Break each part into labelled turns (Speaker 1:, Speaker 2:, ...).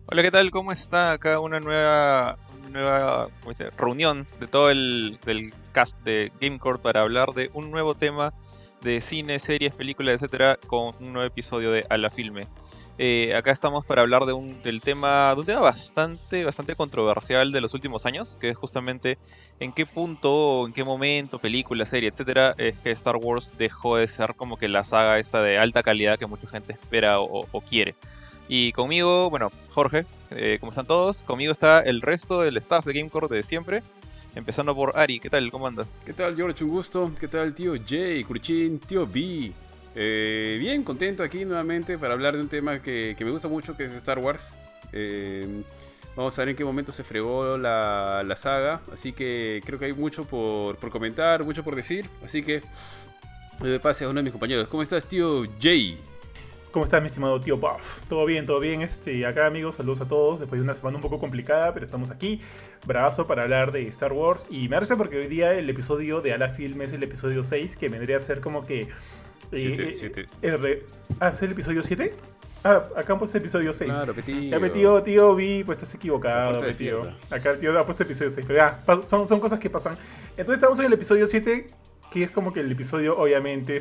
Speaker 1: Hola, ¿qué tal? ¿Cómo está? Acá una nueva ¿cómo se dice? Reunión de todo del cast de GameCore para hablar de un nuevo tema de cine, series, películas, etcétera, con un nuevo episodio de A la Filme. Acá estamos para hablar de un tema bastante controversial de los últimos años, que es justamente en qué punto, o en qué momento, película, serie, etcétera, es que Star Wars dejó de ser como que la saga esta de alta calidad que mucha gente espera o quiere. Y conmigo, bueno, Jorge, ¿cómo están todos? Conmigo está el resto del staff de Gamecore de siempre, empezando por Ari. ¿Qué tal? ¿Cómo andas?
Speaker 2: ¿Qué tal, George? Un gusto. ¿Qué tal, tío Jay, Kurchin, tío B? Bien, contento aquí nuevamente para hablar de un tema que me gusta mucho, que es Star Wars. Vamos a ver en qué momento se fregó la saga. Así que creo que hay mucho por comentar, mucho por decir. Así que pase a uno de mis compañeros. ¿Cómo estás, tío Jay?
Speaker 3: ¿Cómo estás, mi estimado tío Puff? Todo bien, todo bien. Acá, amigos, saludos a todos. Después de una semana un poco complicada, pero estamos aquí, bravazo, para hablar de Star Wars. Y me parece porque hoy día el episodio de A la Film es el episodio 6, que vendría a ser como que...
Speaker 2: Siete.
Speaker 3: ¿Es el episodio 7? Ah, acá han puesto el episodio 6.
Speaker 2: Claro, que tío.
Speaker 3: Ya, tío, vi, pues estás equivocado,
Speaker 2: La fuerza
Speaker 3: tío.
Speaker 2: despierta.
Speaker 3: Acá el tío ha puesto el episodio 6, pero ya, son cosas que pasan. Entonces estamos en el episodio 7, que es como que el episodio, obviamente,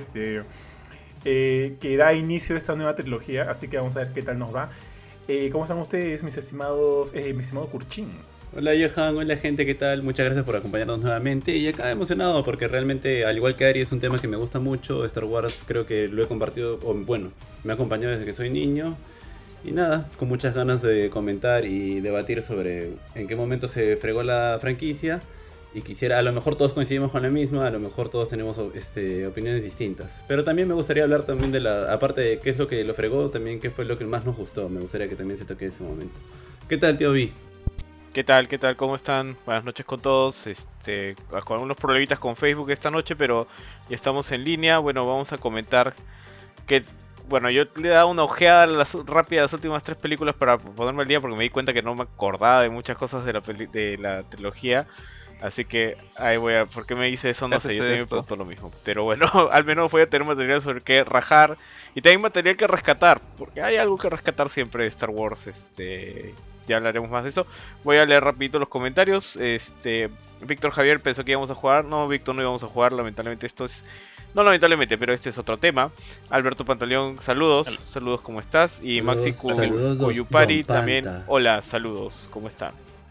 Speaker 3: que da inicio a esta nueva trilogía, así que vamos a ver qué tal nos va. ¿Cómo están ustedes, mis estimados, mi estimado Kurchin?
Speaker 4: Hola Johan, hola gente, ¿qué tal? Muchas gracias por acompañarnos nuevamente y acá emocionado porque realmente, al igual que Ari, es un tema que me gusta mucho. Star Wars creo que lo he compartido, o bueno, me ha acompañado desde que soy niño y nada, con muchas ganas de comentar y debatir sobre en qué momento se fregó la franquicia y quisiera, a lo mejor todos coincidimos con la misma, a lo mejor todos tenemos opiniones distintas, pero también me gustaría hablar también aparte de qué es lo que lo fregó, también qué fue lo que más nos gustó. Me gustaría que también se toque ese momento. ¿Qué tal, tío B?
Speaker 5: ¿Qué tal? ¿Qué tal? ¿Cómo están? Buenas noches con todos. Con algunos problemitas con Facebook esta noche, pero ya estamos en línea. Bueno, vamos a comentar que, bueno, yo le he dado una ojeada rápida a las últimas tres películas para ponerme al día porque me di cuenta que no me acordaba de muchas cosas de la trilogía. Así que ahí voy a... ¿Por qué me hice eso? No sé, yo también me pregunto lo mismo. Pero bueno, al menos voy a tener material sobre qué rajar y también material que rescatar, porque hay algo que rescatar siempre de Star Wars. Ya hablaremos más de eso. Voy a leer rapidito los comentarios. Víctor Javier pensó que íbamos a jugar. No, Víctor, no íbamos a jugar. Lamentablemente esto es... No lamentablemente, pero este es otro tema. Alberto Pantaleón, saludos. Saludos, ¿cómo estás? Y Maxi Kuyupari también. Hola, saludos, ¿cómo están?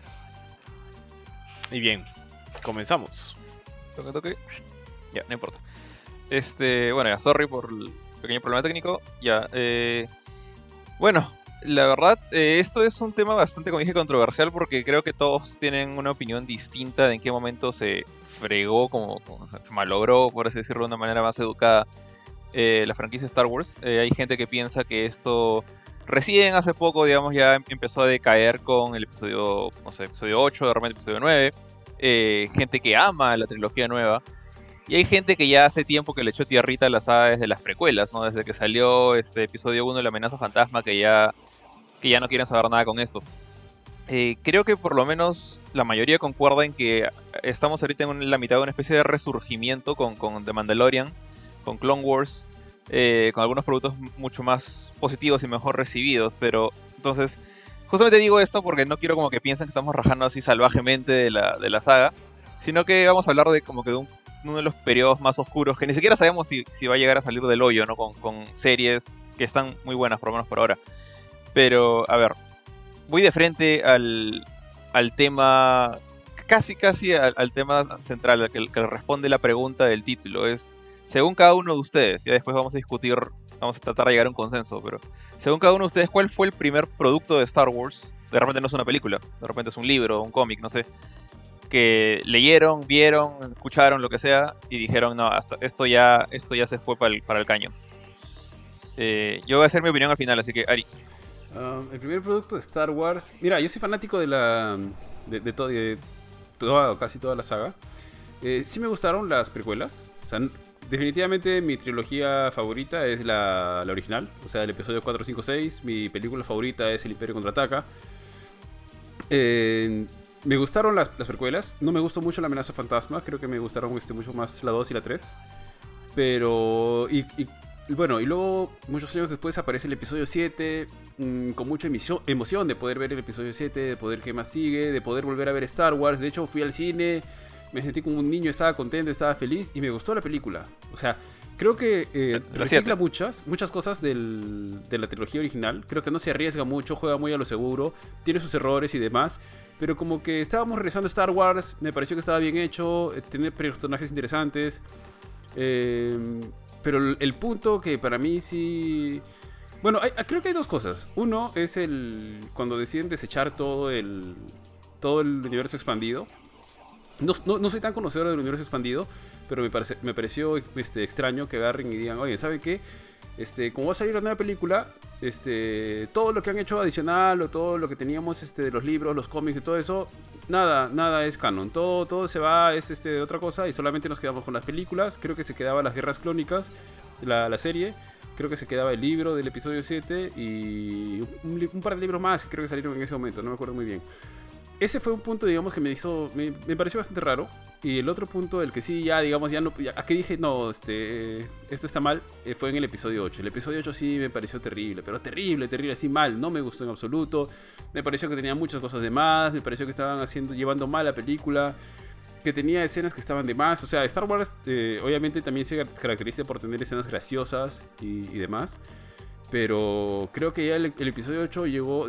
Speaker 5: Y bien, comenzamos.
Speaker 1: Toque. Ya, no importa. Bueno, ya, sorry por el pequeño problema técnico. Ya, bueno, la verdad, esto es un tema bastante, como dije, controversial porque creo que todos tienen una opinión distinta de en qué momento se fregó, como se malogró, por así decirlo de una manera más educada, la franquicia Star Wars. Hay gente que piensa que esto recién hace poco, digamos, ya empezó a decaer con el episodio, no sé, episodio 8, de repente episodio 9. Gente que ama la trilogía nueva. Y hay gente que ya hace tiempo que le echó tierrita a la saga desde las precuelas, ¿no? Desde que salió este episodio 1 de la amenaza fantasma, que ya no quieren saber nada con esto. Creo que por lo menos la mayoría concuerda en que estamos ahorita en la mitad de una especie de resurgimiento con The Mandalorian, con Clone Wars, con algunos productos mucho más positivos y mejor recibidos, pero entonces justamente digo esto porque no quiero como que piensen que estamos rajando así salvajemente de la saga, sino que vamos a hablar de como que de uno de los periodos más oscuros, que ni siquiera sabemos si va a llegar a salir del hoyo, ¿no? Con series que están muy buenas, por lo menos por ahora. Pero, a ver, voy de frente al tema, casi al tema central, al que le responde la pregunta del título. Es, según cada uno de ustedes, ya después vamos a discutir, vamos a tratar de llegar a un consenso, pero según cada uno de ustedes, ¿cuál fue el primer producto de Star Wars? De repente no es una película, de repente es un libro, un cómic, no sé, que leyeron, vieron, escucharon, lo que sea, y dijeron, no, hasta esto ya se fue para el caño. Yo voy a hacer mi opinión al final, así que Ari.
Speaker 2: El primer producto de Star Wars... Mira, yo soy fanático casi toda la saga. Sí me gustaron las precuelas. O sea, definitivamente mi trilogía favorita es la original. O sea, el episodio 4, 5, 6. Mi película favorita es El Imperio Contraataca. Me gustaron las precuelas. No me gustó mucho La Amenaza Fantasma. Creo que me gustaron mucho más la 2 y la 3. Pero... bueno, y luego, muchos años después, aparece el episodio 7, con mucha emoción de poder ver el episodio 7, de poder qué más sigue, de poder volver a ver Star Wars. De hecho, fui al cine, me sentí como un niño, estaba contento, estaba feliz, y me gustó la película. O sea, creo que recicla muchas cosas de la trilogía original. Creo que no se arriesga mucho, juega muy a lo seguro, tiene sus errores y demás. Pero como que estábamos regresando a Star Wars, me pareció que estaba bien hecho, tiene personajes interesantes. Pero el punto que para mí sí... Bueno, creo que hay dos cosas. Uno es cuando deciden desechar todo el universo expandido. No soy tan conocedor del universo expandido, pero me pareció extraño que agarren y digan, oye, ¿sabe qué? Como va a salir la nueva película, todo lo que han hecho adicional o todo lo que teníamos de los libros, los cómics y todo eso, nada es canon. Todo se va, es de otra cosa y solamente nos quedamos con las películas. Creo que se quedaba las Guerras Clónicas, la serie. Creo que se quedaba el libro del episodio 7 y un par de libros más que creo que salieron en ese momento, no me acuerdo muy bien. Ese fue un punto, digamos, que me pareció bastante raro. Y el otro punto, el que sí, ya no, aquí dije, no, esto está mal, fue en el episodio 8. El episodio 8 sí me pareció terrible, pero terrible, así mal, no me gustó en absoluto. Me pareció que tenía muchas cosas de más, me pareció que estaban llevando mal la película, que tenía escenas que estaban de más. O sea, Star Wars obviamente también se caracteriza por tener escenas graciosas y demás. Pero creo que ya el episodio 8 llegó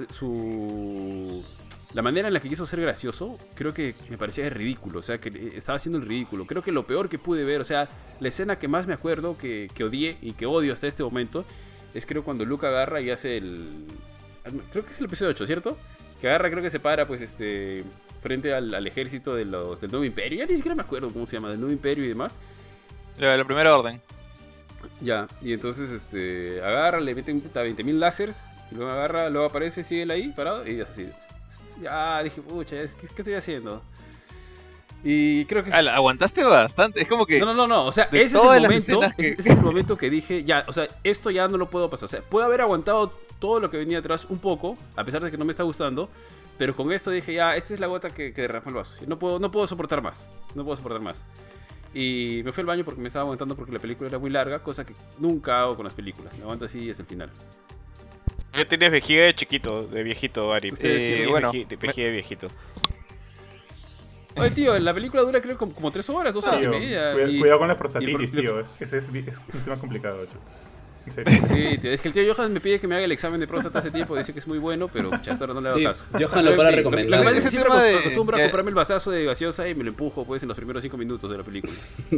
Speaker 2: la manera en la que quiso ser gracioso, creo que me parecía ridículo. O sea, que estaba haciendo el ridículo. Creo que lo peor que pude ver, o sea, la escena que más me acuerdo, que odié y que odio hasta este momento, es creo cuando Luke agarra y hace creo que es el episodio 8, ¿cierto? Que agarra, creo que se para, pues, frente al ejército del Nuevo Imperio. Ya ni siquiera me acuerdo cómo se llama, del Nuevo Imperio y demás.
Speaker 1: La primera orden.
Speaker 2: Ya, y entonces, agarra, le meten 20.000 láseres, y luego agarra, luego aparece, sigue él ahí, parado, y así... Ya, dije, pucha, ¿qué estoy haciendo? Y creo que...
Speaker 1: Aguantaste bastante, es como que...
Speaker 2: No, o sea, ese es el momento que dije, ya, o sea, esto ya no lo puedo pasar. O sea, puedo haber aguantado todo lo que venía atrás un poco, a pesar de que no me está gustando, pero con esto dije, ya, esta es la gota que derramó el vaso. No puedo soportar más, Y me fui al baño porque me estaba aguantando porque la película era muy larga, cosa que nunca hago con las películas. Me aguanto así hasta el final.
Speaker 5: Ya tienes vejiga de chiquito, de viejito, Ari.
Speaker 1: Bueno,
Speaker 5: vejiga de viejito.
Speaker 2: Oye, tío, la película dura creo como 3 horas, 2 horas y media.
Speaker 3: Cuidado con la prostatitis, tío. Ese es un tema complicado, chicos. En serio.
Speaker 2: Sí, tío, es que el tío Johan me pide que me haga el examen de próstata hace tiempo. Dice que es muy bueno, pero hasta ahora no le hago caso.
Speaker 4: Johan lo para recomendar.
Speaker 2: Lo que pasa es que siempre acostumbro a comprarme el vasazo de gaseosa y me lo empujo pues en los primeros 5 minutos de la película.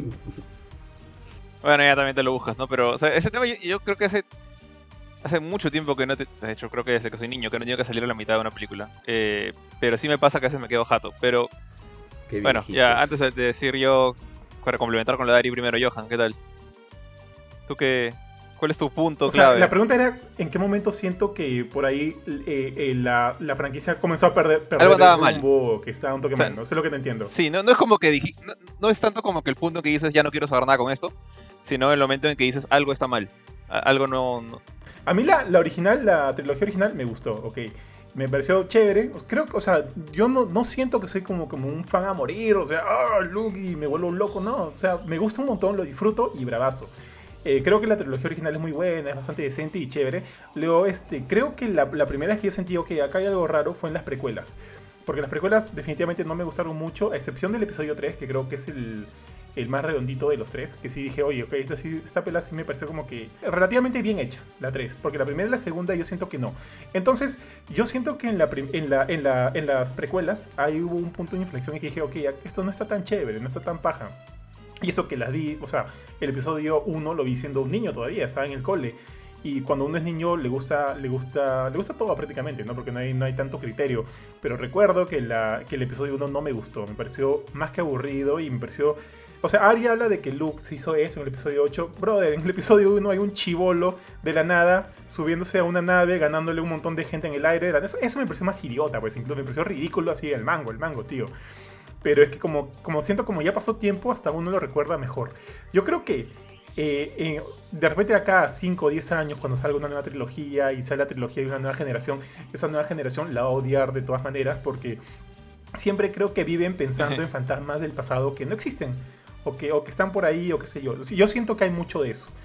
Speaker 1: Bueno, ya también te lo buscas, ¿no? Pero, o sea, ese tema yo creo que hace mucho tiempo que no de hecho, creo que desde que soy niño, que no tengo que salir a la mitad de una película. Pero sí me pasa que a veces me quedo jato. Pero, bueno, ya antes de decir yo, para complementar con lo de Ari primero, Johan, ¿qué tal? ¿Tú cuál es tu punto clave?
Speaker 3: La pregunta era, ¿en qué momento siento que por ahí la franquicia comenzó a perder
Speaker 1: algo andaba
Speaker 3: el rumbo mal, que estaba un toque mal, ¿no? Eso es lo que te entiendo.
Speaker 1: Sí, no es como que no es tanto como que el punto en que dices ya no quiero saber nada con esto, sino el momento en que dices algo está mal, algo no...
Speaker 3: A mí la trilogía original me gustó, ok. Me pareció chévere. Creo que, o sea, yo no siento que soy como un fan a morir, o sea, Luke y me vuelvo un loco, no. O sea, me gusta un montón, lo disfruto y bravazo. Creo que la trilogía original es muy buena, es bastante decente y chévere. Luego, creo que la primera vez que yo sentí, ok, acá hay algo raro, fue en las precuelas. Porque las precuelas definitivamente no me gustaron mucho, a excepción del episodio 3, que creo que es el más redondito de los 3. Que sí dije, oye, ok, esta pela sí me pareció como que relativamente bien hecha, la 3. Porque la primera y la segunda yo siento que no. Entonces, yo siento que en las precuelas ahí hubo un punto de inflexión y que dije, ok, esto no está tan chévere, no está tan paja. Y eso que las vi, o sea, el episodio 1 lo vi siendo un niño todavía, estaba en el cole. Y cuando uno es niño le gusta todo prácticamente, ¿no? Porque no hay tanto criterio. Pero recuerdo que el episodio 1 no me gustó, me pareció más que aburrido y me pareció... O sea, Ari habla de que Luke se hizo eso en el episodio 8. Brother, en el episodio 1 hay un chibolo de la nada subiéndose a una nave, ganándole un montón de gente en el aire. Eso me pareció más idiota, pues incluso me pareció ridículo así el mango, tío. Pero es que como siento como ya pasó tiempo, hasta uno lo recuerda mejor. Yo creo que de repente acá a 5 o 10 años, cuando salga una nueva trilogía y sale la trilogía de una nueva generación, esa nueva generación la va a odiar de todas maneras porque siempre creo que viven pensando en fantasmas del pasado que no existen o que están por ahí o qué sé yo. Yo siento que hay mucho de eso.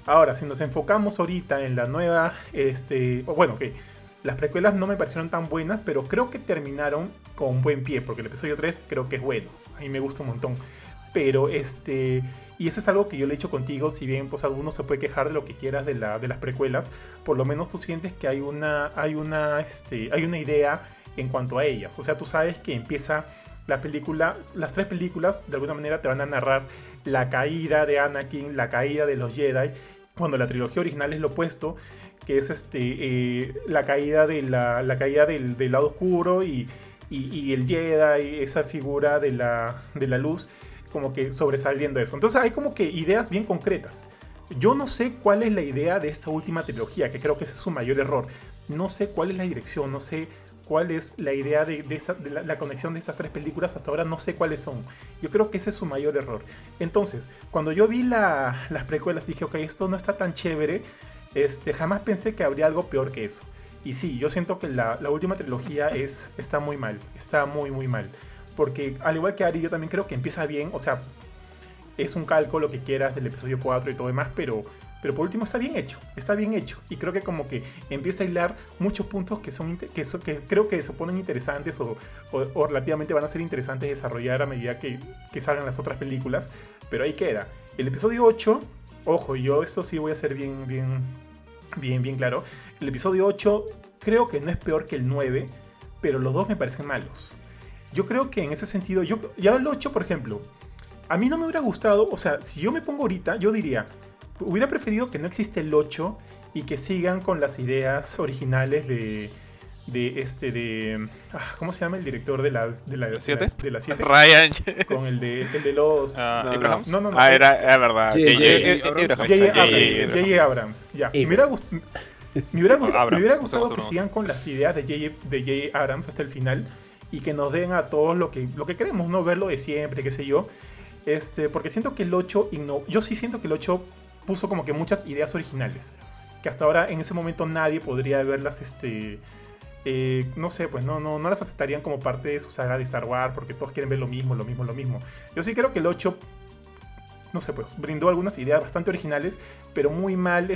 Speaker 3: Ahora, si nos enfocamos ahorita en la nueva, ok, las precuelas no me parecieron tan buenas, pero creo que terminaron con buen pie, porque el episodio 3 creo que es bueno, a mí me gusta un montón. Pero y eso es algo que yo le he dicho contigo, si bien pues algunos se puede quejar de lo que quieras de las precuelas, por lo menos tú sientes que hay una idea en cuanto a ellas. O sea, tú sabes que empieza la película, las 3 películas de alguna manera te van a narrar la caída de Anakin, la caída de los Jedi, cuando la trilogía original es lo opuesto, que es la caída del lado oscuro y el Jedi, esa figura de la luz, como que sobresaliendo eso. Entonces hay como que ideas bien concretas. Yo no sé cuál es la idea de esta última trilogía, que creo que ese es su mayor error. No sé cuál es la dirección, no sé cuál es la idea de la conexión de estas 3 películas. Hasta ahora no sé cuáles son. Yo creo que ese es su mayor error. Entonces, cuando yo vi las precuelas dije, ok, esto no está tan chévere. Jamás pensé que habría algo peor que eso. Y sí, yo siento que la última trilogía está muy mal. Está muy, muy mal. Porque al igual que Ari, yo también creo que empieza bien. O sea, es un calco, lo que quieras, del episodio 4 y todo demás, pero por último está bien hecho. Está bien hecho. Y creo que como que empieza a hilar muchos puntos que creo que se ponen interesantes o relativamente van a ser interesantes de desarrollar a medida que salgan las otras películas. Pero ahí queda. El episodio 8, ojo, yo esto sí voy a ser bien claro. El episodio 8 creo que no es peor que el 9, pero los dos me parecen malos. Yo creo que en ese sentido, ya el 8, por ejemplo, a mí no me hubiera gustado, o sea, si yo me pongo ahorita, yo diría, hubiera preferido que no existe el 8 y que sigan con las ideas originales ¿cómo se llama el director de la
Speaker 1: 7?
Speaker 3: De la 7?
Speaker 5: Ryan.
Speaker 3: Con el de los...
Speaker 1: Abrams.
Speaker 3: No.
Speaker 5: Era verdad.
Speaker 3: J.J. Abrams. Ya. Me hubiera gustado que sigan con las ideas de J.J. Abrams hasta el final y que nos den a todos lo que queremos, ¿no? Ver lo de siempre, qué sé yo. Porque siento que el 8 yo sí siento que el 8 puso como que muchas ideas originales que hasta ahora en ese momento nadie podría verlas, no sé, pues no las aceptarían como parte de su saga de Star Wars porque todos quieren ver lo mismo. Yo sí creo que el 8, no sé, pues brindó algunas ideas bastante originales, pero muy mal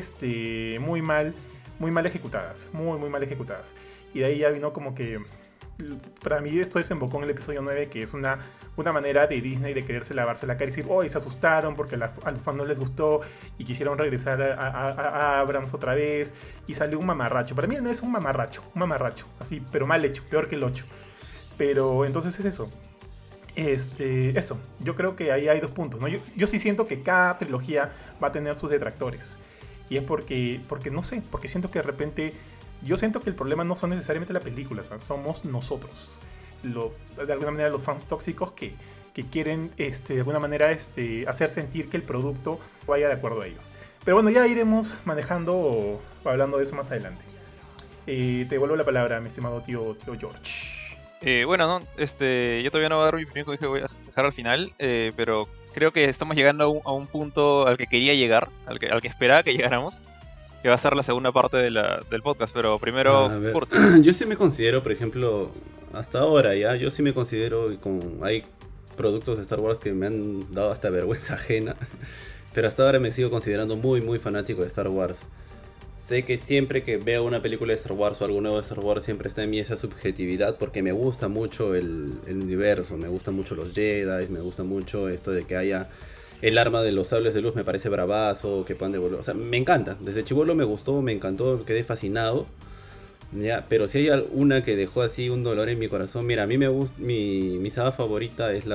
Speaker 3: ejecutadas, muy mal ejecutadas. Y de ahí ya vino como que, para mí esto desembocó en el episodio 9, que es una manera de Disney de quererse lavarse la cara y decir, se asustaron porque a los fans no les gustó y quisieron regresar a Abrams otra vez, y salió un mamarracho. Para mí no es un mamarracho, así, pero mal hecho, peor que el 8. Pero entonces es eso. Eso, yo creo que ahí hay 2 puntos, ¿no? Yo sí siento que cada trilogía va a tener sus detractores. Y es porque no sé, porque siento que de repente... Yo siento que el problema no son necesariamente la película, somos nosotros. De alguna manera los fans tóxicos que quieren de alguna manera hacer sentir que el producto vaya de acuerdo a ellos. Pero bueno, ya iremos manejando o hablando de eso más adelante. Te devuelvo la palabra, mi estimado tío George.
Speaker 1: Bueno, no, yo todavía no voy a dar mi opinión, que voy a dejar al final, pero creo que estamos llegando a un punto al que quería llegar, al que esperaba que llegáramos, que va a ser la segunda parte del podcast, pero primero Kurt.
Speaker 4: Yo sí me considero, por ejemplo, hasta ahora ya, yo sí me considero, hay productos de Star Wars que me han dado hasta vergüenza ajena, pero hasta ahora me sigo considerando muy fanático de Star Wars. Sé que siempre que veo una película de Star Wars o algo nuevo de Star Wars siempre está en mí esa subjetividad, porque me gusta mucho el universo, me gustan mucho los Jedi, me gusta mucho esto de que haya... El arma de los sables de luz me parece bravazo, que puedan devolver... O sea, me encanta. Desde chibolo me gustó, me encantó, quedé fascinado. ¿Ya? Pero si hay una que dejó así un dolor en mi corazón... Mira, a mí me gusta... Mi saga favorita es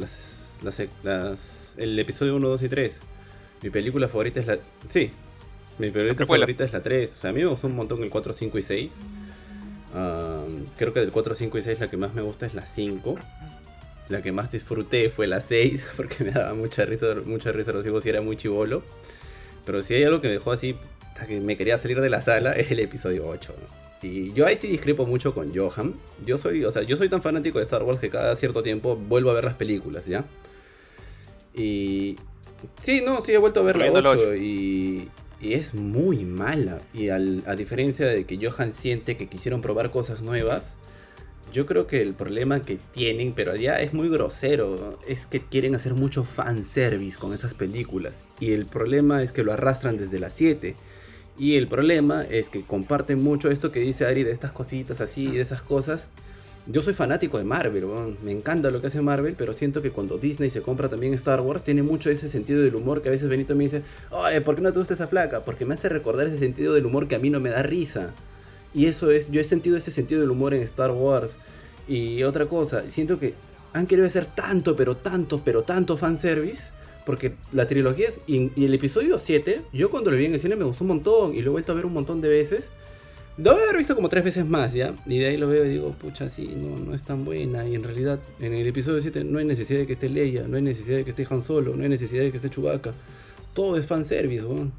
Speaker 4: el episodio 1, 2 y 3. Mi película favorita es la... Sí. Mi película favorita es la 3. O sea, a mí me gustó un montón el 4, 5 y 6. Creo que del 4, 5 y 6 la que más me gusta es la 5. La que más disfruté fue la 6, porque me daba mucha risa los hijos y era muy chibolo. Pero si hay algo que me dejó así, que me quería salir de la sala, es el episodio 8, ¿no? Y yo ahí sí discrepo mucho con Johan. Yo soy tan fanático de Star Wars que cada cierto tiempo vuelvo a ver las películas, ¿ya? Y... Sí, he vuelto a ver la 8 y es muy mala. Y a diferencia de que Johan siente que quisieron probar cosas nuevas... Yo creo que el problema que tienen, pero ya es muy grosero, ¿no? Es que quieren hacer mucho fanservice con estas películas. Y el problema es que lo arrastran desde las 7. Y el problema es que comparten mucho esto que dice Ari de estas cositas así, de esas cosas. Yo soy fanático de Marvel, ¿no? Me encanta lo que hace Marvel, pero siento que cuando Disney se compra también Star Wars, tiene mucho ese sentido del humor que a veces Benito me dice, oye, ¿por qué no te gusta esa flaca? Porque me hace recordar ese sentido del humor que a mí no me da risa. Y eso es, yo he sentido ese sentido del humor en Star Wars. Y otra cosa, siento que han querido hacer tanto, pero tanto fanservice. Porque la trilogía y el episodio 7, yo cuando lo vi en el cine me gustó un montón. Y lo he vuelto a ver un montón de veces. Lo he visto como 3 veces más, ¿ya? Y de ahí lo veo y digo, pucha, sí, no es tan buena. Y en realidad, en el episodio 7 no hay necesidad de que esté Leia, no hay necesidad de que esté Han Solo, no hay necesidad de que esté Chewbacca. Todo es fanservice, weón.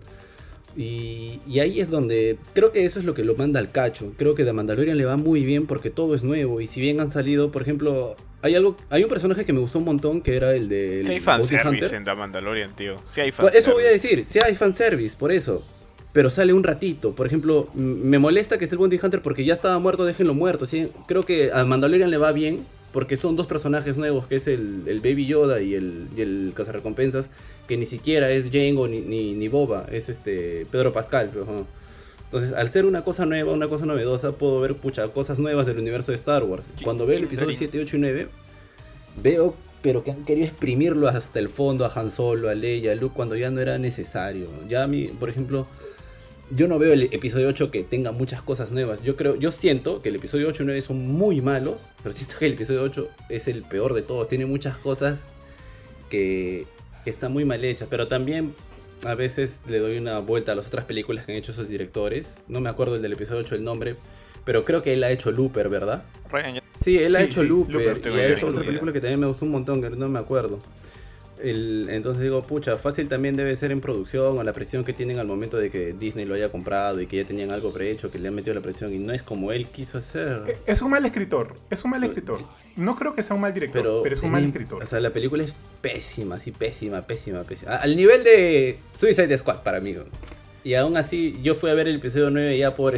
Speaker 4: Y ahí es donde creo que eso es lo que lo manda al cacho. Creo que The Mandalorian le va muy bien porque todo es nuevo. Y si bien han salido, por ejemplo, hay un personaje que me gustó un montón que era el de
Speaker 5: Sí hay fanservice en The Mandalorian, tío. Sí hay
Speaker 4: fanservice. Eso voy a
Speaker 5: fanservice.
Speaker 4: decir, sí hay fanservice, por eso. Pero sale un ratito. Por ejemplo, me molesta que esté el Bounty Hunter porque ya estaba muerto, déjenlo muerto. ¿Sí? Creo que a Mandalorian le va bien porque son 2 personajes nuevos, que es el Baby Yoda y el cazarrecompensas, que ni siquiera es Jango ni Boba, es Pedro Pascal. Pero, ¿no? Entonces, al ser una cosa nueva, una cosa novedosa, puedo ver cosas nuevas del universo de Star Wars. Cuando veo el episodio 7, 8 y 9, veo pero que han querido exprimirlo hasta el fondo, a Han Solo, a Leia, a Luke, cuando ya no era necesario. Ya a mí, por ejemplo, yo no veo el episodio 8 que tenga muchas cosas nuevas. Yo siento que el episodio 8 y 9 son muy malos, pero siento que el episodio 8 es el peor de todos. Tiene muchas cosas que están muy mal hechas, pero también a veces le doy una vuelta a las otras películas que han hecho esos directores. No me acuerdo el del episodio 8 el nombre, pero creo que él ha hecho Looper, ¿verdad?
Speaker 1: Ryan,
Speaker 4: Sí, él ha
Speaker 3: Sí,
Speaker 4: hecho
Speaker 3: sí,
Speaker 4: Looper,
Speaker 3: Looper,
Speaker 4: y ha hecho
Speaker 1: tengo
Speaker 4: otra
Speaker 1: idea.
Speaker 4: película que también me gustó un montón, que no me acuerdo. Entonces digo, pucha, fácil también debe ser en producción o la presión que tienen al momento de que Disney lo haya comprado y que ya tenían algo prehecho, que le han metido la presión y no es como él quiso hacer.
Speaker 3: Es un mal escritor, No creo que sea un mal director, pero es un mal escritor.
Speaker 4: O sea, la película es pésima, sí, pésima. Al nivel de Suicide Squad para mí, ¿no? Y aún así, yo fui a ver el episodio 9 ya por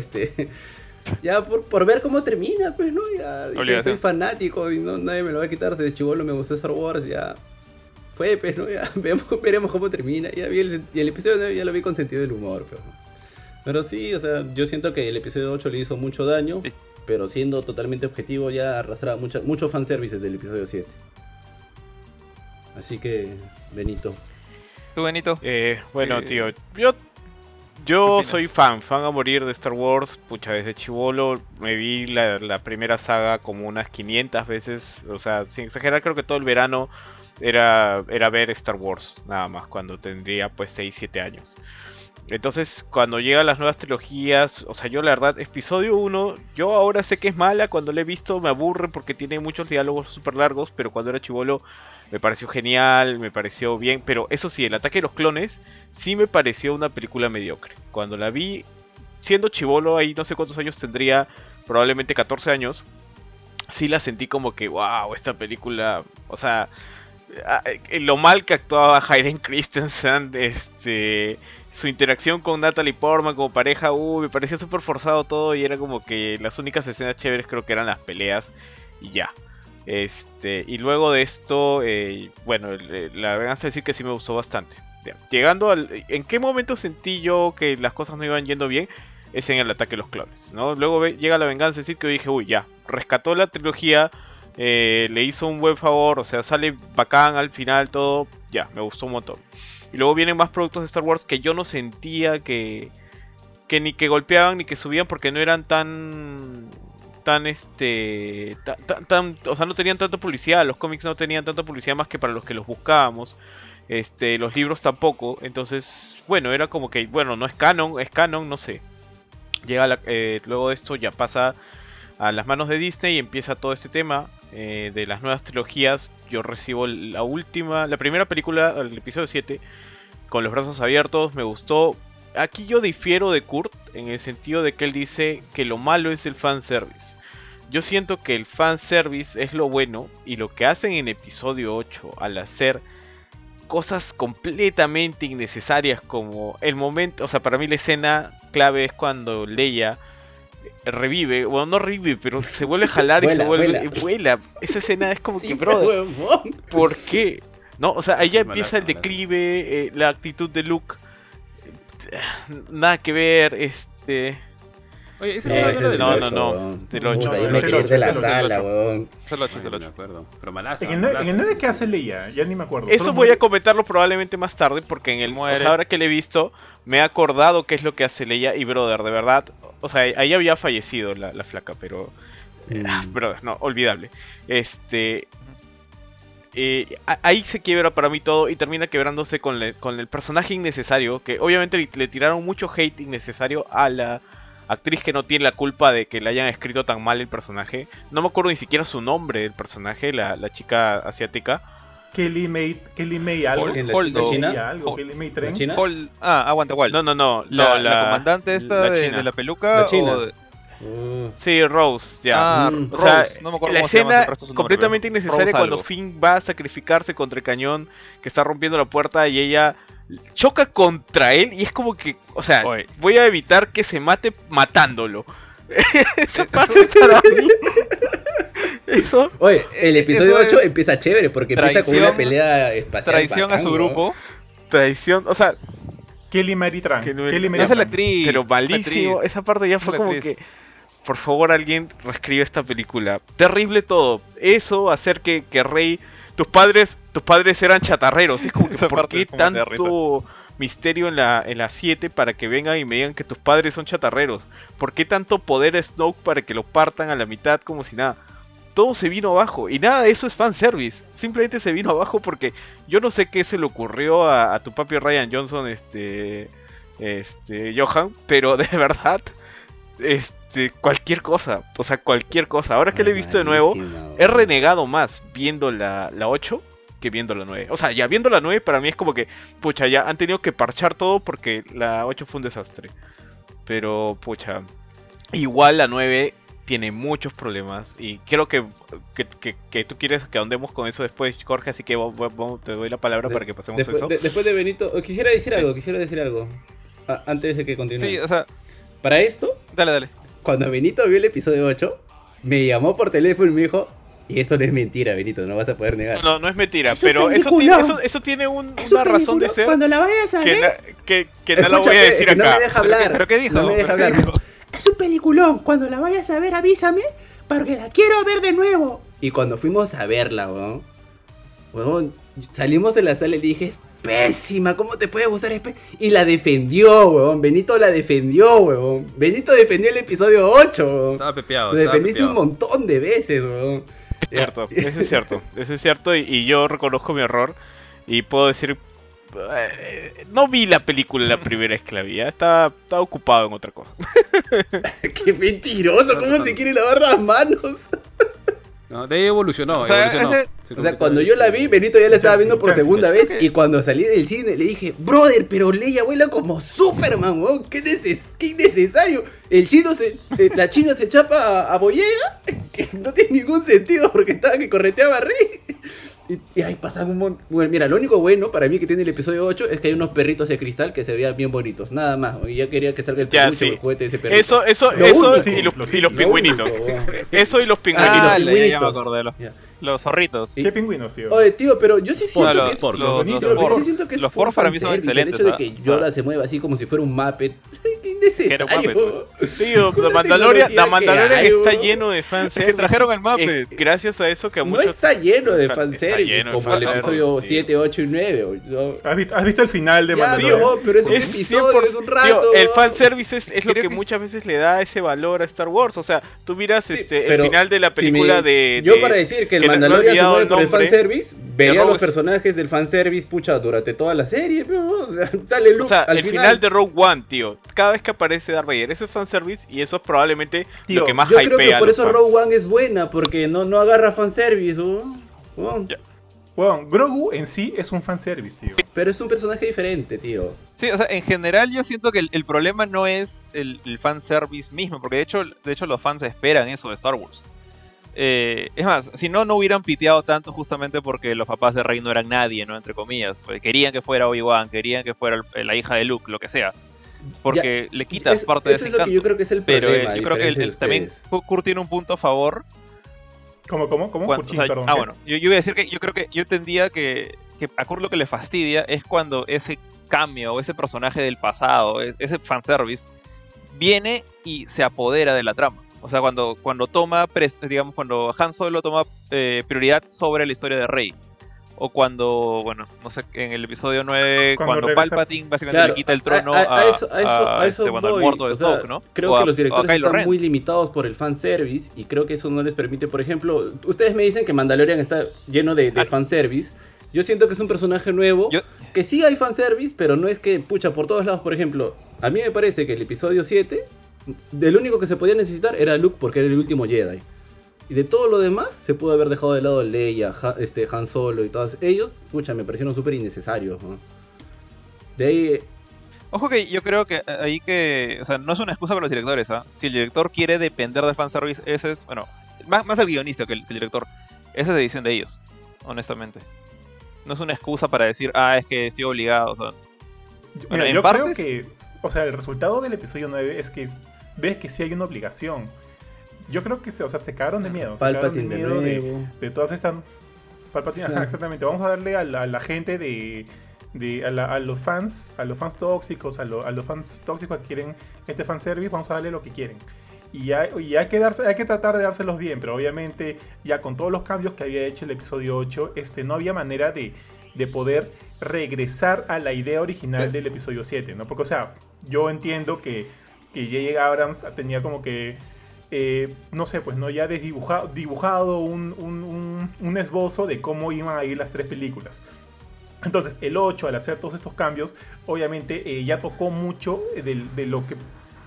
Speaker 4: ya por ver cómo termina, pues, ¿no? Ya dije,
Speaker 1: Obligación.
Speaker 4: soy fanático y no, nadie me lo va a quitar. Desde chibolo me gustó Star Wars, ya fue, pues, ¿no? Ya veremos cómo termina. Ya vi y el episodio 9 ya lo vi con sentido del humor, pero sí, o sea, yo siento que el episodio 8 le hizo mucho daño,
Speaker 1: Sí.
Speaker 4: pero siendo totalmente objetivo ya arrastraba mucho fanservice desde el episodio 7. Así que, Benito.
Speaker 1: ¿Tú, Benito?
Speaker 5: Bueno,
Speaker 1: Eh,
Speaker 5: tío,
Speaker 1: ¿qué
Speaker 5: yo
Speaker 1: opinas?
Speaker 5: soy fan a morir de Star Wars. Pucha, desde chibolo me vi la primera saga como unas 500 veces. O sea, sin exagerar, creo que todo el verano era ver Star Wars, nada más, cuando tendría pues 6, 7 años. Entonces, cuando llegan las nuevas trilogías, o sea, yo la verdad, episodio 1, yo ahora sé que es mala, cuando la he visto me aburre porque tiene muchos diálogos súper largos, pero cuando era chibolo me pareció genial, me pareció bien, pero eso sí, el ataque de los clones sí me pareció una película mediocre. Cuando la vi, siendo chibolo, ahí no sé cuántos años tendría, probablemente 14 años, sí la sentí como que, wow, esta película, o sea, lo mal que actuaba Hayden Christensen, su interacción con Natalie Portman como pareja, me parecía súper forzado todo y era como que las únicas escenas chéveres creo que eran las peleas y ya. Y luego de esto, bueno, la venganza decir que sí me gustó bastante. Ya. Llegando ¿en qué momento sentí yo que las cosas no iban yendo bien? Es en el ataque de los clones, ¿no? Luego llega la venganza decir que yo dije, uy, ya, rescató la trilogía, le hizo un buen favor, o sea, sale bacán al final todo, ya, me gustó un montón. Y luego vienen más productos de Star Wars que yo no sentía que ni que golpeaban ni que subían porque no eran tan o sea, no tenían tanta publicidad, los cómics no tenían tanta publicidad más que para los que los buscábamos, los libros tampoco, entonces, bueno, era como que, bueno, no es canon, no sé. Llega luego de esto ya pasa a las manos de Disney y empieza todo este tema de las nuevas trilogías. Yo recibo la primera película, el episodio 7, con los brazos abiertos, me gustó. Aquí yo difiero de Kurt en el sentido de que él dice que lo malo es el fanservice. Yo siento que el fanservice es lo bueno y lo que hacen en episodio 8 al hacer cosas completamente innecesarias como el momento, o sea, para mí la escena clave es cuando Leia revive, bueno, no revive, pero se vuelve a jalar y
Speaker 4: Vuela,
Speaker 5: se vuelve,
Speaker 4: vuela.
Speaker 5: vuela. Esa escena es como que,
Speaker 4: Sí,
Speaker 5: brother,
Speaker 4: huevón.
Speaker 5: ¿por qué? No, o sea, ahí ya
Speaker 2: Sí,
Speaker 5: empieza el
Speaker 2: malazo, malazo.
Speaker 5: declive, la actitud de Luke, nada que ver,
Speaker 2: Oye, esa
Speaker 4: No,
Speaker 2: escena
Speaker 4: ese
Speaker 2: no era
Speaker 4: es
Speaker 2: del
Speaker 5: no,
Speaker 4: del
Speaker 2: ocho.
Speaker 5: no,
Speaker 4: huevón.
Speaker 5: del ocho.
Speaker 4: Puta,
Speaker 3: No,
Speaker 4: yo me
Speaker 3: es
Speaker 4: quería
Speaker 3: del
Speaker 4: ir de la
Speaker 3: ocho, es del
Speaker 4: sala,
Speaker 1: ocho.
Speaker 4: huevón.
Speaker 1: Es el 8,
Speaker 2: Ay,
Speaker 1: es el
Speaker 2: no me
Speaker 1: 8.
Speaker 2: acuerdo. Pero malaza,
Speaker 3: En el 9,
Speaker 2: malaza.
Speaker 3: ¿qué hace Leia? Ya ni me acuerdo.
Speaker 5: Eso
Speaker 3: Solo
Speaker 5: voy a
Speaker 3: muere.
Speaker 5: comentarlo probablemente más tarde, porque en el, o
Speaker 1: Muere.
Speaker 5: sea, ahora que le he visto, me he acordado qué es lo que hace Leia y brother, de verdad, o sea, ahí había fallecido la flaca, pero brother, no, olvidable. Ahí se quiebra para mí todo y termina quebrándose con el personaje innecesario, que obviamente le tiraron mucho hate innecesario a la actriz que no tiene la culpa de que le hayan escrito tan mal el personaje. No me acuerdo ni siquiera su nombre del personaje, la chica asiática.
Speaker 3: Kelly May algo.
Speaker 1: Hol-
Speaker 4: ¿En
Speaker 1: Holdo.
Speaker 4: la China?
Speaker 3: May algo,
Speaker 1: Hol-
Speaker 3: Kelly May
Speaker 4: ¿La
Speaker 3: Tren.
Speaker 4: China?
Speaker 1: Aguanta, ¿cuál?
Speaker 5: No,
Speaker 1: La comandante esta
Speaker 5: la
Speaker 1: de
Speaker 5: china.
Speaker 1: la peluca.
Speaker 4: La china.
Speaker 1: o de-
Speaker 5: Sí, Rose, ya.
Speaker 1: Ah,
Speaker 4: Mm.
Speaker 5: O
Speaker 1: Rose,
Speaker 5: sea,
Speaker 1: no me acuerdo
Speaker 5: la
Speaker 1: cómo se llama
Speaker 5: escena
Speaker 1: el resto de su nombre,
Speaker 5: completamente
Speaker 1: pero
Speaker 5: innecesaria
Speaker 1: Rose
Speaker 5: cuando
Speaker 1: algo.
Speaker 5: Finn va a sacrificarse contra el cañón que está rompiendo la puerta y ella choca contra él y es como que, o sea,
Speaker 1: Oye.
Speaker 5: voy a evitar que se mate matándolo. Esa parte para mí. Eso.
Speaker 4: Oye, el episodio
Speaker 1: Eso es
Speaker 4: 8 empieza chévere porque empieza con
Speaker 1: traición-
Speaker 4: una pelea espacial.
Speaker 1: Traición a
Speaker 4: bacán,
Speaker 1: su
Speaker 4: ¿no?
Speaker 1: grupo.
Speaker 5: Traición, o sea,
Speaker 3: Kelly Mary Tran.
Speaker 5: Que no-
Speaker 3: Kelly
Speaker 5: no
Speaker 3: Mary
Speaker 1: Esa es la
Speaker 3: Tran.
Speaker 1: actriz.
Speaker 5: pero
Speaker 1: la
Speaker 5: malísimo.
Speaker 1: actriz.
Speaker 5: Esa parte ya
Speaker 1: Es
Speaker 5: fue
Speaker 1: la
Speaker 5: como
Speaker 1: actriz.
Speaker 5: que, por favor, alguien reescribe esta película. Terrible todo. Eso, hacer que Rey, tus padres eran chatarreros. Es como que,
Speaker 1: Esa
Speaker 5: ¿por
Speaker 1: parte
Speaker 5: qué
Speaker 1: es como me da
Speaker 5: tanto misterio en la 7 para que vengan y me digan que tus padres son chatarreros? ¿Por qué tanto poder a Snoke para que lo partan a la mitad como si nada? Todo se vino abajo y nada de eso es fanservice. Simplemente se vino abajo porque yo no sé qué se le ocurrió a tu papi Ryan Johnson, Johan, pero de verdad, cualquier cosa, o sea, cualquier cosa. Ahora que lo he visto de nuevo,
Speaker 4: Malísimo.
Speaker 5: he renegado más viendo la 8 que viendo la 9. O sea, ya viendo la 9 para mí es como que, pucha, ya han tenido que parchar todo porque la 8 fue un desastre. Pero, pucha, igual la 9 tiene muchos problemas y creo que tú quieres que ahondemos con eso después, Jorge, así que te doy la palabra para que pasemos a
Speaker 4: Después,
Speaker 5: eso.
Speaker 4: después de Benito, quisiera decir algo. Antes de que continúe.
Speaker 1: Sí, o sea,
Speaker 4: Para esto,
Speaker 1: dale.
Speaker 4: cuando Benito vio el episodio 8, me llamó por teléfono y me dijo, y esto no es mentira, Benito, no vas a poder negar.
Speaker 5: No, no es mentira,
Speaker 4: Es un
Speaker 5: pero
Speaker 4: peliculón.
Speaker 5: eso tiene
Speaker 4: Es un
Speaker 5: una razón de
Speaker 4: película,
Speaker 5: ser
Speaker 4: Cuando la vayas a
Speaker 5: que,
Speaker 4: ver...
Speaker 5: que no la voy a
Speaker 4: Escúchame,
Speaker 5: decir
Speaker 4: que no
Speaker 5: acá.
Speaker 4: me deja hablar.
Speaker 1: ¿Pero qué dijo?
Speaker 4: No me deja
Speaker 1: ¿Pero qué
Speaker 4: hablar.
Speaker 1: dijo?
Speaker 4: Es un peliculón. Cuando la vayas a ver, avísame, porque la quiero ver de nuevo. Y cuando fuimos a verla, weón, salimos de la sala y le dije, es pésima, ¿cómo te puede gustar? Y la defendió, weón. Benito la defendió, weón. Benito defendió el episodio 8, weón.
Speaker 2: Estaba pepeado.
Speaker 4: Lo
Speaker 2: estaba
Speaker 4: defendiste un
Speaker 2: pepeado.
Speaker 4: montón de veces, weón.
Speaker 5: Es cierto, eso es cierto y yo reconozco mi error y puedo decir, no vi la película La Primera Esclavía, estaba ocupado en otra cosa.
Speaker 4: Qué mentiroso, ¿cómo se quiere lavar las manos?
Speaker 2: No, de ahí evolucionó.
Speaker 1: O sea,
Speaker 2: evolucionó.
Speaker 1: ese-
Speaker 2: Se
Speaker 4: O sea,
Speaker 2: convirtió
Speaker 4: cuando
Speaker 2: en-
Speaker 4: yo la vi, Benito ya la estaba viendo por
Speaker 3: Chansey,
Speaker 4: segunda
Speaker 3: Chansey.
Speaker 4: vez. Y cuando salí del cine le dije, brother, pero Leia vuela como Superman, weón. Qué innecesario. La china se chapa a Boyega, que no tiene ningún sentido porque estaba que correteaba a Rey. Y ahí pasan un montón. Bueno, mira, lo único bueno para mí que tiene el episodio 8 es que hay unos perritos de cristal que se veían bien bonitos. Nada más. Y ya quería que salga el
Speaker 5: Ya,
Speaker 4: peluche o
Speaker 5: sí.
Speaker 4: el juguete de ese perrito.
Speaker 5: Eso
Speaker 4: Lo único,
Speaker 5: y los
Speaker 3: sí, lo
Speaker 5: pingüinitos.
Speaker 4: Lo único, weón.
Speaker 5: Eso y los
Speaker 4: Ah,
Speaker 5: pingüinitos.
Speaker 4: los
Speaker 1: Ya me
Speaker 4: pingüinitos.
Speaker 1: acordé.
Speaker 4: Ya.
Speaker 1: Los zorritos.
Speaker 4: Sí.
Speaker 3: ¿Qué pingüinos, tío?
Speaker 4: Oye, tío, pero yo sí siento
Speaker 1: los-
Speaker 4: que es
Speaker 2: Forks.
Speaker 1: los-
Speaker 4: Tío,
Speaker 1: los
Speaker 4: pero yo
Speaker 1: Forks.
Speaker 4: siento que es
Speaker 1: Los Forks para mí son
Speaker 4: fanservice,
Speaker 1: excelentes.
Speaker 4: El hecho de
Speaker 1: ¿ah?
Speaker 4: que Yoda se mueva así como si fuera un Muppet. Qué innecesario.
Speaker 1: Que era un Muppet,
Speaker 5: Tío,
Speaker 4: Con
Speaker 5: The
Speaker 4: la
Speaker 5: Mandalorian
Speaker 4: tecnología que hay,
Speaker 5: está
Speaker 4: weón.
Speaker 5: lleno de
Speaker 1: Es
Speaker 5: fanservice.
Speaker 1: que trajeron el Muppet.
Speaker 5: Gracias a eso que a
Speaker 4: No
Speaker 5: muchos...
Speaker 4: está lleno de
Speaker 5: Está
Speaker 4: fanservice
Speaker 5: lleno de
Speaker 4: como el
Speaker 5: fanservice,
Speaker 4: episodio
Speaker 5: tío.
Speaker 4: 7, 8 y 9. ¿no?
Speaker 3: ¿Has visto el final de
Speaker 4: Ya,
Speaker 3: Mandalorian?
Speaker 4: tío, pero es un
Speaker 5: Es
Speaker 4: episodio,
Speaker 5: 100%,
Speaker 4: es un rato.
Speaker 5: tío, el fanservice es lo
Speaker 1: Creo
Speaker 5: que
Speaker 1: que-
Speaker 5: muchas veces le da ese valor a Star Wars. O sea, tú miras
Speaker 4: Sí,
Speaker 5: el
Speaker 4: pero
Speaker 5: final de la
Speaker 4: si
Speaker 5: película
Speaker 4: me-
Speaker 5: de...
Speaker 4: Yo para decir que el
Speaker 5: que no he
Speaker 4: Mandalorian se
Speaker 5: olvidado
Speaker 4: mueve
Speaker 5: el
Speaker 4: por el
Speaker 5: nombre,
Speaker 4: fanservice, vería
Speaker 5: Rogue
Speaker 4: los
Speaker 5: es-
Speaker 4: personajes del fanservice, pucha, durante toda la serie. Pero, o sea, sale Luke
Speaker 5: O sea,
Speaker 4: al
Speaker 5: el final de Rogue One, tío. Cada vez que aparece Darth Vader, eso es fanservice y eso es probablemente
Speaker 3: Tío,
Speaker 5: lo que más
Speaker 4: Yo
Speaker 5: hypea
Speaker 4: creo que
Speaker 5: a
Speaker 4: por
Speaker 5: los
Speaker 4: eso
Speaker 5: fans.
Speaker 4: Rogue One es buena, porque no agarra fanservice, ¿no?
Speaker 5: Ya.
Speaker 3: Bueno, Grogu en sí es un fanservice, tío.
Speaker 4: Pero es un personaje diferente, tío.
Speaker 1: Sí, o sea, en general yo siento que el problema no es el fanservice mismo, porque de hecho los fans esperan eso de Star Wars. Es más, si no hubieran piteado tanto justamente porque los papás de Rey no eran nadie, ¿no? Entre comillas. Pues querían que fuera Obi-Wan, querían que fuera la hija de Luke, lo que sea. porque le quitas parte de ese
Speaker 4: Eso es lo que
Speaker 1: encanto.
Speaker 4: yo creo que es el
Speaker 1: Pero
Speaker 4: problema. a
Speaker 1: yo creo que
Speaker 4: diferencia de
Speaker 1: también
Speaker 4: ustedes.
Speaker 1: Kurt tiene un punto a favor.
Speaker 3: ¿Cómo?
Speaker 1: Cuando,
Speaker 3: Perdón.
Speaker 1: bueno, yo iba a decir que yo creo que yo entendía que a Kurt lo que le fastidia es cuando ese cambio o ese personaje del pasado, ese fanservice, viene y se apodera de la trama. O sea, cuando toma, digamos, cuando Han Solo toma prioridad sobre la historia de Rey. O cuando, bueno, no sé, en el episodio 9, cuando
Speaker 3: regresa-
Speaker 1: Palpatine básicamente
Speaker 4: Claro,
Speaker 1: le quita el trono
Speaker 4: a eso
Speaker 1: bueno, al
Speaker 4: voy.
Speaker 1: muerto de
Speaker 4: O sea,
Speaker 1: Snoke, ¿no?
Speaker 4: creo
Speaker 1: O
Speaker 4: que
Speaker 1: a-
Speaker 4: los
Speaker 1: o a
Speaker 4: directores
Speaker 1: Kylo
Speaker 4: están
Speaker 1: Ren.
Speaker 4: muy limitados por el fanservice y creo que eso no les permite, por ejemplo, ustedes me dicen que Mandalorian está lleno de
Speaker 1: Ah.
Speaker 4: fanservice. Yo siento que es un personaje nuevo,
Speaker 1: Yo-
Speaker 4: que sí hay fanservice, pero no es que, pucha, por todos lados, por ejemplo, a mí me parece que el episodio 7, del único que se podía necesitar era Luke porque era el último Jedi. Y de todo lo demás, se pudo haber dejado de lado Leia, Han Solo y todos ellos. Pucha, me parecieron súper innecesarios, ¿no? De ahí,
Speaker 1: Ojo que yo creo que ahí que, o sea, no es una excusa para los directores, ¿ah? Si el director quiere depender del fanservice, ese es, bueno, más el guionista que el director, esa es decisión de ellos, honestamente. No es una excusa para decir, es que estoy obligado, o sea,
Speaker 3: Mira,
Speaker 1: bueno, en
Speaker 3: yo
Speaker 1: partes-
Speaker 3: creo que, o sea, el resultado del episodio 9 es que ves que sí hay una obligación. Yo creo que se cagaron de miedo. Se cagaron
Speaker 4: Palpatine de
Speaker 3: miedo
Speaker 4: nuevo.
Speaker 3: de todas estas... Palpatine,
Speaker 4: Sí.
Speaker 3: ajá, exactamente. Vamos a darle a la gente a los fans tóxicos, a los fans tóxicos que quieren este fanservice, vamos a darle lo que quieren. Y hay que tratar de dárselos bien, pero obviamente ya con todos los cambios que había hecho el episodio 8, no había manera de poder regresar a la idea original del episodio 7, ¿no? Porque, o sea, yo entiendo que J.J. Abrams tenía como que, no sé, pues no ya dibujado un esbozo de cómo iban a ir las tres películas. Entonces, el 8, al hacer todos estos cambios, obviamente ya tocó mucho de lo que...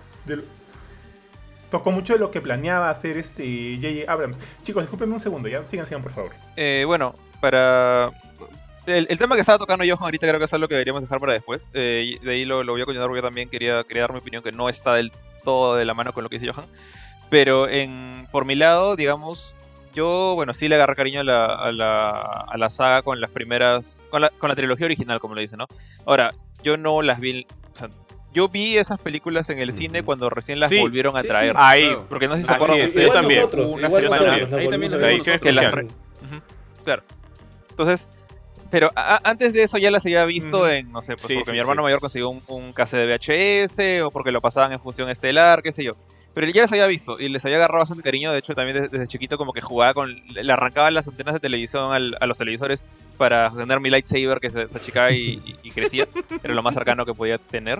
Speaker 3: tocó mucho de lo que planeaba hacer J.J. Abrams. Chicos, discúlpenme un segundo, ya sigan, por favor.
Speaker 1: bueno, para... El tema que estaba tocando Johan ahorita creo que es algo que deberíamos dejar para después. De ahí lo voy a continuar porque yo también quería dar mi opinión que no está del todo de la mano con lo que dice Johan. Pero por mi lado, digamos, yo, bueno, sí le agarré cariño a la saga con las primeras... Con la trilogía original, como lo dice, ¿no? Ahora, yo no las vi... O sea, yo vi esas películas en el cine cuando recién las
Speaker 5: Sí,
Speaker 1: volvieron a
Speaker 4: sí,
Speaker 1: traer.
Speaker 4: sí.
Speaker 5: Ahí,
Speaker 2: Claro.
Speaker 1: Porque no sé si se
Speaker 5: Así
Speaker 1: acuerdan
Speaker 5: es,
Speaker 1: ustedes,
Speaker 5: yo también.
Speaker 4: Nosotros,
Speaker 1: una
Speaker 4: igual
Speaker 1: semana
Speaker 4: nosotros,
Speaker 1: antes.
Speaker 4: la
Speaker 2: Ahí también
Speaker 4: volvimos
Speaker 2: la
Speaker 4: a
Speaker 2: vimos
Speaker 4: ver
Speaker 1: que la
Speaker 4: nosotros.
Speaker 1: Ujú, claro. Entonces, pero antes de eso ya las había visto
Speaker 5: Ujú.
Speaker 1: en, no sé, pues
Speaker 5: Sí,
Speaker 1: porque
Speaker 5: sí,
Speaker 1: mi hermano
Speaker 5: sí.
Speaker 1: mayor consiguió un cassette de VHS o porque lo pasaban en función estelar, qué sé yo. Pero ya las había visto y les había agarrado bastante cariño. De hecho, también desde chiquito como que jugaba le arrancaba las antenas de televisión a los televisores para tener mi lightsaber que se achicaba y crecía. Era lo más cercano que podía tener.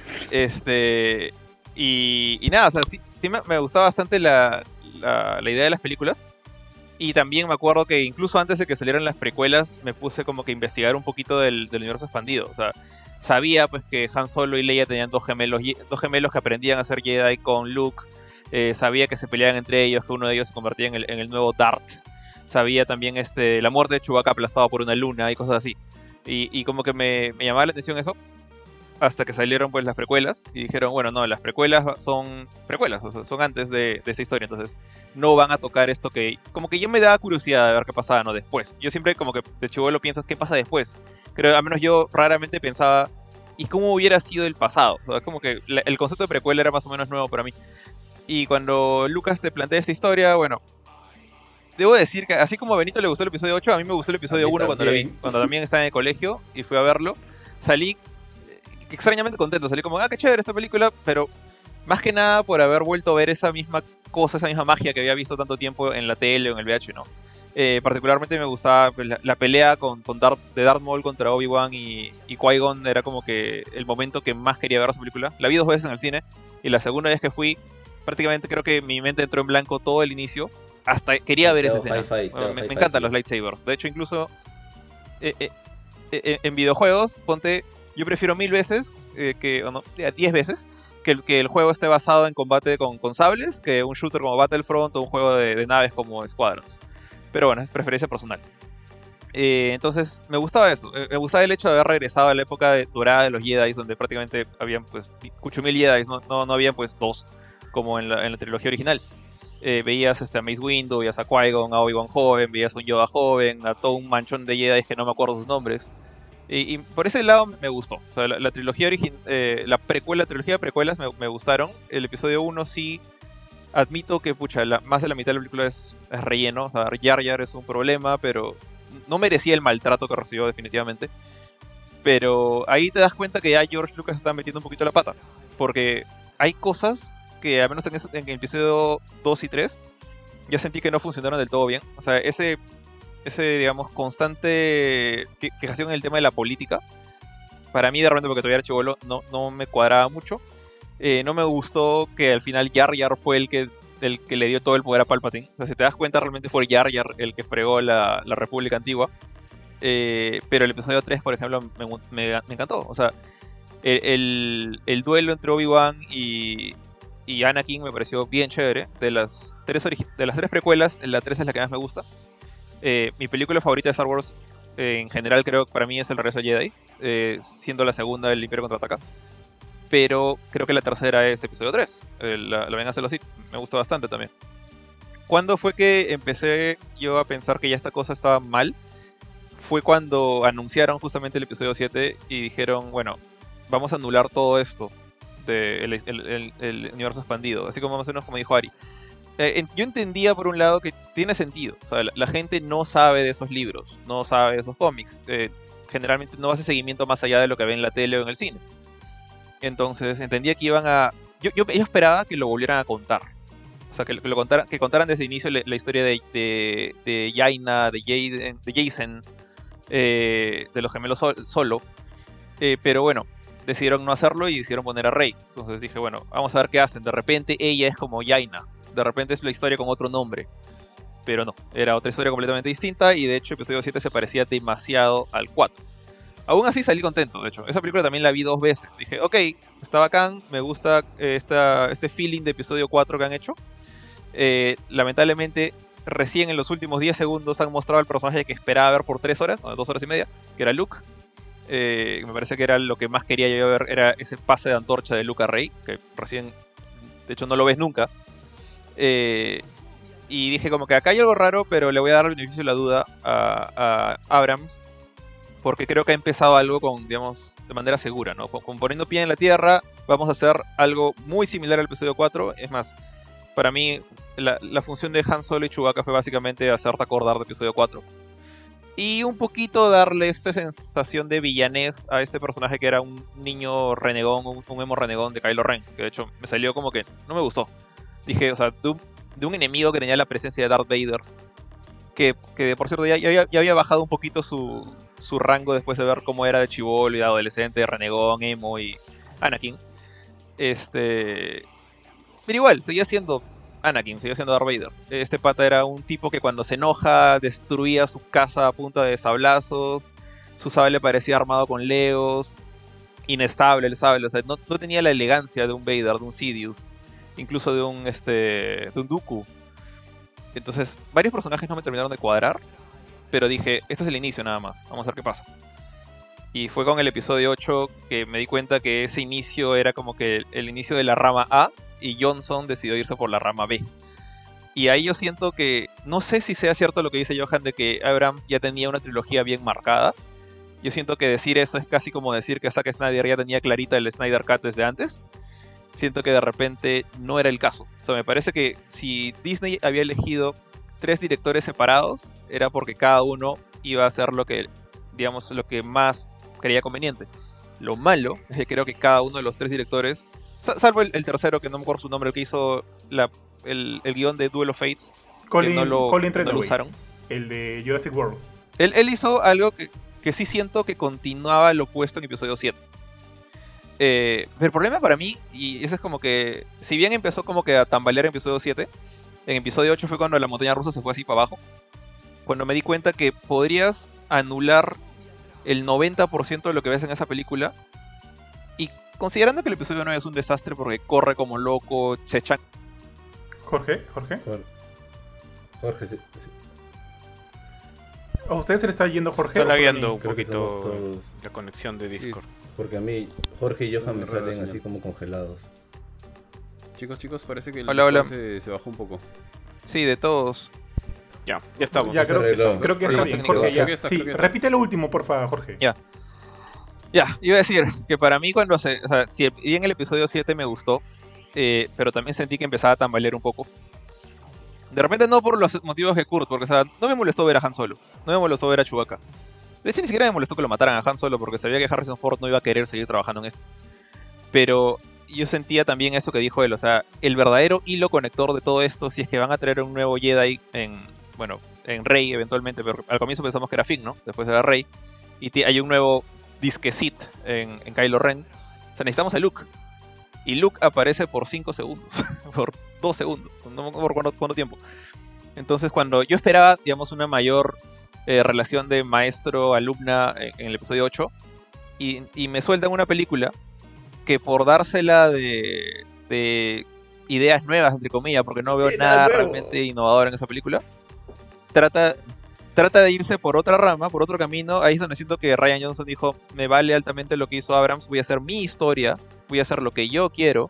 Speaker 1: Y nada, o sea, sí me gustaba bastante la idea de las películas. Y también me acuerdo que incluso antes de que salieran las precuelas, me puse como que a investigar un poquito del universo expandido. O sea, sabía pues que Han Solo y Leia tenían dos gemelos que aprendían a ser Jedi con Luke. Sabía que se peleaban entre ellos, que uno de ellos se convertía en el nuevo Darth. Sabía también la muerte de Chewbacca aplastado por una luna y cosas así. Y como que me llamaba la atención eso. Hasta que salieron pues las precuelas y dijeron, bueno, no, las precuelas son precuelas, o sea, son antes de esta historia, entonces no van a tocar esto que... Como que yo me daba curiosidad de ver qué pasaba, ¿no? Después. Yo siempre como que de chibolo piensas, ¿qué pasa después? Creo, al menos yo raramente pensaba, ¿y cómo hubiera sido el pasado? O sea, como que el concepto de precuela era más o menos nuevo para mí. Y cuando Lucas te plantea esta historia, bueno... Debo decir que así como a Benito le gustó el episodio 8, a mí me gustó el episodio
Speaker 4: A mí
Speaker 1: 1 cuando la vi,
Speaker 4: también.
Speaker 1: cuando también estaba en el colegio y fui a verlo. Salí extrañamente contento, salí como, qué chévere esta película, pero más que nada por haber vuelto a ver esa misma cosa, esa misma magia que había visto tanto tiempo en la tele o en el VH, ¿no? Particularmente me gustaba pues, la pelea de Darth Maul contra Obi-Wan y Qui-Gon, era como que el momento que más quería ver esa película. La vi 2 veces en el cine y la segunda vez que fui, prácticamente creo que mi mente entró en blanco todo el inicio, hasta quería ver esa escena. Me encantan los lightsabers, de hecho incluso en videojuegos, ponte... Yo prefiero 1000 veces, 10 veces, que el juego esté basado en combate con sables, que un shooter como Battlefront o un juego de naves como Squadrons. Pero bueno, es preferencia personal. Entonces, me gustaba eso. Me gustaba el hecho de haber regresado a la época dorada de los Jedi, donde prácticamente habían pues 8000 Jedi, no habían pues 2, como en la trilogía original. Veías a Mace Windu, veías a Qui-Gon, a Obi-Wan joven, veías a un Yoda joven, a todo un manchón de Jedi que no me acuerdo sus nombres. Y por ese lado me gustó. O sea, la trilogía la trilogía de precuelas me gustaron. El episodio 1 sí admito que, pucha, más de la mitad de la película es relleno. O sea, Jar Jar es un problema, pero no merecía el maltrato que recibió definitivamente. Pero ahí te das cuenta que ya George Lucas está metiendo un poquito la pata. Porque hay cosas que, al menos en el episodio 2 y 3, ya sentí que no funcionaron del todo bien. O sea, ese digamos, constante fijación en el tema de la política, para mí de repente, porque todavía era chibolo, no me cuadraba mucho. No me gustó que al final Jar Jar fue el que le dio todo el poder a Palpatine. O sea, si te das cuenta, realmente fue Jar Jar el que fregó la República Antigua. Pero el episodio 3, por ejemplo, me encantó. O sea, el duelo entre Obi-Wan y Anakin me pareció bien chévere. De las tres precuelas, la 3 es la que más me gusta. Mi película favorita de Star Wars, en general, creo que para mí es El Regreso de Jedi, siendo la segunda El Imperio Contraataca. Pero creo que la tercera es episodio 3, la Venganza de los Sith. Me gusta bastante también. ¿Cuándo fue que empecé yo a pensar que ya esta cosa estaba mal? Fue cuando anunciaron justamente el episodio 7 y dijeron, bueno, vamos a anular todo esto del el universo expandido, así como más o menos como dijo Ari. Yo entendía por un lado que tiene sentido. O sea, la gente no sabe de esos libros, no sabe de esos cómics. Generalmente no hace seguimiento más allá de lo que ve en la tele o en el cine. Entonces entendía que iban a... Yo esperaba que lo volvieran a contar. O sea, que contaran desde el inicio la historia de Jaina, de Jacen, de los gemelos Solo. Pero bueno, decidieron no hacerlo y decidieron poner a Rey. Entonces dije, bueno, vamos a ver qué hacen. De repente ella es como Jaina. De repente es la historia con otro nombre. Pero no, era otra historia completamente distinta. Y de hecho, episodio 7 se parecía demasiado al 4. Aún así salí contento, de hecho. Esa película también la vi 2 veces. Dije, ok, está bacán. Me gusta este feeling de episodio 4 que han hecho. Lamentablemente, recién en los últimos 10 segundos han mostrado el personaje que esperaba ver por 3 horas, o 2 horas y media, que era Luke. Me parece que era lo que más quería yo ver, era ese pase de antorcha de Luke a Rey, que recién, de hecho, no lo ves nunca. Y dije como que acá hay algo raro, pero le voy a dar el beneficio de la duda a Abrams, porque creo que ha empezado algo digamos, de manera segura, ¿no? Con poniendo pie en la tierra, vamos a hacer algo muy similar al episodio 4. Es más, para mí, la función de Han Solo y Chewbacca fue básicamente hacerte acordar del episodio 4. Y un poquito darle esta sensación de villanés a este personaje que era un niño renegón, un emo renegón de Kylo Ren, que de hecho me salió como que no me gustó. Dije, o sea, de un enemigo que tenía la presencia de Darth Vader, que por cierto ya había bajado un poquito su rango después de ver cómo era de chibolo y de adolescente, renegón, emo y Anakin. Pero igual, seguía siendo Anakin, seguía siendo Darth Vader. Este pata era un tipo que cuando se enoja destruía su casa a punta de sablazos. Su sable parecía armado con legos. Inestable el sable, o sea, no tenía la elegancia de un Vader, de un Sidious, incluso de un Dooku. Entonces, varios personajes no me terminaron de cuadrar, pero dije, este es el inicio nada más, vamos a ver qué pasa. Y fue con el episodio 8 que me di cuenta que ese inicio era como que el inicio de la rama A, y Johnson decidió irse por la rama B. Y ahí yo siento que, no sé si sea cierto lo que dice Johan de que Abrams ya tenía una trilogía bien marcada. Yo siento que decir eso es casi como decir que Zack Snyder ya tenía clarita el Snyder Cut desde antes. Siento que de repente no era el caso. O sea, me parece que si Disney había elegido 3 directores separados, era porque cada uno iba a hacer lo que, digamos, lo que más creía conveniente. Lo malo es que creo que cada uno de los 3 directores, salvo el tercero, que no me acuerdo su nombre, el que hizo el guión de Duel of Fates,
Speaker 3: Colin
Speaker 1: no lo
Speaker 3: Trevorrow,
Speaker 1: usaron.
Speaker 3: El de Jurassic World.
Speaker 1: Él hizo algo que sí siento que continuaba lo opuesto en episodio 7. Pero el problema para mí, y eso es como que, si bien empezó como que a tambalear en episodio 7, en episodio 8 fue cuando la montaña rusa se fue así para abajo. Cuando me di cuenta que podrías anular el 90% de lo que ves en esa película. Y considerando que el episodio 9 es un desastre porque corre como loco, se echa...
Speaker 3: Jorge.
Speaker 4: Jorge, sí.
Speaker 3: ¿A ustedes se le está yendo Jorge?
Speaker 5: Está
Speaker 3: o solo a mí?
Speaker 5: lagueando un
Speaker 4: Creo que somos
Speaker 5: poquito
Speaker 4: todos.
Speaker 5: la conexión de Discord.
Speaker 4: Porque a mí, Jorge y Johan me
Speaker 2: Raro,
Speaker 4: salen
Speaker 2: señor.
Speaker 4: así como congelados.
Speaker 2: Chicos, parece que el
Speaker 1: Hola.
Speaker 2: Discord se bajó un poco.
Speaker 1: Sí, de todos.
Speaker 5: Ya estamos.
Speaker 3: Ya,
Speaker 4: Se arregló.
Speaker 3: creo que
Speaker 1: Sí,
Speaker 3: está bien.
Speaker 1: técnico.
Speaker 3: Jorge, ya.
Speaker 2: Creo que está,
Speaker 3: Sí,
Speaker 2: creo que está.
Speaker 3: repite lo último, por favor, Jorge.
Speaker 1: Ya. Ya, iba a decir que para mí cuando o sea, si bien el episodio 7 me gustó, pero también sentí que empezaba a tambalear un poco. De repente no por los motivos de Kurt, porque o sea, no me molestó ver a Han Solo, no me molestó ver a Chewbacca. De hecho, ni siquiera me molestó que lo mataran a Han Solo, porque sabía que Harrison Ford no iba a querer seguir trabajando en esto. Pero yo sentía también eso que dijo él, o sea, el verdadero hilo conector de todo esto, si es que van a traer un nuevo Jedi bueno, en Rey eventualmente, pero al comienzo pensamos que era Finn, ¿no? Después era Rey, y hay un nuevo disque Sith en Kylo Ren. O sea, necesitamos a Luke. Y Luke aparece por 5 segundos, por 2 segundos, no me acuerdo por cuánto tiempo. Entonces, cuando yo esperaba, digamos, una mayor relación de maestro-alumna en el episodio 8, y me sueltan una película que por dársela de ideas nuevas, entre comillas, porque no veo
Speaker 4: Sí,
Speaker 1: nada
Speaker 4: nuevo.
Speaker 1: realmente innovador en esa película, trata de irse por otra rama, por otro camino. Ahí es donde siento que Rian Johnson dijo, me vale altamente lo que hizo Abrams, voy a hacer mi historia, voy a hacer lo que yo quiero.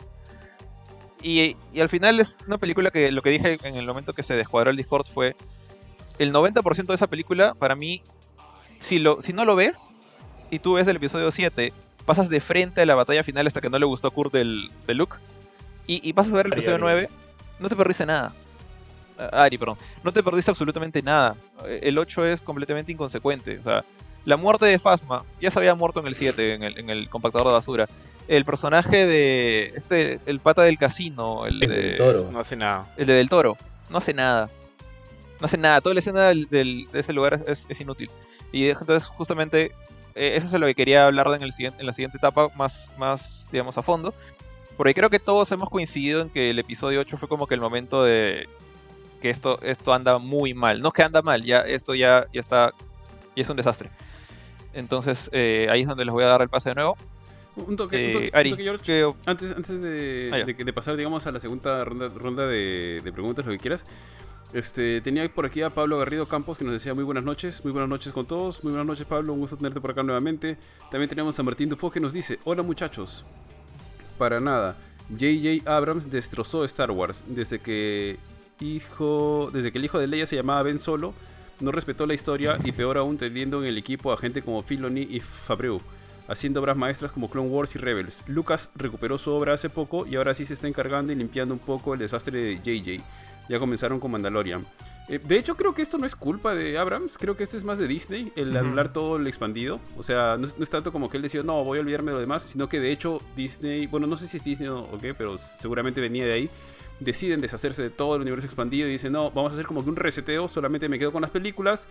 Speaker 1: Y al final es una película que lo que dije en el momento que se descuadró el Discord fue, el 90% de esa película, para mí, si no lo ves, y tú ves el episodio 7, pasas de frente a la batalla final hasta que no le gustó a Kurt de Luke, y pasas a ver el episodio 9, no te perdiste nada. Ari, perdón. No te perdiste absolutamente nada. El 8 es completamente inconsecuente. O sea, la muerte de Phasma, ya se había muerto en el 7, en el compactador de basura. El personaje de el pata del casino, el
Speaker 4: El Toro.
Speaker 5: No hace nada.
Speaker 1: el de Del Toro, no hace nada. No hace nada. Toda la escena de ese lugar es inútil. Y entonces, justamente, eso es lo que quería hablar en la siguiente etapa, más, digamos, a fondo. Porque creo que todos hemos coincidido en que el episodio 8 fue como que el momento de que esto anda muy mal. No es que anda mal, esto ya está, y es un desastre. Entonces, ahí es donde les voy a dar el pase de nuevo.
Speaker 2: Un toque,
Speaker 1: Ari,
Speaker 2: George. Antes
Speaker 1: Ah, ya.
Speaker 2: de pasar, digamos, a la segunda ronda de preguntas, lo que quieras. Tenía por aquí a Pablo Garrido Campos que nos decía muy buenas noches con todos. Muy buenas noches, Pablo, un gusto tenerte por acá nuevamente. También tenemos a Martín Dufo que nos dice, hola muchachos. Para nada, J.J. Abrams destrozó Star Wars desde que el hijo de Leia se llamaba Ben Solo, no respetó la historia y peor aún teniendo en el equipo a gente como Filoni y Favreau, haciendo obras maestras como Clone Wars y Rebels. Lucas recuperó su obra hace poco y ahora sí se está encargando y limpiando un poco el desastre de J.J. Ya comenzaron con Mandalorian. De hecho, creo que esto no es culpa de Abrams, creo que esto es más de Disney, el anular todo el expandido. O sea, no es tanto como que él decía, no, voy a olvidarme de lo demás, sino que de hecho Disney, bueno, no sé si es Disney o qué, pero seguramente venía de ahí. Deciden deshacerse de todo el universo expandido y dicen, no, vamos a hacer como que un reseteo, solamente me quedo con las películas,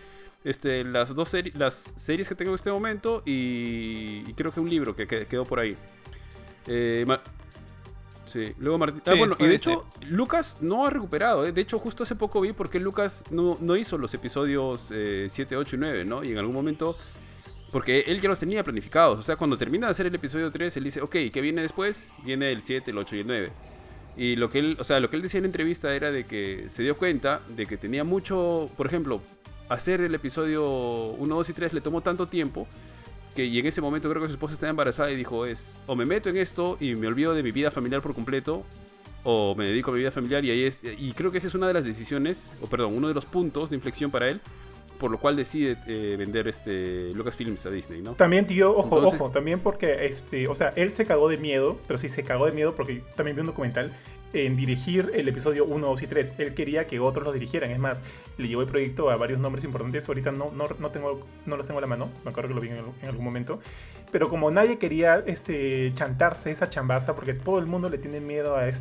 Speaker 2: las series que tengo en este momento y creo que un libro que quedó por ahí. Sí, luego Martín.
Speaker 1: Sí,
Speaker 2: Bueno, y de
Speaker 1: sí.
Speaker 2: hecho, Lucas no ha recuperado. De hecho, justo hace poco vi por qué Lucas no hizo los episodios 7, 8 y 9, ¿no? Y en algún momento. Porque él ya los tenía planificados. O sea, cuando termina de hacer el episodio 3, él dice, ok, ¿qué viene después? Viene el 7, el 8 y el 9. Y lo que él decía en la entrevista era de que se dio cuenta de que tenía mucho. Por ejemplo, hacer el episodio 1, 2 y 3 le tomó tanto tiempo. Y en ese momento creo que su esposa estaba embarazada y dijo, o me meto en esto y me olvido de mi vida familiar por completo, o me dedico a mi vida familiar, y creo que esa es una de las decisiones, uno de los puntos de inflexión para él, por lo cual decide vender Lucasfilms a Disney, ¿no?
Speaker 3: También, tío, ojo,
Speaker 2: Entonces-
Speaker 3: también porque, o sea, él se cagó de miedo, pero sí se cagó de miedo porque también vi un documental en dirigir el episodio 1, 2 y 3. Él quería que otros los dirigieran, es más, le llevó el proyecto a varios nombres importantes, ahorita no los tengo a la mano, me acuerdo que lo vi en algún momento, pero como nadie quería chantarse esa chambaza, porque todo el mundo le tiene miedo a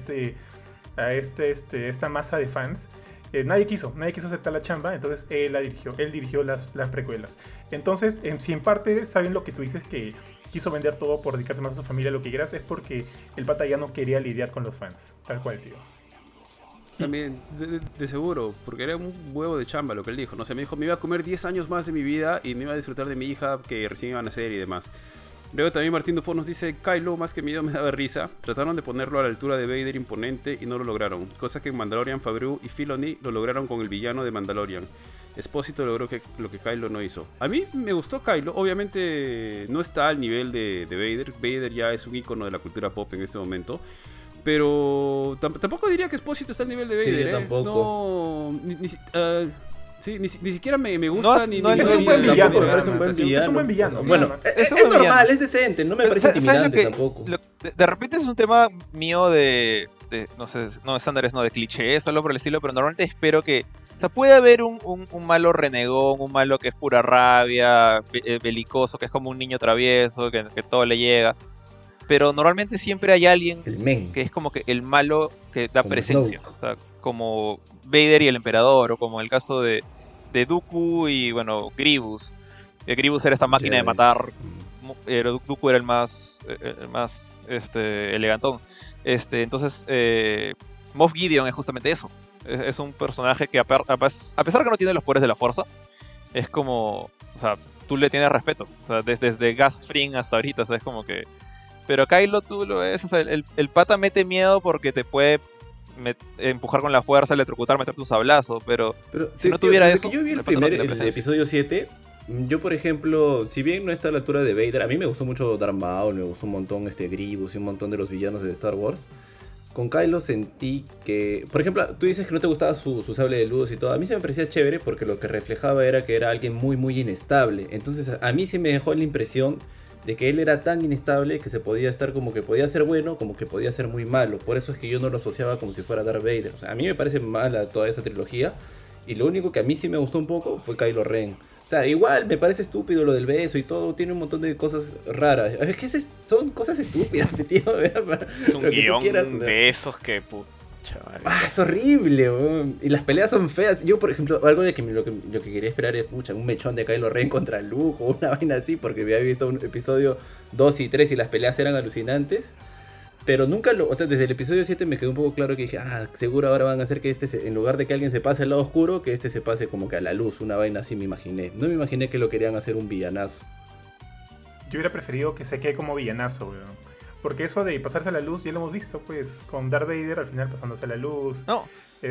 Speaker 3: esta masa de fans, nadie quiso aceptar la chamba, entonces él dirigió las precuelas. Entonces, si en parte está bien lo que tú dices, que quiso vender todo por dedicarse más a su familia, lo que quieras, es porque el pata ya no quería lidiar con los fans, tal cual, tío.
Speaker 2: También, de seguro, porque era un huevo de chamba lo que él dijo, no sé, me dijo, me iba a comer 10 años más de mi vida y me iba a disfrutar de mi hija que recién iba a nacer y demás. Luego también Martín Dufo nos dice, Kylo más que miedo me daba risa, trataron de ponerlo a la altura de Vader imponente y no lo lograron, cosa que en Mandalorian Favreau y Filoni lo lograron con el villano de Mandalorian. Espósito logró lo que Kylo no hizo. A mí me gustó Kylo, obviamente no está al nivel de Vader, Vader ya es un icono de la cultura pop en este momento. Pero tampoco diría que Espósito está al nivel de
Speaker 4: Sí,
Speaker 2: Vader,
Speaker 4: yo tampoco.
Speaker 2: No, Sí, ni siquiera me
Speaker 1: No
Speaker 2: gusta
Speaker 1: es-
Speaker 2: ni
Speaker 1: no
Speaker 2: ni
Speaker 1: es
Speaker 2: me
Speaker 3: un buen
Speaker 2: da
Speaker 3: villano,
Speaker 2: tampoco,
Speaker 3: me
Speaker 2: me
Speaker 3: da
Speaker 2: parece
Speaker 3: la
Speaker 2: un buen
Speaker 3: sensación.
Speaker 2: villano.
Speaker 3: Es un buen villano, sí,
Speaker 4: Bueno,
Speaker 3: nada más.
Speaker 4: es
Speaker 1: un buen
Speaker 4: normal,
Speaker 1: villano.
Speaker 4: es decente, no me
Speaker 1: Pero,
Speaker 4: parece
Speaker 1: ¿sabes lo
Speaker 4: intimidante
Speaker 1: que-
Speaker 4: tampoco.
Speaker 1: de repente es un tema mío no sé, no estándares, no de clichés, solo por el estilo, pero normalmente espero que, o sea, puede haber un malo renegón, un malo que es pura rabia, belicoso, que es como un niño travieso, que todo le llega, pero normalmente siempre hay alguien
Speaker 4: El men.
Speaker 1: que es como que el malo que da
Speaker 4: Como
Speaker 1: presencia,
Speaker 4: Snoke.
Speaker 1: o sea, como Vader y el Emperador, o como el caso de Dooku y, bueno, Grievous. Grievous era esta máquina de
Speaker 4: Yes.
Speaker 1: matar, pero Dooku era el más elegantón. Entonces, Moff Gideon es justamente eso. Es un personaje que a pesar que no tiene los poderes de la fuerza, es como, o sea, tú le tienes respeto. O sea, desde Gast Fring hasta ahorita, o sea, es como que... Pero Kylo tú lo ves, o sea, el pata mete miedo porque te puede empujar con la fuerza, electrocutar, meterte un sablazo, pero
Speaker 4: Pero
Speaker 1: si no tuviera
Speaker 4: desde
Speaker 1: eso,
Speaker 4: que yo vi
Speaker 1: el
Speaker 4: el
Speaker 1: pata no tiene
Speaker 4: el
Speaker 1: presencia.
Speaker 4: episodio 7, yo por ejemplo, si bien no está a la altura de Vader, a mí me gustó mucho Darth Maul, me gustó un montón Grievous y un montón de los villanos de Star Wars. Con Kylo sentí que, por ejemplo, tú dices que no te gustaba su sable de luz y todo. A mí se me parecía chévere porque lo que reflejaba era que era alguien muy muy inestable. Entonces a mí sí me dejó la impresión de que él era tan inestable que se podía estar como que podía ser bueno, como que podía ser muy malo. Por eso es que yo no lo asociaba como si fuera Darth Vader. O sea, a mí me parece mala toda esa trilogía. Y lo único que a mí sí me gustó un poco fue Kylo Ren. O sea, igual me parece estúpido lo del beso y todo. Tiene un montón de cosas raras. Es que son cosas estúpidas, tío.
Speaker 5: Es un
Speaker 4: Lo que tú
Speaker 5: guión
Speaker 4: quieras, o sea.
Speaker 5: de esos que pucha madre.
Speaker 4: Ah, es horrible, weón. Y las peleas son feas. Yo, por ejemplo, algo de que lo que quería esperar es un mechón de Kylo Ren contra Luke o una vaina así, porque había visto un episodio 2 y 3 y las peleas eran alucinantes. Pero nunca o sea, desde el episodio 7 me quedó un poco claro que dije, seguro ahora van a hacer que en lugar de que alguien se pase al lado oscuro, que se pase como que a la luz, una vaina así me imaginé. No me imaginé que lo querían hacer un villanazo.
Speaker 3: Yo hubiera preferido que se quede como villanazo, weón. Porque eso de pasarse a la luz ya lo hemos visto, pues, con Darth Vader al final pasándose a la luz.
Speaker 1: No,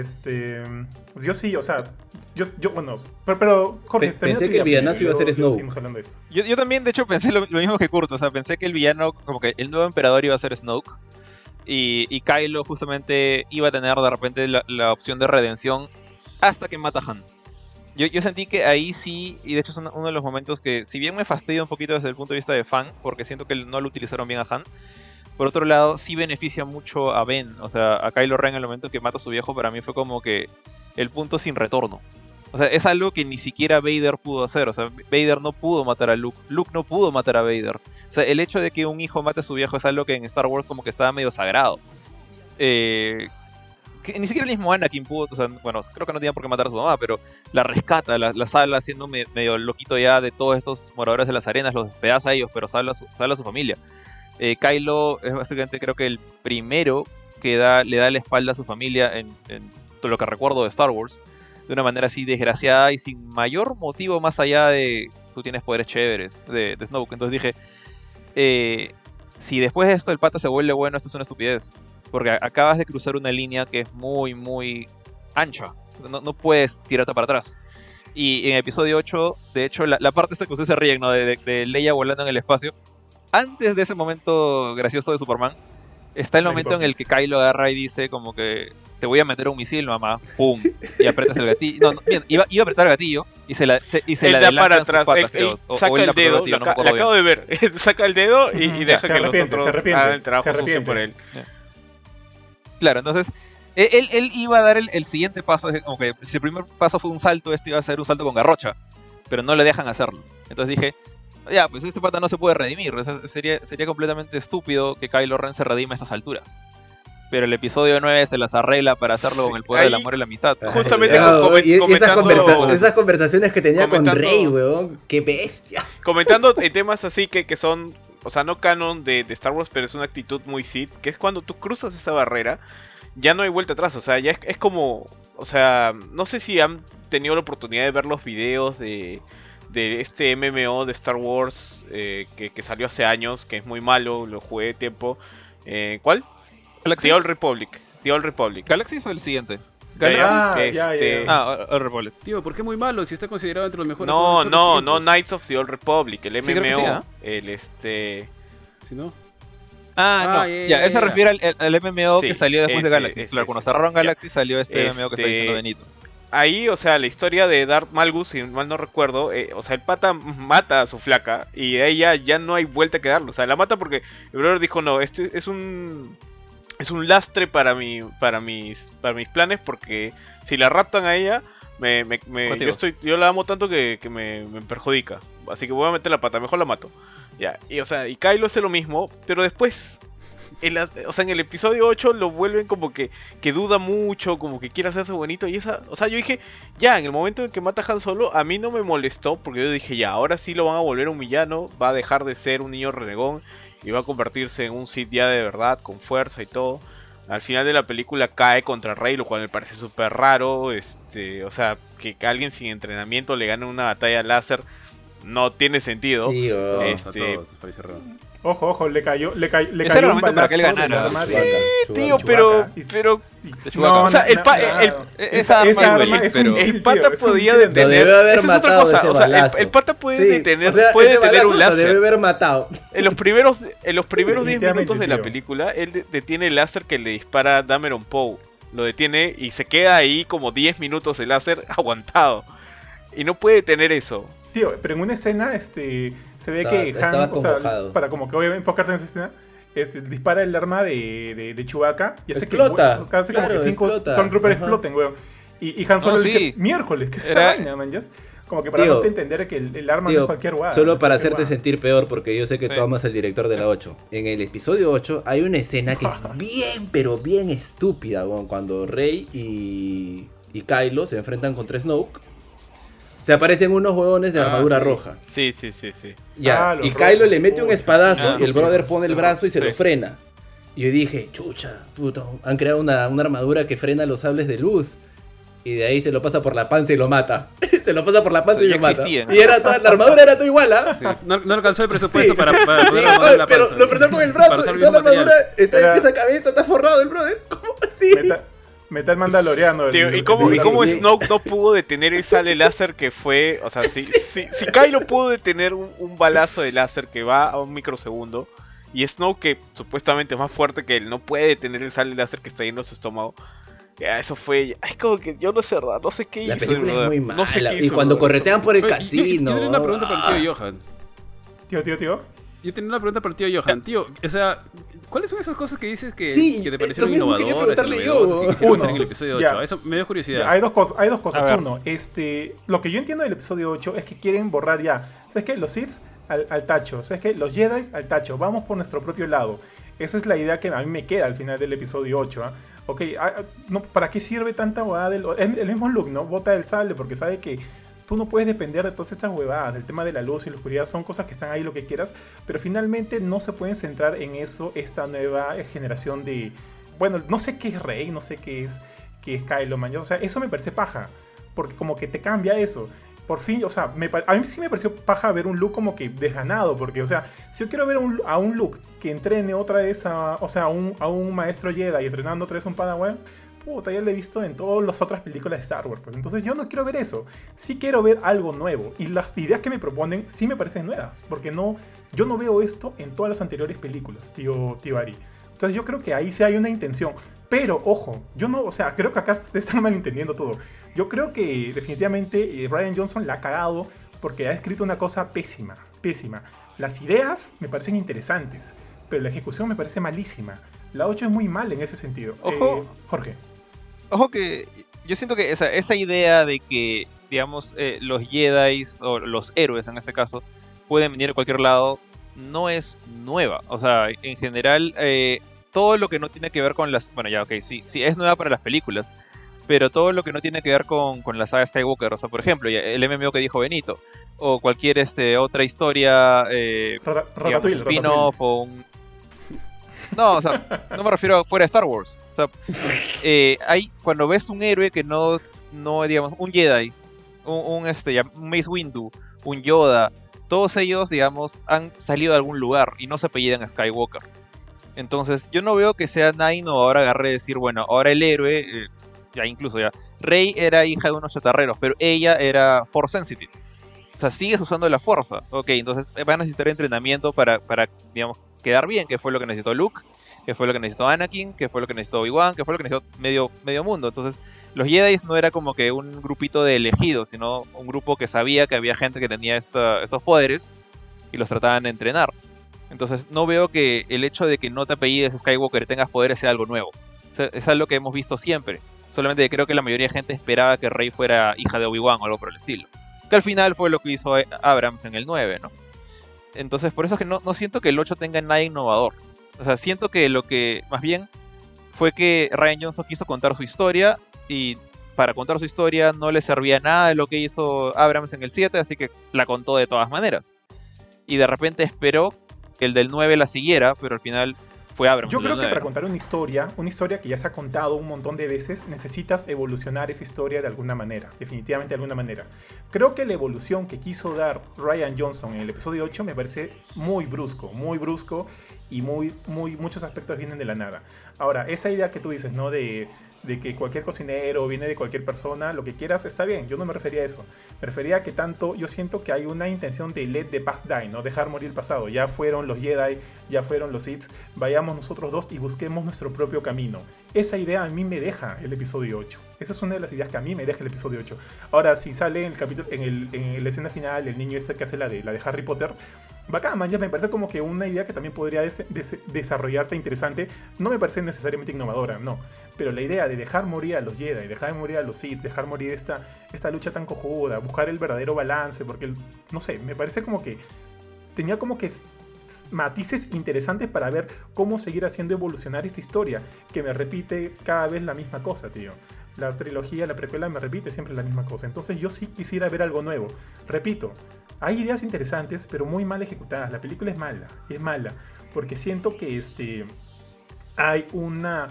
Speaker 3: Yo sí, o sea, bueno, pero Jorge,
Speaker 4: Pensé
Speaker 3: termina tu
Speaker 4: que el
Speaker 3: idea
Speaker 4: villanazo
Speaker 3: primero,
Speaker 4: iba a ser
Speaker 3: luego
Speaker 4: Snoke.
Speaker 3: seguimos hablando de esto.
Speaker 1: yo también, de hecho, pensé lo mismo que Kurt. O sea, pensé que el villano, como que el nuevo emperador iba a ser Snoke. Y Kylo justamente iba a tener de repente la opción de redención hasta que mata a Han. Yo sentí que ahí sí, y de hecho es uno de los momentos que, si bien me fastidia un poquito desde el punto de vista de fan, porque siento que no lo utilizaron bien a Han, por otro lado sí beneficia mucho a Ben, o sea, a Kylo Ren en el momento que mata a su viejo, para mí fue como que el punto sin retorno. O sea, es algo que ni siquiera Vader pudo hacer, o sea, Vader no pudo matar a Luke, Luke no pudo matar a Vader. O sea, el hecho de que un hijo mate a su viejo es algo que en Star Wars como que estaba medio sagrado. Que ni siquiera el mismo Anakin pudo, o sea, bueno, creo que no tenía por qué matar a su mamá, pero la rescata, la salva siendo medio loquito ya de todos estos moradores de las arenas, los despedaza a ellos, pero salva a su familia. Kylo es básicamente creo que el primero que le da la espalda a su familia en todo lo que recuerdo de Star Wars, de una manera así desgraciada y sin mayor motivo más allá de tú tienes poderes chéveres de Snoke. Entonces dije, si después de esto el pata se vuelve bueno, esto es una estupidez. Porque acabas de cruzar una línea que es muy, muy ancha. No puedes tirarte para atrás. Y en episodio 8, de hecho, la parte esta que ustedes se ríen, ¿no? De Leia volando en el espacio. Antes de ese momento gracioso de Superman, está el momento en el que Kylo agarra y dice como que te voy a meter un misil, mamá. ¡Pum! Y apretas el gatillo. No, bien, iba a apretar el gatillo y se la
Speaker 5: Él da
Speaker 1: adelanta
Speaker 5: para
Speaker 1: en sus
Speaker 5: atrás,
Speaker 1: patas,
Speaker 5: él
Speaker 1: creo. O
Speaker 5: saca
Speaker 1: él
Speaker 5: el
Speaker 1: apretó
Speaker 5: dedo,
Speaker 1: gatillo, no me
Speaker 5: lo
Speaker 1: acuerdo
Speaker 5: acabo de ver, saca el dedo y deja
Speaker 3: se
Speaker 5: que los
Speaker 3: arrepiente,
Speaker 5: otros
Speaker 3: se arrepiente,
Speaker 5: hagan el trabajo
Speaker 3: se
Speaker 5: sucio
Speaker 3: arrepiente.
Speaker 5: por él.
Speaker 1: Claro, entonces él iba a dar el siguiente paso, como que si el primer paso fue un salto, este iba a ser un salto con garrocha, pero no le dejan hacerlo. Entonces dije, ya, pues este pata no se puede redimir, o sea, sería completamente estúpido que Kylo Ren se redime a estas alturas. Pero el episodio 9 se las arregla para hacerlo con el poder del
Speaker 5: Ahí-
Speaker 1: amor y la amistad.
Speaker 5: Justamente
Speaker 4: Y
Speaker 5: comentando-
Speaker 4: esas conversaciones que tenía con
Speaker 5: comentando-
Speaker 4: Rey, weón. ¡Qué bestia!
Speaker 5: Comentando temas así que son, o sea, no canon de Star Wars, pero es una actitud muy Sith, que es cuando tú cruzas esa barrera, ya no hay vuelta atrás, o sea, ya es como, o sea, no sé si han tenido la oportunidad de ver los videos de este MMO de Star Wars que salió hace años, que es muy malo, lo jugué de tiempo. ¿Cuál?
Speaker 1: ¿Galaxy?
Speaker 5: The Old Republic. The Old Republic.
Speaker 1: ¿Galaxy o el siguiente?
Speaker 5: Ya, ya,
Speaker 3: Ah, ya,
Speaker 5: este-
Speaker 3: ya.
Speaker 1: Old Republic.
Speaker 2: Tío, ¿por qué muy malo si está considerado entre los mejores
Speaker 5: No,
Speaker 2: juegos de todos
Speaker 5: no,
Speaker 2: los
Speaker 5: no
Speaker 2: tiempos?
Speaker 5: Knights of the Old Republic, el
Speaker 1: Sí, creo que
Speaker 5: MMO,
Speaker 1: sí, ¿ah?
Speaker 2: Si no.
Speaker 1: No, ya, él se refiere al MMO
Speaker 5: Sí,
Speaker 1: que salió después de
Speaker 5: ese,
Speaker 1: Galaxy.
Speaker 5: ese,
Speaker 1: Claro, cuando
Speaker 5: ese.
Speaker 1: cerraron
Speaker 5: Ya.
Speaker 1: Galaxy salió este MMO que está diciendo Benito.
Speaker 5: ahí, o sea, la historia de Darth Malgus, si mal no recuerdo, o sea, el pata mata a su flaca y a ella ya no hay vuelta que darle. O sea, la mata porque el brother dijo, no, este es un lastre para mis planes, porque si la raptan a ella, yo la amo tanto que me perjudica. Así que voy a meter la pata, mejor la mato. Ya, y o sea, y Kylo hace lo mismo, pero después, en el episodio 8 lo vuelven como que duda mucho, como que quiere hacerse bonito. Y o sea, yo dije, ya, en el momento en que mata a Han Solo, a mí no me molestó, porque yo dije, ya, ahora sí lo van a volver un villano, va a dejar de ser un niño renegón y va a convertirse en un Sith ya de verdad, con fuerza y todo. Al final de la película cae contra Rey, lo cual me parece súper raro. O sea, que alguien sin entrenamiento le gane una batalla láser no tiene sentido.
Speaker 4: Sí,
Speaker 2: A todos, parece raro.
Speaker 3: Ojo, le cayó
Speaker 1: Ese era el
Speaker 3: un
Speaker 1: momento para que él
Speaker 3: balazo
Speaker 1: ganara.
Speaker 3: del arma de-
Speaker 4: Chewbacca,
Speaker 5: Tío,
Speaker 4: Chewbacca.
Speaker 5: pero
Speaker 1: De Chewbacca.
Speaker 5: o sea,
Speaker 3: esa arma es un
Speaker 5: el
Speaker 3: misil,
Speaker 5: pata
Speaker 3: tío, es un
Speaker 5: podía
Speaker 3: misil.
Speaker 5: detener.
Speaker 4: Lo debe haber
Speaker 5: esa es otra
Speaker 4: matado
Speaker 5: cosa,
Speaker 4: ese
Speaker 5: o sea,
Speaker 4: balazo.
Speaker 5: el pata puede
Speaker 4: Sí,
Speaker 5: detener,
Speaker 4: o sea,
Speaker 5: puede
Speaker 4: ese
Speaker 5: detener un
Speaker 4: balazo lo debe
Speaker 5: láser.
Speaker 4: haber matado.
Speaker 5: En los primeros 10 minutos de la
Speaker 3: Definitivamente,
Speaker 5: película, él detiene el láser que le dispara a Dameron Poe. Lo detiene y se queda ahí como 10 minutos el láser aguantado. Y no puede detener eso.
Speaker 3: Tío, pero en una escena se ve que
Speaker 4: Estaba
Speaker 3: Han, o sea,
Speaker 4: acongojado.
Speaker 3: para como que obviamente enfocarse en esa escena, dispara el arma de Chewbacca y hace
Speaker 4: Explota,
Speaker 3: que hace como
Speaker 4: claro,
Speaker 3: que 5
Speaker 4: explota.
Speaker 3: Stormtroopers
Speaker 4: Ajá.
Speaker 3: exploten, weón. Y Han Solo
Speaker 1: No,
Speaker 3: le
Speaker 1: sí.
Speaker 3: dice, miércoles, ¿qué es esta
Speaker 1: Era-
Speaker 3: vaina, man? ¿Ya? Como que para
Speaker 4: Tío,
Speaker 3: no te entender que el arma no
Speaker 4: Tío,
Speaker 3: es cualquier guada.
Speaker 4: solo
Speaker 3: no es
Speaker 4: para
Speaker 3: cualquier
Speaker 4: hacerte
Speaker 3: guada.
Speaker 4: sentir peor, porque yo sé que
Speaker 1: Sí.
Speaker 4: tú amas al director de la 8. En el episodio 8 hay una escena que es bien, pero bien estúpida, weón, cuando Rey y Kylo se enfrentan contra Snoke. Se aparecen unos huevones de armadura
Speaker 1: sí.
Speaker 4: roja.
Speaker 5: Sí.
Speaker 4: Ya,
Speaker 3: los
Speaker 4: y Kylo
Speaker 3: rojos,
Speaker 4: le mete un
Speaker 3: puta.
Speaker 4: espadazo y el
Speaker 3: Ah,
Speaker 4: brother pone el brazo y se
Speaker 1: sí.
Speaker 4: lo frena. Y yo dije, chucha, puto, han creado una armadura que frena los sables de luz. Y de ahí se lo pasa por la panza y lo mata. Se lo pasa por la panza
Speaker 1: O sea,
Speaker 4: y
Speaker 1: ya
Speaker 4: lo mata.
Speaker 1: existían.
Speaker 4: Y era toda, la armadura era todo igual, ¿ah?
Speaker 2: No alcanzó el presupuesto
Speaker 4: Sí.
Speaker 2: para poder
Speaker 4: Sí,
Speaker 2: armar la
Speaker 4: pero
Speaker 2: panza.
Speaker 4: lo apretó con el brazo
Speaker 2: Para usar
Speaker 4: y
Speaker 2: el
Speaker 4: toda la
Speaker 2: mismo material.
Speaker 4: armadura está de
Speaker 3: Era-
Speaker 4: pies a cabeza, está forrado el brother. ¿Cómo así?
Speaker 3: Metal Mandaloriano.
Speaker 5: Tío, ¿y cómo
Speaker 4: Sí.
Speaker 5: Snoke no pudo detener el sable láser que fue? O sea, si Kylo pudo detener un balazo de láser que va a un microsegundo, y Snoke, que supuestamente es más fuerte que él, no puede detener el sable láser que está yendo a su estómago. Ya, eso fue. Es como que yo no sé, ¿verdad? No sé qué
Speaker 4: La
Speaker 5: hizo.
Speaker 4: película es
Speaker 5: brother.
Speaker 4: muy mala.
Speaker 5: No sé qué
Speaker 4: Y
Speaker 5: hizo,
Speaker 4: cuando
Speaker 5: brother.
Speaker 4: corretean por el
Speaker 2: Oye,
Speaker 4: casino.
Speaker 2: Yo tenía una pregunta para el tío Johan.
Speaker 3: Tío.
Speaker 2: Yo tenía una pregunta para el tío Johan. Tío, o sea, ¿cuáles son esas cosas que dices que,
Speaker 4: Sí,
Speaker 2: que te
Speaker 4: lo
Speaker 2: parecieron
Speaker 4: mismo quería
Speaker 2: innovadoras,
Speaker 4: preguntarle yo.
Speaker 2: novedosas, que quisieron
Speaker 3: Uno,
Speaker 2: hacer en el episodio 8?
Speaker 3: ya.
Speaker 2: Eso me dio curiosidad.
Speaker 3: Ya, hay dos cosas.
Speaker 1: A ver.
Speaker 3: Uno, lo que yo entiendo del episodio 8 es que quieren borrar ya. ¿Sabes qué? Los Sith al tacho. ¿Sabes qué? Los Jedi al tacho. Vamos por nuestro propio lado. Esa es la idea que a mí me queda al final del episodio 8. ¿Ah? Ok, no, ¿para qué sirve tanta huevada? El mismo Luke, ¿no? Bota el sable porque sabe que tú no puedes depender de todas estas huevadas. El tema de la luz y la oscuridad son cosas que están ahí lo que quieras. Pero finalmente no se pueden centrar en eso esta nueva generación de... Bueno, no sé qué es Rey, no sé qué es Kylo, man. O sea, eso me parece paja. Porque como que te cambia eso. Por fin, o sea, a mí sí me pareció paja ver un Luke como que desganado. Porque, o sea, si yo quiero ver a un Luke que entrene otra vez a un maestro Jedi entrenando otra vez a un Padawan, puta, ya lo he visto en todas las otras películas de Star Wars. Pues. Entonces yo no quiero ver eso. Sí quiero ver algo nuevo. Y las ideas que me proponen sí me parecen nuevas. Porque yo no veo esto en todas las anteriores películas, tío Ari. Entonces yo creo que ahí sí hay una intención. Pero, ojo, creo que acá se están malentendiendo todo. Yo creo que definitivamente Rian Johnson la ha cagado porque ha escrito una cosa pésima. Las ideas me parecen interesantes, pero la ejecución me parece malísima. La 8 es muy mal en ese sentido.
Speaker 1: Ojo.
Speaker 3: Jorge.
Speaker 1: Ojo que yo siento que esa idea de que, digamos, los Jedi o los héroes en este caso pueden venir de cualquier lado no es nueva. O sea, en general, todo lo que no tiene que ver con las... Bueno, ya, ok, sí, es nueva para las películas, pero todo lo que no tiene que ver con la saga Skywalker, o sea, por ejemplo, el MMO que dijo Benito, o cualquier otra historia, digamos,
Speaker 3: Ratatouille.
Speaker 1: spin-off o un... No, o sea, no me refiero a fuera de Star Wars. O sea, cuando ves un héroe que no digamos, un Jedi, un Mace Windu, un Yoda, todos ellos, digamos, han salido de algún lugar y no se apellidan Skywalker. Entonces, yo no veo que sea nada innovador agarrar y decir, bueno, ahora el héroe, Rey era hija de unos chatarreros, pero ella era Force Sensitive. O sea, sigues usando la fuerza. Ok, entonces van a necesitar entrenamiento para digamos, quedar bien, que fue lo que necesitó Luke. que fue lo que necesitó Anakin, que fue lo que necesitó Obi-Wan, que fue lo que necesitó medio mundo. Entonces, los Jedi no era como que un grupito de elegidos, sino un grupo que sabía que había gente que tenía estos poderes y los trataban de entrenar. Entonces, no veo que el hecho de que no te apellides Skywalker y tengas poderes sea algo nuevo. O sea, es algo que hemos visto siempre. Solamente que creo que la mayoría de gente esperaba que Rey fuera hija de Obi-Wan o algo por el estilo. Que al final fue lo que hizo Abrams en el 9, ¿no? Entonces, por eso es que no siento que el 8 tenga nada innovador. O sea, siento que lo que más bien fue que Rian Johnson quiso contar su historia y para contar su historia no le servía nada de lo que hizo Abrams en el 7, así que la contó de todas maneras. Y de repente esperó que el del 9 la siguiera, pero al final fue Abrams.
Speaker 3: Yo
Speaker 1: el
Speaker 3: creo
Speaker 1: del
Speaker 3: que
Speaker 1: 9,
Speaker 3: para
Speaker 1: ¿no?
Speaker 3: contar una historia que ya se ha contado un montón de veces, necesitas evolucionar esa historia de alguna manera, definitivamente de alguna manera. Creo que la evolución que quiso dar Rian Johnson en el episodio 8 me parece muy brusco y muchos aspectos vienen de la nada. Ahora, esa idea que tú dices, ¿no? De que cualquier cocinero viene de cualquier persona, lo que quieras está bien, yo no me refería a eso. Me refería a que yo siento que hay una intención de let the past die, ¿no? Dejar morir el pasado. Ya fueron los Jedi, ya fueron los Sith, vayamos nosotros dos y busquemos nuestro propio camino. Esa idea a mí me deja el episodio 8. Esa es una de las ideas que a mí me deja el episodio 8. Ahora, si sale en el capítulo, en la escena final, el niño este que hace la de Harry Potter, bacán, man, ya me parece como que una idea que también podría desarrollarse interesante. No me parece necesariamente innovadora, no. Pero la idea de dejar morir a los Jedi, dejar morir a los Sith, dejar morir esta lucha tan cojuda, buscar el verdadero balance, porque, no sé, me parece como que tenía como que matices interesantes para ver cómo seguir haciendo evolucionar esta historia, que me repite cada vez la misma cosa, tío. La trilogía, la precuela me repite siempre la misma cosa. Entonces yo sí quisiera ver algo nuevo. Repito, hay ideas interesantes, pero muy mal ejecutadas. La película es mala, porque siento que hay una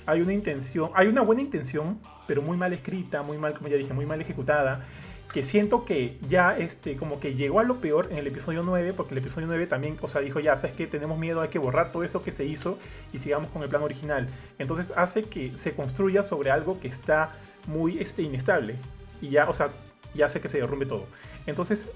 Speaker 3: buena intención, pero muy mal escrita, muy mal, como ya dije, muy mal ejecutada, que siento que ya como que llegó a lo peor en el episodio 9, porque el episodio 9 también, o sea, dijo ya, ¿sabes qué? Tenemos miedo, hay que borrar todo eso que se hizo y sigamos con el plan original. Entonces hace que se construya sobre algo que está muy inestable y ya, o sea, ya hace que se derrumbe todo. Entonces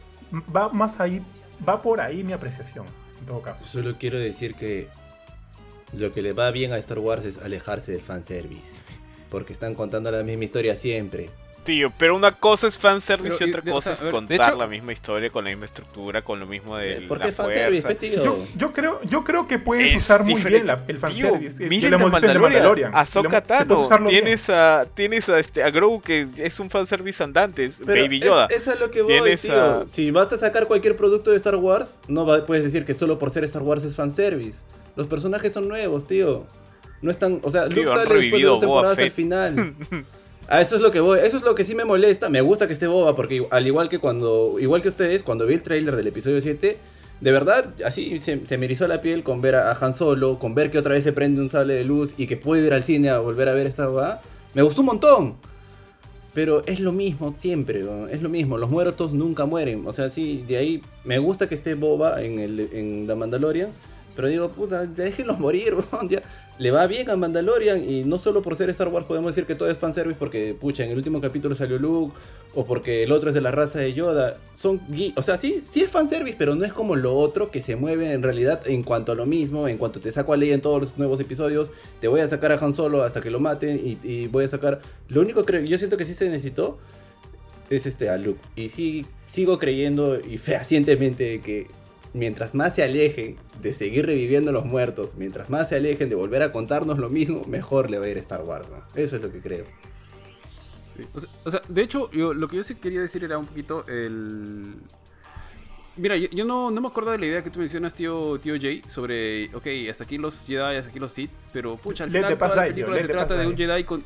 Speaker 3: va por ahí mi apreciación, en todo caso.
Speaker 4: Solo quiero decir que lo que le va bien a Star Wars es alejarse del fanservice, porque están contando la misma historia siempre.
Speaker 5: Tío, pero una cosa es fanservice y otra
Speaker 2: o
Speaker 5: cosa
Speaker 2: sea,
Speaker 5: es
Speaker 2: a ver,
Speaker 5: contar
Speaker 1: de hecho-
Speaker 5: la misma historia con la misma estructura, con lo mismo de
Speaker 4: ¿Por
Speaker 5: la
Speaker 4: qué fanservice,
Speaker 5: fuerza.
Speaker 4: tío?
Speaker 3: Yo creo que puedes
Speaker 5: Es
Speaker 3: usar muy
Speaker 5: diferente.
Speaker 3: bien el fanservice.
Speaker 5: Tío,
Speaker 3: Ya
Speaker 5: miren
Speaker 3: lo hemos
Speaker 5: The
Speaker 3: visto en The
Speaker 5: Mandalorian,
Speaker 3: Mandalorian.
Speaker 5: Ahsoka
Speaker 3: Se puede
Speaker 5: Tano,
Speaker 3: usarlo bien.
Speaker 5: tienes a Grogu que es un fanservice andante, es
Speaker 4: Pero
Speaker 5: Baby Yoda.
Speaker 4: es a lo que voy,
Speaker 5: Tienes
Speaker 4: tío.
Speaker 5: a-
Speaker 4: Si vas a sacar cualquier producto de Star Wars, puedes decir que solo por ser Star Wars es fanservice. Los personajes son nuevos, tío. No están, o sea,
Speaker 5: Tío,
Speaker 4: Luke
Speaker 5: han
Speaker 4: sale después de
Speaker 5: revivido
Speaker 4: 2 temporadas
Speaker 5: Boba
Speaker 4: al
Speaker 5: Fett.
Speaker 4: final. A eso es lo que voy, eso es lo que sí me molesta. Me gusta que esté Boba, porque al igual que ustedes, cuando vi el tráiler del episodio 7, de verdad, así se me erizó la piel con ver a Han Solo, con ver que otra vez se prende un sable de luz y que puedo ir al cine a volver a ver esta boba. Me gustó un montón. Pero es lo mismo siempre, ¿no? Es lo mismo. Los muertos nunca mueren. O sea, sí, de ahí me gusta que esté Boba en The Mandalorian. Pero digo, puta, déjenlos morir, weón. Ya. Le va bien a Mandalorian y no solo por ser Star Wars podemos decir que todo es fanservice porque, pucha, en el último capítulo salió Luke o porque el otro es de la raza de Yoda. O sea, sí es fanservice, pero no es como lo otro que se mueve en realidad en cuanto a lo mismo. En cuanto te saco a Leia en todos los nuevos episodios, te voy a sacar a Han Solo hasta que lo maten y voy a sacar... Lo único que yo siento que sí se necesitó es a Luke. Y sí, sigo creyendo y fehacientemente que mientras más se alejen de seguir reviviendo a los muertos, mientras más se alejen de volver a contarnos lo mismo, mejor le va a ir a Star Wars, ¿no? Eso es lo que creo.
Speaker 2: Sí, o sea, de hecho, lo que yo sí quería decir era un poquito el... Mira, yo no me acuerdo de la idea que tú mencionas, tío Jay, sobre, ok, hasta aquí los Jedi, hasta aquí los Sith, pero pucha, al
Speaker 3: Let
Speaker 2: final
Speaker 3: the past
Speaker 2: toda la
Speaker 3: die,
Speaker 2: película
Speaker 3: let
Speaker 2: se
Speaker 3: the
Speaker 2: trata
Speaker 3: past
Speaker 2: de un
Speaker 3: die.
Speaker 2: Jedi con...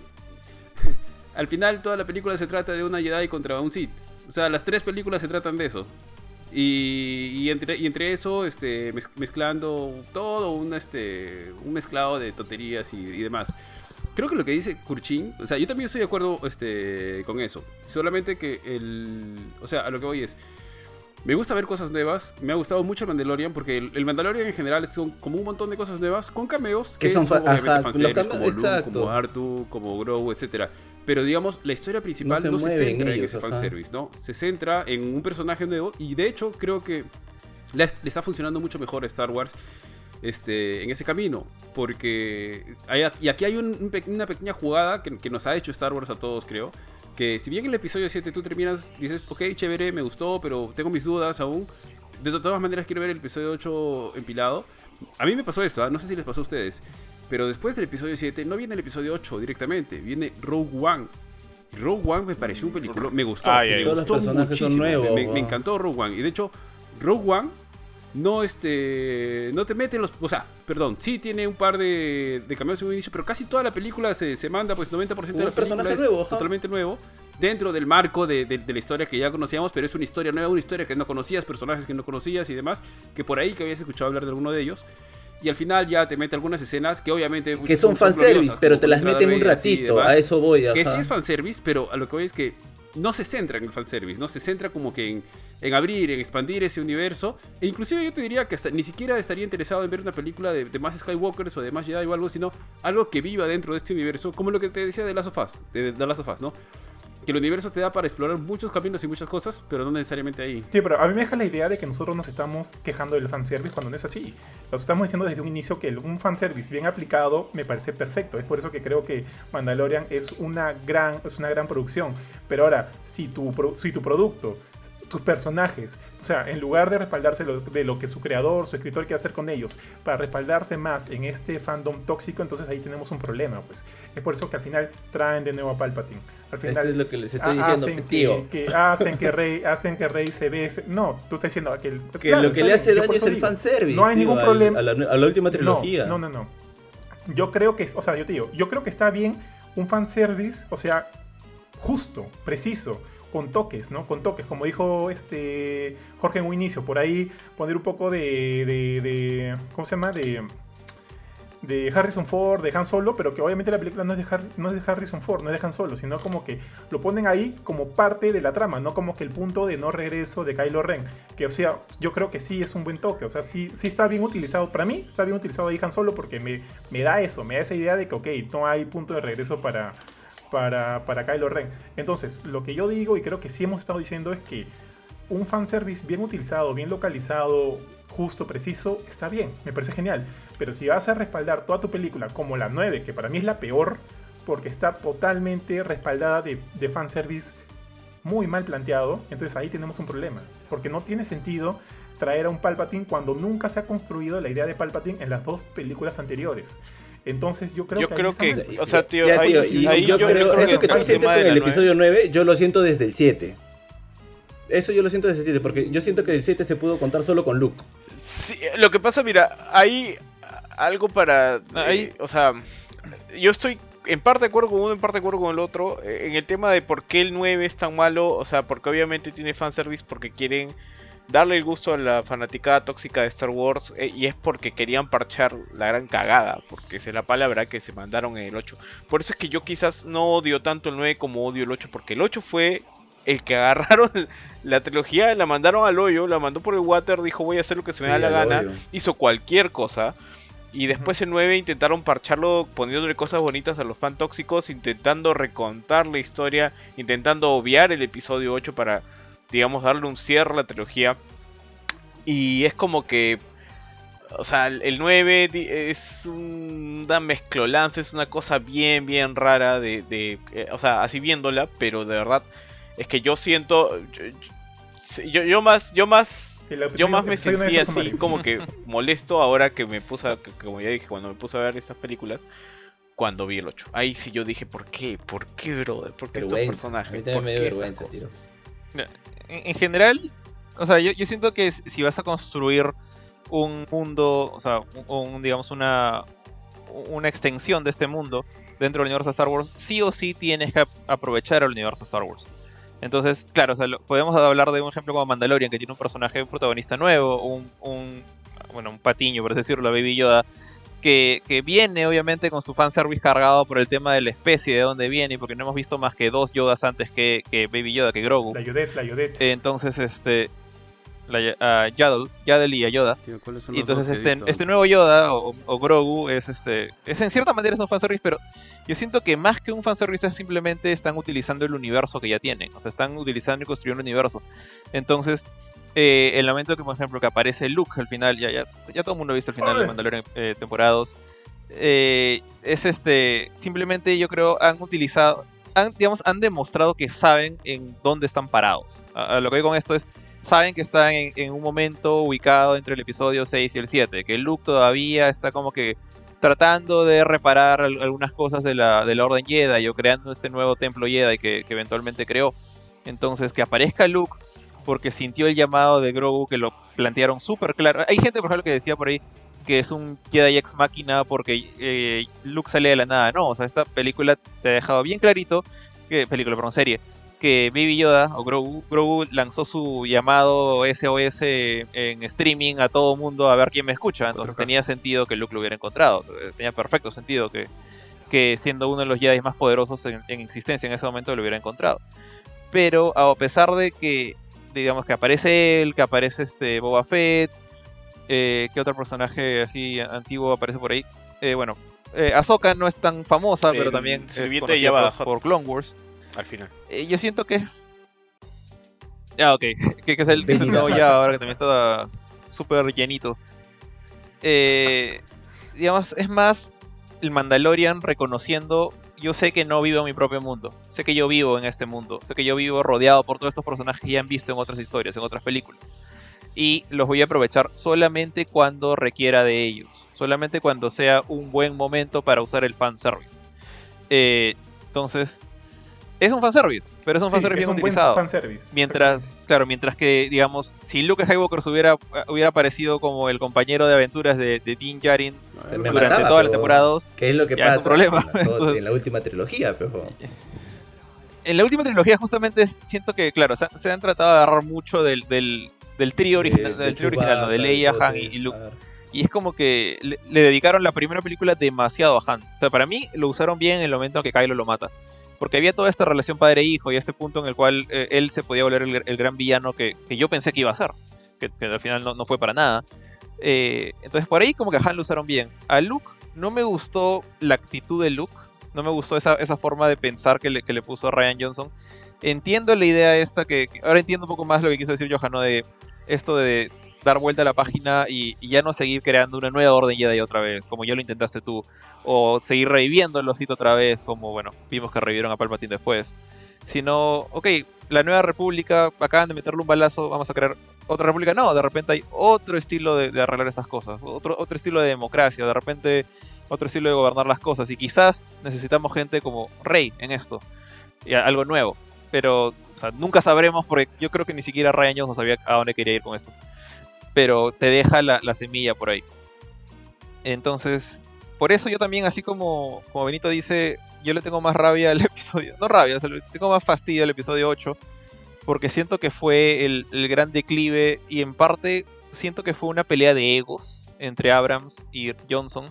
Speaker 2: Al final toda la película se trata de una Jedi contra un Sith. O sea, las 3 películas se tratan de eso. Y entre eso, mezclando todo un mezclado de tonterías y demás. Creo que lo que dice Kurchin, o sea, yo también estoy de acuerdo con eso. Solamente que o sea, a lo que voy es, me gusta ver cosas nuevas. Me ha gustado mucho el Mandalorian porque el Mandalorian en general son como un montón de cosas nuevas con cameos
Speaker 4: Que son
Speaker 2: obviamente
Speaker 4: ajá,
Speaker 2: fanservice,
Speaker 4: los
Speaker 2: como
Speaker 4: cameos,
Speaker 2: Luke,
Speaker 4: exacto.
Speaker 2: como Artu, como Grogu, etcétera. Pero digamos, la historia principal
Speaker 4: No
Speaker 2: no
Speaker 4: se
Speaker 2: se
Speaker 4: mueven
Speaker 2: centra en
Speaker 4: ellos,
Speaker 2: ese
Speaker 4: ajá.
Speaker 2: fanservice, ¿no? Se centra en un personaje nuevo y de hecho creo que le está funcionando mucho mejor a Star Wars en ese camino. Porque y aquí hay una pequeña jugada que nos ha hecho Star Wars a todos, creo. Que si bien en el episodio 7 tú terminas, dices, ok, chévere, me gustó, pero tengo mis dudas aún. De todas maneras quiero ver el episodio 8 empilado. A mí me pasó esto, no sé si les pasó a ustedes. Pero después del episodio 7 no viene el episodio 8 directamente, viene Rogue One. Rogue One me pareció un película, me gustó. Me
Speaker 4: todos los
Speaker 2: gustó
Speaker 4: personajes
Speaker 2: muchísimo,
Speaker 4: son nuevos.
Speaker 2: me encantó Rogue One. Y de hecho, Rogue One no te mete en los... O sea, perdón, sí tiene un par de cameos en un inicio, pero casi toda la película se manda, pues 90% de la película es
Speaker 4: nuevo,
Speaker 2: totalmente nuevo. Dentro del marco de la historia que ya conocíamos, pero es una historia nueva, una historia que no conocías, personajes que no conocías y demás, que por ahí que habías escuchado hablar de alguno de ellos. Y al final ya te mete algunas escenas que obviamente...
Speaker 4: Que son fanservice, pero te las meten un ratito, a eso voy.
Speaker 2: Que sí es fanservice, pero a lo que voy es que no se centra en el fanservice, no se centra como que en abrir, en expandir ese universo. E inclusive yo te diría que hasta ni siquiera estaría interesado en ver una película de más Skywalkers o de más Jedi o algo, sino algo que viva dentro de este universo, como lo que te decía de Last of Us, de The Last of Us, ¿no? Que el universo te da para explorar muchos caminos y muchas cosas, pero no necesariamente ahí.
Speaker 3: Sí, pero a mí me deja la idea de que nosotros nos estamos quejando del fanservice cuando no es así. Nos estamos diciendo desde un inicio que un fanservice bien aplicado me parece perfecto. Es por eso que creo que Mandalorian es una gran producción. Pero ahora, si tu producto, tus personajes, o sea, en lugar de respaldarse de lo que su creador, su escritor quiere hacer con ellos, para respaldarse más en este fandom tóxico, entonces ahí tenemos un problema, pues. Es por eso que al final traen de nuevo a Palpatine. Al final,
Speaker 4: eso es lo que les estoy diciendo, tío.
Speaker 3: Hacen que Rey se ve... No, tú estás diciendo que...
Speaker 4: Pues claro, lo que le hace daño es el fanservice.
Speaker 3: No hay ningún problema.
Speaker 4: A la última trilogía.
Speaker 3: No. Yo creo que... O sea, yo creo que está bien un fanservice, o sea, justo, preciso, con toques, ¿no? Con toques, como dijo Jorge en un inicio, por ahí poner un poco de ¿cómo se llama? De Harrison Ford, de Han Solo, pero que obviamente la película no es de Harrison Ford, no es de Han Solo, sino como que lo ponen ahí como parte de la trama, no como que el punto de no regreso de Kylo Ren, que o sea, yo creo que sí es un buen toque, o sea, sí está bien utilizado, para mí está bien utilizado ahí Han Solo porque me da esa idea de que ok, no hay punto de regreso para Kylo Ren. Entonces, lo que yo digo y creo que sí hemos estado diciendo es que un fanservice bien utilizado, bien localizado, justo, preciso, está bien, me parece genial. Pero si vas a respaldar toda tu película como la 9, que para mí es la peor, porque está totalmente respaldada de fanservice muy mal planteado, entonces ahí tenemos un problema. Porque no tiene sentido traer a un Palpatine cuando nunca se ha construido la idea de Palpatine en las dos películas anteriores. Entonces yo creo
Speaker 5: que o sea, tío,
Speaker 4: yo creo eso que tú sientes con el episodio 9, yo lo siento desde el 7. Eso yo lo siento desde el 7, porque yo siento que el 7 se pudo contar solo con Luke.
Speaker 5: Sí, lo que pasa, mira, hay algo para... o sea, yo estoy en parte de acuerdo con uno, en parte de acuerdo con el otro, en el tema de por qué el 9 es tan malo, o sea, porque obviamente tiene fanservice, porque quieren darle el gusto a la fanaticada tóxica de Star Wars, y es porque querían parchar la gran cagada, porque esa es la palabra que se mandaron en el 8. Por eso es que yo quizás no odio tanto el 9 como odio el 8, porque el 8 fue el que agarraron la trilogía, la mandaron al hoyo, la mandó por el water, dijo voy a hacer lo que se me da la gana, hoyo. Hizo cualquier cosa. Y después el 9 intentaron parcharlo poniéndole cosas bonitas a los fan tóxicos, intentando recontar la historia, intentando obviar el episodio 8 para, digamos, darle un cierre a la trilogía. Y es como que, o sea, el 9 es una mezclolanza, es una cosa bien rara o sea, así viéndola, pero de verdad es que yo siento, yo más me sentí así como que molesto ahora que me puse, como ya dije, cuando me puse a ver esas películas, cuando vi el 8. Ahí sí yo dije, ¿por qué? ¿Por qué, brother? ¿Por qué estos personajes?
Speaker 4: A mí también me dio vergüenza, tío.
Speaker 1: En general, o sea, yo siento que si vas a construir un mundo, o sea, digamos una extensión de este mundo dentro del universo Star Wars, sí o sí tienes que aprovechar el universo Star Wars. Entonces, claro, o sea, podemos hablar de un ejemplo como Mandalorian, que tiene un personaje, un protagonista nuevo, un patiño, por así decirlo, Baby Yoda, que viene obviamente con su fanservice cargado por el tema de la especie, de dónde viene, porque no hemos visto más que 2 Yodas antes que Baby Yoda, que Grogu.
Speaker 3: La Yodet.
Speaker 1: Entonces, Yaddle y a Yoda.
Speaker 2: Tío,
Speaker 1: y entonces este nuevo Yoda o Grogu es en cierta manera es un fanservice, pero yo siento que más que un fanservice es simplemente están utilizando el universo que ya tienen, o sea, están utilizando y construyendo un universo. Entonces, el momento que, por ejemplo, que aparece Luke al final, ya todo el mundo ha visto el final de Mandalorian temporada 2. Simplemente yo creo han demostrado que saben en dónde están parados. A lo que digo con esto es, saben que están en un momento ubicado entre el episodio 6 y el 7, que Luke todavía está como que tratando de reparar algunas cosas de la Orden Jedi o creando este nuevo templo Jedi que eventualmente creó. Entonces, que aparezca Luke porque sintió el llamado de Grogu, que lo plantearon súper claro. Hay gente, por ejemplo, que decía por ahí que es un Jedi ex máquina porque Luke sale de la nada. No, o sea, esta película te ha dejado bien clarito, serie, que Baby Yoda o Grogu lanzó su llamado SOS en streaming a todo mundo a ver quién me escucha. Entonces tenía sentido que Luke lo hubiera encontrado. Tenía perfecto sentido que siendo uno de los Jedi más poderosos en existencia en ese momento lo hubiera encontrado. Pero a pesar de que, digamos, que aparece él, que aparece Boba Fett, ¿qué otro personaje así antiguo aparece por ahí? Ahsoka no es tan famosa, pero también es conocida por Clone Wars.
Speaker 5: Al final.
Speaker 1: Yo siento que es... ok. que es el nuevo ya, ahora que también está súper llenito. Digamos, es más el Mandalorian reconociendo... Yo sé que no vivo en mi propio mundo. Sé que yo vivo en este mundo. Sé que yo vivo rodeado por todos estos personajes que ya han visto en otras historias, en otras películas. Y los voy a aprovechar solamente cuando requiera de ellos. Solamente cuando sea un buen momento para usar el fanservice. Entonces... Es un fanservice, pero es un fanservice bien utilizado. Mientras que, digamos, si Luke Skywalker hubiera aparecido como el compañero de aventuras de Din Djarin durante todas las temporadas,
Speaker 6: ¿qué es lo que pasa?
Speaker 1: Es un problema.
Speaker 6: En la última trilogía, pero...
Speaker 1: En la última trilogía justamente siento que, claro, se han tratado de agarrar mucho del trío original, ¿no? De Leia, Han y Luke. Y es como que le dedicaron la primera película demasiado a Han. O sea, para mí lo usaron bien en el momento en que Kylo lo mata. Porque había toda esta relación padre-hijo y este punto en el cual él se podía volver el gran villano que yo pensé que iba a ser. Que al final no fue para nada. Entonces por ahí como que a Han lo usaron bien. A Luke no me gustó la actitud de Luke. No me gustó esa forma de pensar que le puso Rian Johnson. Entiendo la idea esta ahora entiendo un poco más lo que quiso decir Johan, ¿no? De esto de dar vuelta a la página y ya no seguir creando una nueva Orden Jedi otra vez, como ya lo intentaste tú, o seguir reviviendo el Sith otra vez, como, bueno, vimos que revivieron a Palpatine después, sino, ok, la Nueva República, acaban de meterle un balazo, vamos a crear otra república. No, de repente hay otro estilo de arreglar estas cosas, otro estilo de democracia, de repente otro estilo de gobernar las cosas, y quizás necesitamos gente como Rey en esto, y algo nuevo, pero o sea, nunca sabremos, porque yo creo que ni siquiera Rian Johnson sabía a dónde quería ir con esto. Pero te deja la semilla por ahí. Entonces, por eso yo también, así como Benito dice, yo le tengo más rabia al episodio... No rabia, o sea, le tengo más fastidio al episodio 8. Porque siento que fue el gran declive. Y en parte, siento que fue una pelea de egos entre Abrams y Johnson.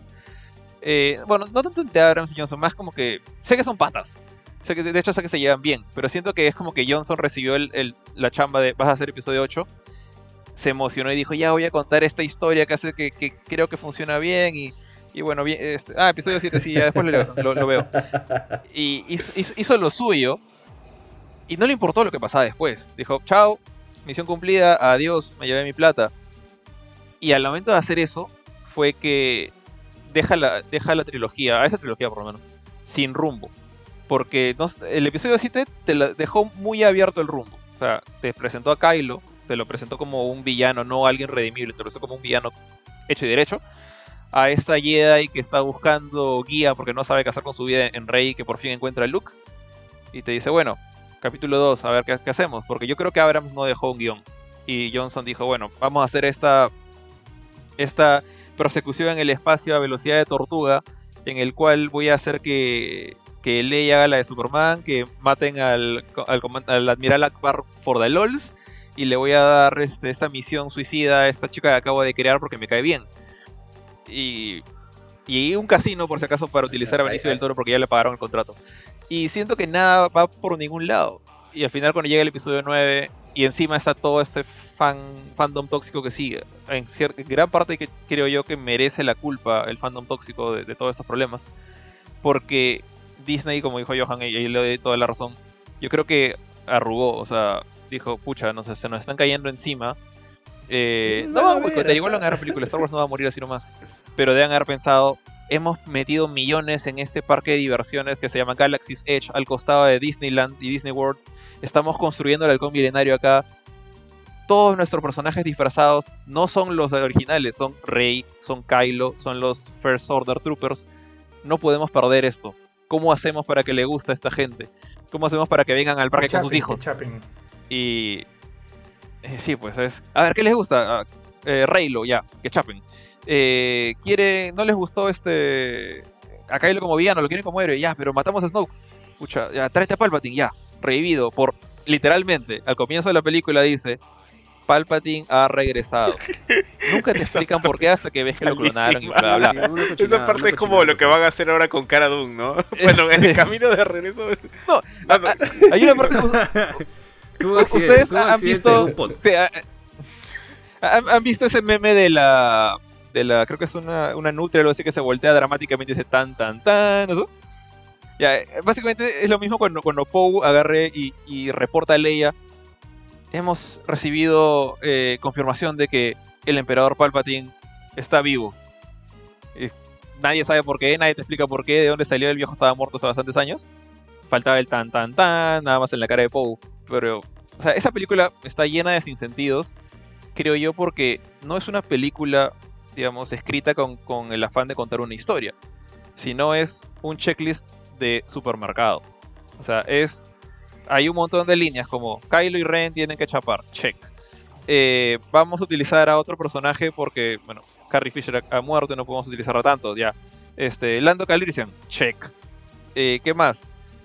Speaker 1: Bueno, no tanto entre Abrams y Johnson, más como que... Sé que son patas. De hecho, sé que se llevan bien. Pero siento que es como que Johnson recibió la chamba de vas a hacer episodio 8... se emocionó y dijo, ya voy a contar esta historia que hace que creo que funciona bien y bueno, bien, episodio 7 sí, ya después lo veo. Y hizo lo suyo y no le importó lo que pasaba después. Dijo, chao, misión cumplida, adiós, me llevé mi plata. Y al momento de hacer eso fue que deja la trilogía, a esa trilogía por lo menos, sin rumbo. Porque el episodio 7 te dejó muy abierto el rumbo. O sea, te presentó a Kylo, te lo presentó como un villano, no alguien redimible, te lo presentó como un villano hecho y derecho. A esta Jedi que está buscando guía porque no sabe qué hacer con su vida en Rey, que por fin encuentra a Luke. Y te dice, bueno, capítulo 2, a ver qué hacemos. Porque yo creo que Abrams no dejó un guión. Y Johnson dijo, bueno, vamos a hacer esta persecución en el espacio a velocidad de tortuga, en el cual voy a hacer que Leia haga la de Superman, que maten al Admiral Akbar for the LOLs, y le voy a dar esta misión suicida a esta chica que acabo de crear porque me cae bien. Y un casino, por si acaso, para utilizar a Benicio del Toro porque ya le pagaron el contrato. Y siento que nada va por ningún lado. Y al final, cuando llega el episodio 9 y encima está todo este fandom tóxico que sigue, en gran parte que creo yo que merece la culpa el fandom tóxico de todos estos problemas. Porque Disney, como dijo Johan, y le doy toda la razón, yo creo que arrugó, o sea, dijo, pucha, no sé, se nos están cayendo encima No, igual van a haber películas. Star Wars no va a morir así nomás. Pero deben haber pensado, hemos metido millones en este parque de diversiones que se llama Galaxy's Edge al costado de Disneyland y Disney World. Estamos construyendo el halcón milenario acá. Todos nuestros personajes disfrazados no son los originales, son Rey, son Kylo, son los First Order Troopers. No podemos perder esto. ¿Cómo hacemos para que le guste a esta gente? ¿Cómo hacemos para que vengan al parque con sus hijos? Y... sí, pues es... A ver, ¿qué les gusta? Reylo, ya, que chapen. ¿No les gustó a Kylo como villano, lo quieren como héroe? Ya, pero matamos a Snoke. Pucha, ya, tráete a Palpatine, ya. Revivido por... Literalmente, al comienzo de la película dice... Palpatine ha regresado. Nunca te explican por qué hasta que ves que lo clonaron y bla bla bla.
Speaker 5: Esa parte es como lo que van a hacer ahora con Cara Dune, ¿no? Bueno, en el camino de regreso.
Speaker 1: No, hay una parte. Ustedes han visto. Han visto ese meme de la. Creo que es una nutria o algo así que se voltea dramáticamente y dice tan tan tan. ¿No? Ya, básicamente es lo mismo cuando Poe agarre y reporta a Leia. Hemos recibido confirmación de que el emperador Palpatine está vivo. Nadie sabe por qué, nadie te explica por qué, de dónde salió. El viejo estaba muerto hace bastantes años. Faltaba el tan tan tan, nada más en la cara de Poe. Pero, o sea, esa película está llena de sinsentidos, creo yo, porque no es una película, digamos, escrita con el afán de contar una historia, sino es un checklist de supermercado. O sea, hay un montón de líneas como Kylo y Ren tienen que chapar, check. Vamos a utilizar a otro personaje porque, bueno, Carrie Fisher ha muerto y no podemos utilizarlo tanto, ya. Lando Calrissian, check. ¿Qué más?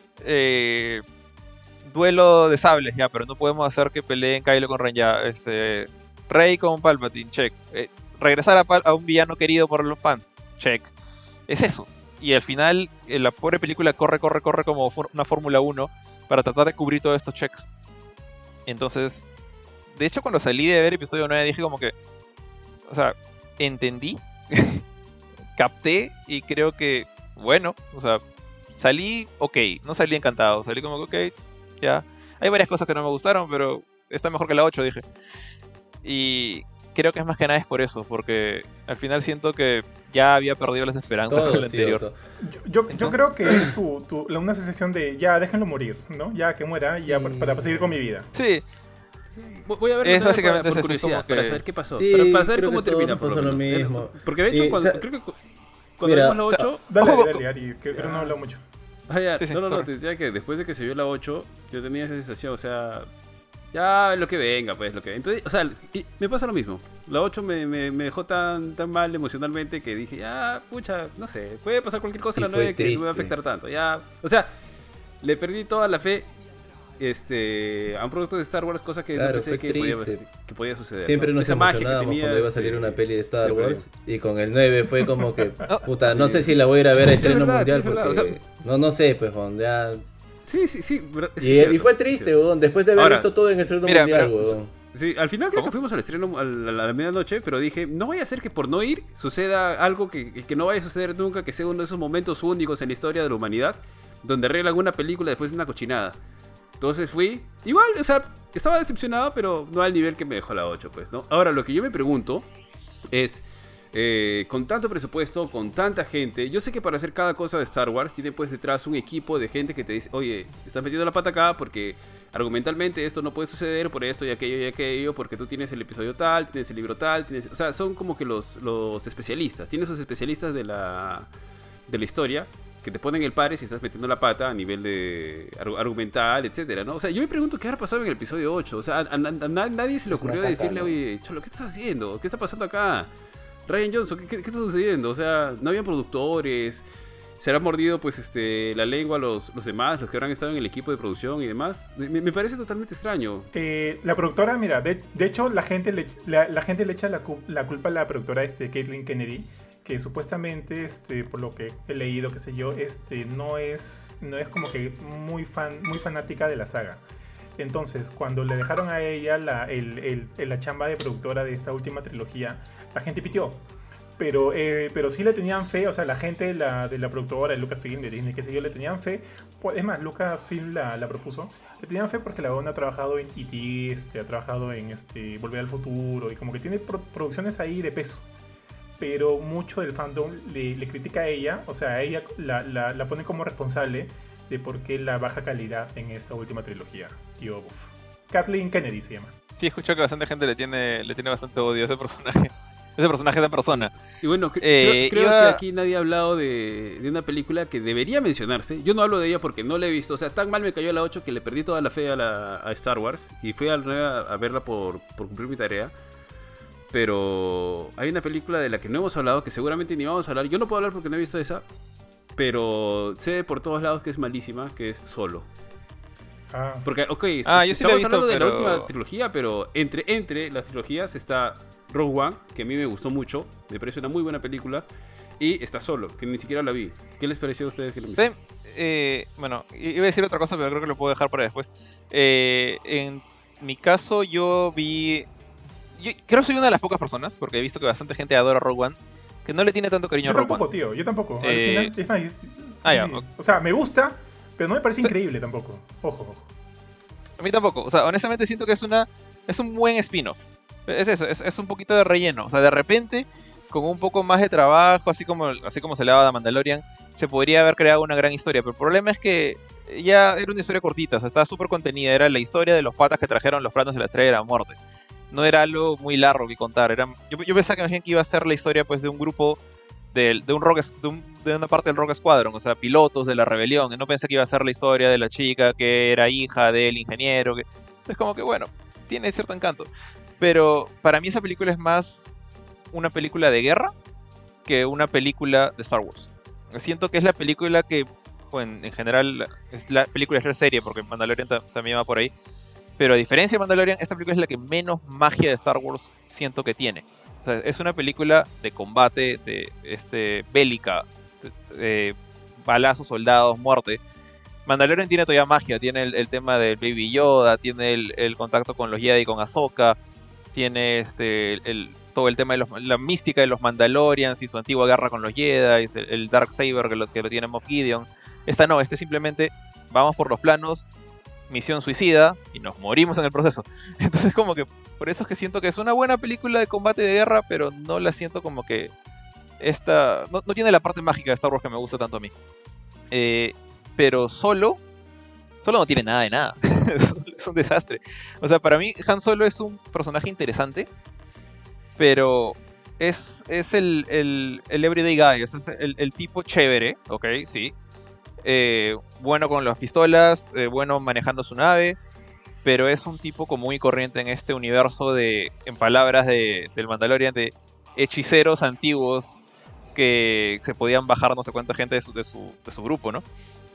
Speaker 1: Duelo de sables, ya, pero no podemos hacer que peleen Kylo con Ren, ya. Rey con Palpatine, check. Regresar a un villano querido por los fans, check. Es eso. Y al final, la pobre película corre como una Fórmula 1 para tratar de cubrir todos estos checks. Entonces, de hecho, cuando salí de ver episodio 9 dije como que, o sea, entendí, capté y creo que, bueno, o sea, salí ok, no salí encantado, salí como que ok, ya. Hay varias cosas que no me gustaron, pero está mejor que la 8, dije. Y creo que es más que nada es por eso, porque al final siento que ya había perdido las esperanzas con el anterior.
Speaker 3: Yo creo que es una sensación de ya déjenlo morir, ¿no? Ya que muera y ya para seguir con mi vida.
Speaker 2: Sí. Voy a ver
Speaker 1: es básicamente
Speaker 2: por curiosidad,
Speaker 1: que...
Speaker 2: para saber qué pasó.
Speaker 6: Sí,
Speaker 2: para saber cómo termina, por
Speaker 6: lo mismo.
Speaker 2: Porque de hecho, creo que cuando vimos la 8...
Speaker 3: Dale, Ari, que no he hablado mucho.
Speaker 2: No, te decía que después de que se vio la 8, yo tenía esa sensación, o sea... Ya, lo que venga, pues, lo que venga. Entonces, o sea, me pasa lo mismo. La 8 me dejó tan mal emocionalmente que dije, ya, pucha, no sé, puede pasar cualquier cosa en la 9 que no me va a afectar tanto. Ya, o sea, le perdí toda la fe a un producto de Star Wars, cosa que no pensé que podía suceder.
Speaker 6: Siempre nos emocionábamos cuando iba a salir una peli de Star Wars y con el 9 fue como que, puta, no sé si la voy a ir a ver a estreno mundial porque, o sea, no sé, pues, ya...
Speaker 2: Sí.
Speaker 6: Y fue triste, weón, después de haber visto todo en el estreno mundial, weón.
Speaker 2: Sí, al final creo que fuimos al estreno a la medianoche, pero dije, no vaya a ser que por no ir suceda algo que no vaya a suceder nunca, que sea uno de esos momentos únicos en la historia de la humanidad, donde arreglan una película después de una cochinada. Entonces fui, igual, o sea, estaba decepcionado, pero no al nivel que me dejó la 8, pues, ¿no? Ahora, lo que yo me pregunto es... con tanto presupuesto, con tanta gente, yo sé que para hacer cada cosa de Star Wars tiene pues detrás un equipo de gente que te dice, oye, estás metiendo la pata acá porque argumentalmente esto no puede suceder por esto y aquello, porque tú tienes el episodio tal, tienes el libro tal, o sea, son como que los especialistas, tienes sus especialistas de la historia que te ponen el pare si estás metiendo la pata a nivel de argumental, etcétera, ¿no? O sea, yo me pregunto qué habrá pasado en el episodio 8, o sea, a nadie se le ocurrió decirle, oye, Cholo, ¿qué estás haciendo? ¿Qué está pasando acá? Rian Johnson, ¿qué está sucediendo? O sea, no habían productores, se habrán mordido pues la lengua los demás, los que habrán estado en el equipo de producción y demás. Me parece totalmente extraño.
Speaker 3: La productora, mira, de hecho la gente le echa la culpa a la productora Kathleen Kennedy, que supuestamente, por lo que he leído, qué sé yo, no es como que muy fanática de la saga. Entonces, cuando le dejaron a ella la chamba de productora de esta última trilogía, la gente pitió. pero sí le tenían fe, o sea, la gente de la productora, de Lucasfilm, de Disney, qué sé yo, le tenían fe. Es más, Lucasfilm la propuso. Le tenían fe porque la buena ha trabajado en E.T., ha trabajado en Volver al Futuro, y como que tiene producciones ahí de peso. Pero mucho del fandom le critica a ella, o sea, a ella la pone como responsable de por qué la baja calidad en esta última trilogía. Tío, Kathleen Kennedy se llama.
Speaker 1: Sí, escucho que bastante gente le tiene bastante odio a ese personaje. Ese personaje de persona.
Speaker 2: Y bueno, creo que aquí nadie ha hablado de una película que debería mencionarse. Yo no hablo de ella porque no la he visto. O sea, tan mal me cayó la 8 que le perdí toda la fe a Star Wars. Y fui a verla por cumplir mi tarea. Pero hay una película de la que no hemos hablado, que seguramente ni vamos a hablar. Yo no puedo hablar porque no he visto esa. Pero sé por todos lados que es malísima, que es Solo. Porque, ok, estamos hablando de la última trilogía, pero entre las trilogías está Rogue One, que a mí me gustó mucho, me parece una muy buena película, y está Solo, que ni siquiera la vi. ¿Qué les pareció a ustedes que lo vieron?
Speaker 1: Bueno, iba a decir otra cosa, pero creo que lo puedo dejar para después. En mi caso, yo creo que soy una de las pocas personas, porque he visto que bastante gente adora Rogue One, que no le tiene tanto cariño a Rogue One.
Speaker 3: Tío, yo tampoco. Es más,
Speaker 1: ya.
Speaker 3: O sea, me gusta, pero no me parece increíble tampoco. Ojo.
Speaker 1: A mí tampoco. O sea, honestamente siento que es un buen spin-off. Es eso, es un poquito de relleno. O sea, de repente, con un poco más de trabajo, así como se le daba a Mandalorian, se podría haber creado una gran historia. Pero el problema es que ya era una historia cortita, o sea, estaba súper contenida. Era la historia de los patas que trajeron los planos de la Estrella de la Muerte. No era algo muy largo que contar. Yo pensaba que más bien que iba a ser la historia pues de un grupo de una parte del Rogue Squadron, o sea, pilotos de la rebelión. Y no pensé que iba a ser la historia de la chica que era hija del ingeniero. Entonces como que bueno, tiene cierto encanto. Pero para mí esa película es más una película de guerra que una película de Star Wars. Siento que es la película que, bueno, en general es la película, es la serie, porque Mandalorian también va por ahí. Pero a diferencia de Mandalorian, esta película es la que menos magia de Star Wars siento que tiene. O sea, es una película de combate, bélica, balazos, soldados, muerte. Mandalorian tiene todavía magia, tiene el tema del Baby Yoda, tiene el contacto con los Jedi y con Ahsoka, tiene todo el tema de la mística de los Mandalorians y su antigua guerra con los Jedi, el Darksaber que lo tiene Moff Gideon. Este simplemente vamos por los planos, misión suicida y nos morimos en el proceso. Entonces como que por eso es que siento que es una buena película de combate de guerra, pero no la siento como que no tiene la parte mágica de Star Wars que me gusta tanto a mí. Pero Solo no tiene nada de nada. Es un desastre. O sea, para mí Han Solo es un personaje interesante, pero es el everyday guy, es el tipo chévere, ok, sí. Bueno con las pistolas, bueno manejando su nave, pero es un tipo común y corriente en este universo en palabras del Mandalorian, de hechiceros antiguos que se podían bajar no sé cuánta gente de su grupo, ¿no?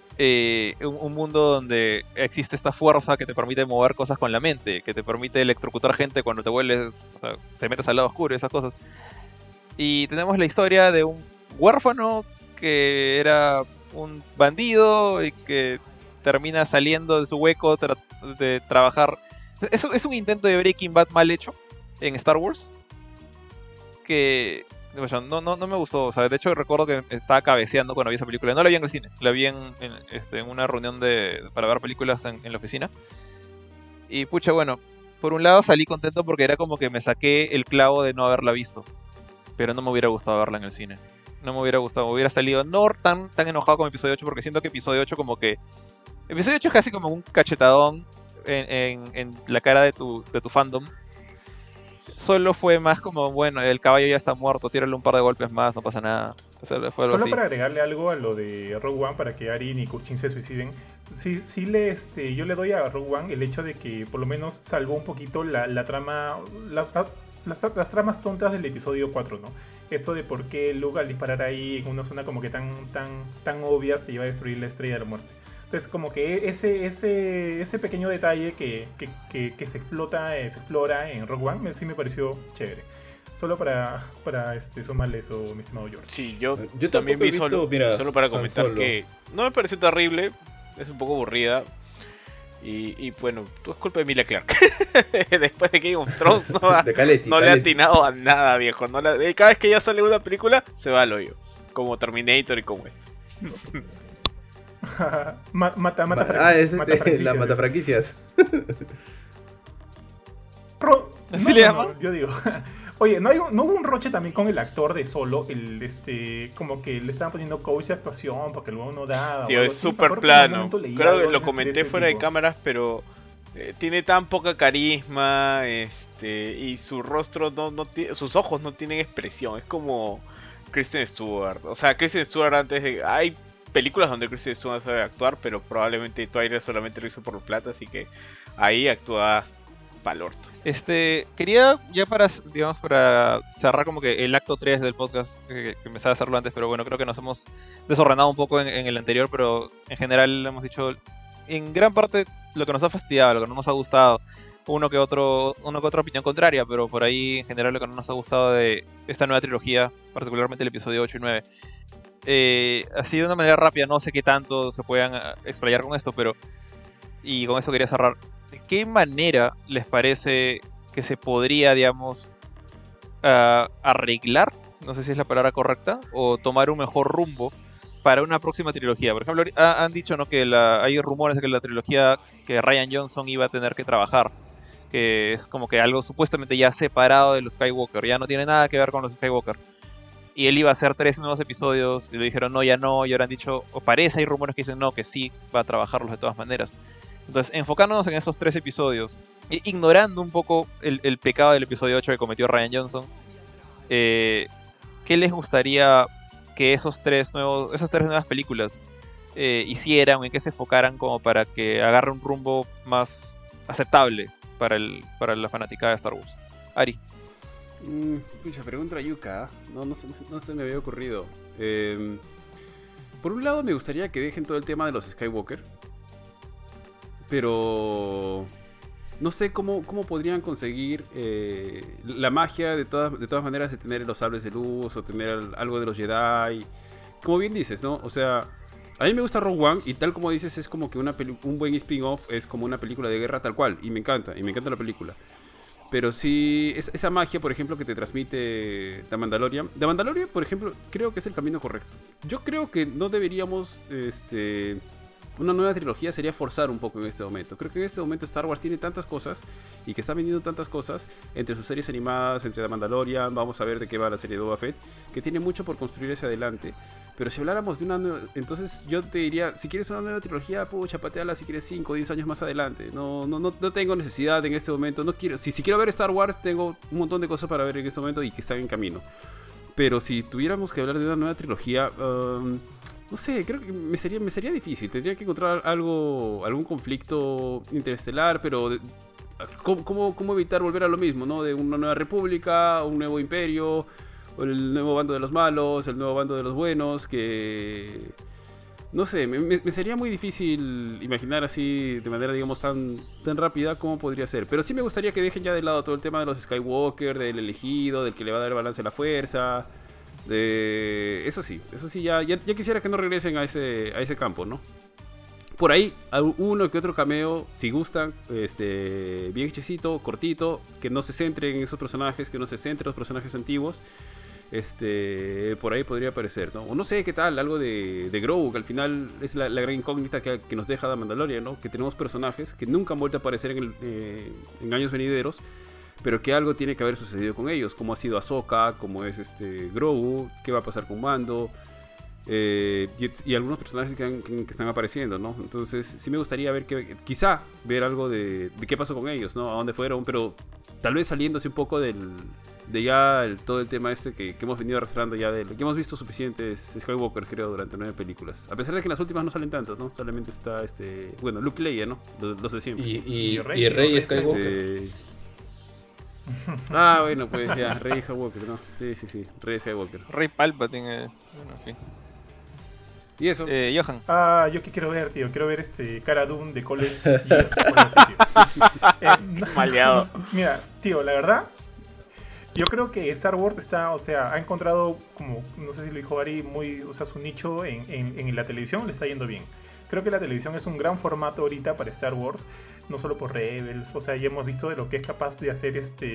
Speaker 1: Un mundo donde existe esta fuerza que te permite mover cosas con la mente, que te permite electrocutar gente cuando te vuelves, o sea, te metes al lado oscuro y esas cosas. Y tenemos la historia de un huérfano que era un bandido y que termina saliendo de su hueco de trabajar. Es un intento de Breaking Bad mal hecho en Star Wars que no me gustó. O sea, de hecho recuerdo que estaba cabeceando cuando vi esa película. No la vi en el cine, la vi en una reunión para ver películas en la oficina. Y pucha, bueno, por un lado salí contento porque era como que me saqué el clavo de no haberla visto, pero no me hubiera gustado verla en el cine. No me hubiera gustado, me hubiera salido no tan enojado como episodio 8, porque siento que episodio 8 como que... Episodio 8 es casi como un cachetadón en la cara de tu fandom. Solo fue más como, bueno, el caballo ya está muerto, tírale un par de golpes más, no pasa nada. O sea, fue algo
Speaker 3: solo
Speaker 1: así.
Speaker 3: Para agregarle algo a lo de Rogue One, para que Arin y Kurchin se suiciden, yo le doy a Rogue One el hecho de que por lo menos salvó un poquito la trama, las tramas tontas del episodio 4, ¿no? Esto de por qué Luke al disparar ahí en una zona como que tan obvia se iba a destruir la Estrella de la Muerte. Entonces como que ese pequeño detalle que se explora en Rogue One sí me pareció chévere. Solo para sumarle eso, mi estimado George.
Speaker 5: Sí, yo también vi solo para comentar que no me pareció terrible, es un poco aburrida. Y bueno, todo es culpa de Emilia Clarke. Después de Game of Thrones no le ha atinado a nada, viejo. Cada vez que ya sale una película, se va al hoyo. Como Terminator y como esto.
Speaker 3: Mata
Speaker 6: la mata franquicias.
Speaker 1: ¿Así le llaman?
Speaker 3: Yo digo. Oye, ¿no hubo un roche también con el actor de Solo? Como que le estaban poniendo coach de actuación porque luego no daba.
Speaker 5: Tío, es súper plano. Creo que lo comenté fuera de cámaras, pero tiene tan poca carisma, y su rostro sus ojos no tienen expresión. Es como Kristen Stewart. O sea, Kristen Stewart hay películas donde Kristen Stewart sabe actuar, pero probablemente Twilight solamente lo hizo por plata, así que ahí actúa pa'l orto.
Speaker 1: Quería ya para cerrar como que el acto 3 del podcast, que empezaba a hacerlo antes, pero bueno, creo que nos hemos desordenado un poco en el anterior, pero en general hemos dicho en gran parte lo que nos ha fastidiado, lo que no nos ha gustado, uno que otra opinión contraria, pero por ahí en general lo que no nos ha gustado de esta nueva trilogía, particularmente el episodio 8 y 9. Así de una manera rápida, no sé qué tanto se puedan explayar con esto, pero y con eso quería cerrar. ¿De qué manera les parece que se podría, digamos, arreglar, no sé si es la palabra correcta, o tomar un mejor rumbo para una próxima trilogía? Por ejemplo, han dicho, ¿no?, que hay rumores de que la trilogía que Rian Johnson iba a tener que trabajar, que es como que algo supuestamente ya separado de los Skywalker, ya no tiene nada que ver con los Skywalker. Y él iba a hacer 3 nuevos episodios y le dijeron no, ya no, y ahora han dicho, o parece, hay rumores que dicen no, que sí, va a trabajarlos de todas maneras. Entonces, enfocándonos en esos 3 episodios, ignorando un poco el pecado del episodio 8 que cometió Rian Johnson, ¿qué les gustaría que esas 3 nuevas películas hicieran o en qué se enfocaran como para que agarre un rumbo más aceptable para la fanaticada de Star Wars? Ari.
Speaker 2: Pucha, pregunta a Yuka. No se me había ocurrido. Por un lado me gustaría que dejen todo el tema de los Skywalker, pero no sé cómo podrían conseguir la magia de todas maneras de tener los sables de luz o tener algo de los Jedi. Como bien dices, ¿no? O sea, a mí me gusta Rogue One y tal como dices es como que un buen spin-off, es como una película de guerra tal cual, y me encanta la película. Pero sí, esa magia, por ejemplo, que te transmite The Mandalorian. The Mandalorian, por ejemplo, creo que es el camino correcto. Yo creo que no deberíamos, una nueva trilogía sería forzar un poco en este momento. Creo que en este momento Star Wars tiene tantas cosas y que está vendiendo tantas cosas entre sus series animadas, entre The Mandalorian, vamos a ver de qué va la serie de Boba Fett, que tiene mucho por construir hacia adelante. Pero si habláramos de una nueva, entonces yo te diría, si quieres una nueva trilogía, pucha, pateala si quieres 5 o 10 años más adelante. No tengo necesidad en este momento, no quiero. Si quiero ver Star Wars, tengo un montón de cosas para ver en este momento y que están en camino. Pero si tuviéramos que hablar de una nueva trilogía, no sé, creo que me sería difícil. Tendría que encontrar algún conflicto interestelar, pero ¿cómo evitar volver a lo mismo, ¿no? De una nueva república, un nuevo imperio, o el nuevo bando de los malos, el nuevo bando de los buenos, que... No sé, me sería muy difícil imaginar así de manera, digamos, tan rápida cómo podría ser. Pero sí me gustaría que dejen ya de lado todo el tema de los Skywalker, del elegido, del que le va a dar balance a la fuerza. Eso sí, ya quisiera que no regresen a ese campo, ¿no? Por ahí, uno que otro cameo, si gustan, bien hechecito, cortito, que no se centre en esos personajes, que no se centre en los personajes antiguos. Por ahí podría aparecer, ¿no? O no sé qué tal, algo de Grogu, que al final es la gran incógnita que nos deja The Mandalorian, ¿no? Que tenemos personajes que nunca han vuelto a aparecer en años venideros, pero que algo tiene que haber sucedido con ellos, como ha sido Ahsoka, como es Grogu, qué va a pasar con Mando, y algunos personajes que están apareciendo, ¿no? Entonces sí me gustaría quizá ver algo de qué pasó con ellos, ¿no? A dónde fueron, pero tal vez saliéndose un poco de todo el tema que hemos venido arrastrando ya que hemos visto suficientes Skywalker, creo, durante 9 películas. A pesar de que en las últimas no salen tantos, ¿no? Solamente está Luke y Leia, ¿no? Los de siempre.
Speaker 6: Y Rey Skywalker.
Speaker 2: Bueno, pues ya, Rey Skywalker, ¿no? Sí, Rey Skywalker.
Speaker 1: Rey Palpatine, bueno, en fin.
Speaker 2: ¿Y eso?
Speaker 1: Johan.
Speaker 3: Yo qué quiero ver, tío. Quiero ver Cara Dune de College.
Speaker 5: Maleado.
Speaker 3: Mira, tío, la verdad, yo creo que Star Wars ha encontrado, como, no sé si lo dijo Ari, su nicho en la televisión, le está yendo bien. Creo que la televisión es un gran formato ahorita para Star Wars, no solo por Rebels, o sea, ya hemos visto de lo que es capaz de hacer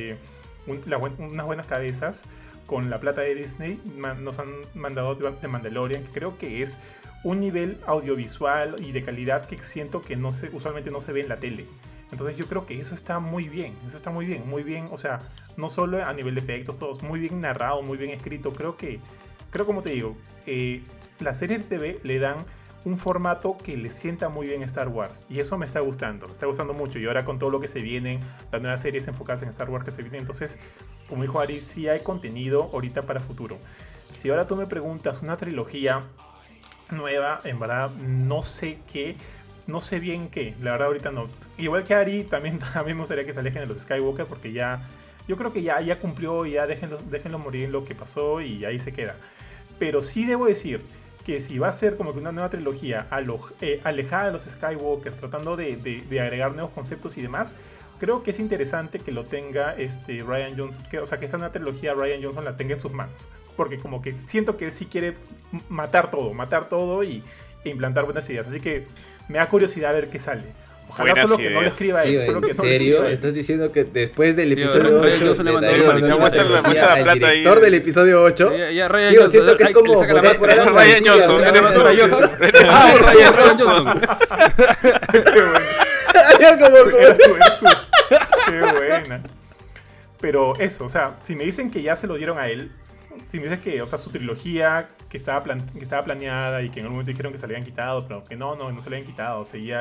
Speaker 3: unas buenas cabezas con la plata de Disney. Nos han mandado de Mandalorian, que creo que es un nivel audiovisual y de calidad que siento que usualmente no se ve en la tele. Entonces yo creo que eso está muy bien, muy bien, o sea, no solo a nivel de efectos, todos muy bien narrado, muy bien escrito. Creo como te digo, las series de TV le dan un formato que le sienta muy bien a Star Wars, y eso me está gustando mucho. Y ahora con todo lo que se viene, las nuevas series enfocadas en Star Wars que se vienen, entonces, como dijo Ari, sí hay contenido ahorita para futuro. Si ahora tú me preguntas una trilogía nueva, en verdad no sé bien qué, la verdad ahorita no. Igual que Ari, también me gustaría que se alejen de los Skywalker, porque yo creo que ya cumplió, ya déjenlo morir en lo que pasó y ahí se queda. Pero sí debo decir que si va a ser como que una nueva trilogía alejada de los Skywalker, tratando de agregar nuevos conceptos y demás, creo que es interesante que lo tenga Rian Johnson, o sea, que esta nueva trilogía Rian Johnson la tenga en sus manos, porque como que siento que él sí quiere matar todo e implantar buenas ideas, así que me da curiosidad a ver qué sale. Ojalá
Speaker 5: Buenas
Speaker 3: solo
Speaker 5: ideas.
Speaker 3: que no lo escriba él.
Speaker 6: Tío,
Speaker 3: Solo que
Speaker 6: ¿en
Speaker 3: no lo
Speaker 6: serio?
Speaker 3: escriba él.
Speaker 6: ¿Estás diciendo que después del episodio
Speaker 2: Tío,
Speaker 6: 8
Speaker 2: Johnson le
Speaker 6: le
Speaker 2: mandó
Speaker 6: daría
Speaker 2: el
Speaker 6: una nueva
Speaker 5: muestra la
Speaker 6: trilogía al
Speaker 5: plata ahí.
Speaker 6: director del episodio 8?
Speaker 2: Ya, Ryan
Speaker 6: Tío,
Speaker 2: Johnson,
Speaker 6: siento que es
Speaker 2: hay
Speaker 6: como
Speaker 2: sacar la
Speaker 6: votar por
Speaker 2: máscara.
Speaker 6: Alan
Speaker 5: Ryan
Speaker 6: García,
Speaker 5: Johnson,
Speaker 6: o sea,
Speaker 5: tenemos a
Speaker 6: Ryan
Speaker 2: Ryan Johnson.
Speaker 3: Qué bueno.
Speaker 6: Ya como-
Speaker 3: Eres tú. Qué buena. Pero eso, o sea, si me dicen que ya se lo dieron a él, si me dicen que, o sea, su trilogía que estaba planeada y que en algún momento dijeron que se le habían quitado, pero que no se le habían quitado,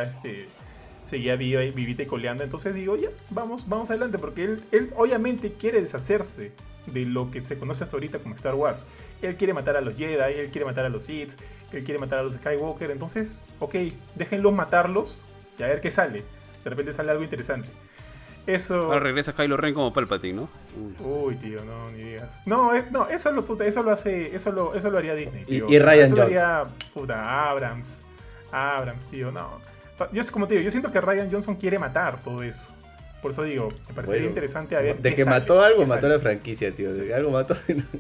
Speaker 3: seguía vivita y coleando, entonces digo, ya, vamos adelante, porque él obviamente quiere deshacerse de lo que se conoce hasta ahorita como Star Wars. Él quiere matar a los Jedi, él quiere matar a los Sith, él quiere matar a los Skywalker, entonces, ok, déjenlos matarlos y a ver qué sale. De repente sale algo interesante. Eso...
Speaker 2: Ahora regresa Kylo Ren como Palpatine, ¿no?
Speaker 3: Uy, tío, no, ni digas. No, eso lo haría Disney, tío.
Speaker 6: Y Rian
Speaker 3: eso lo
Speaker 6: Johnson.
Speaker 3: haría, Abrams, tío, no. Como te digo, yo siento que Rian Johnson quiere matar todo eso. Por eso digo, me parecería
Speaker 6: Bueno,
Speaker 3: interesante a ver
Speaker 6: de
Speaker 3: qué
Speaker 6: que
Speaker 3: sale,
Speaker 6: mató algo,
Speaker 3: qué
Speaker 6: mató
Speaker 3: sale.
Speaker 6: la franquicia, tío. De que algo mató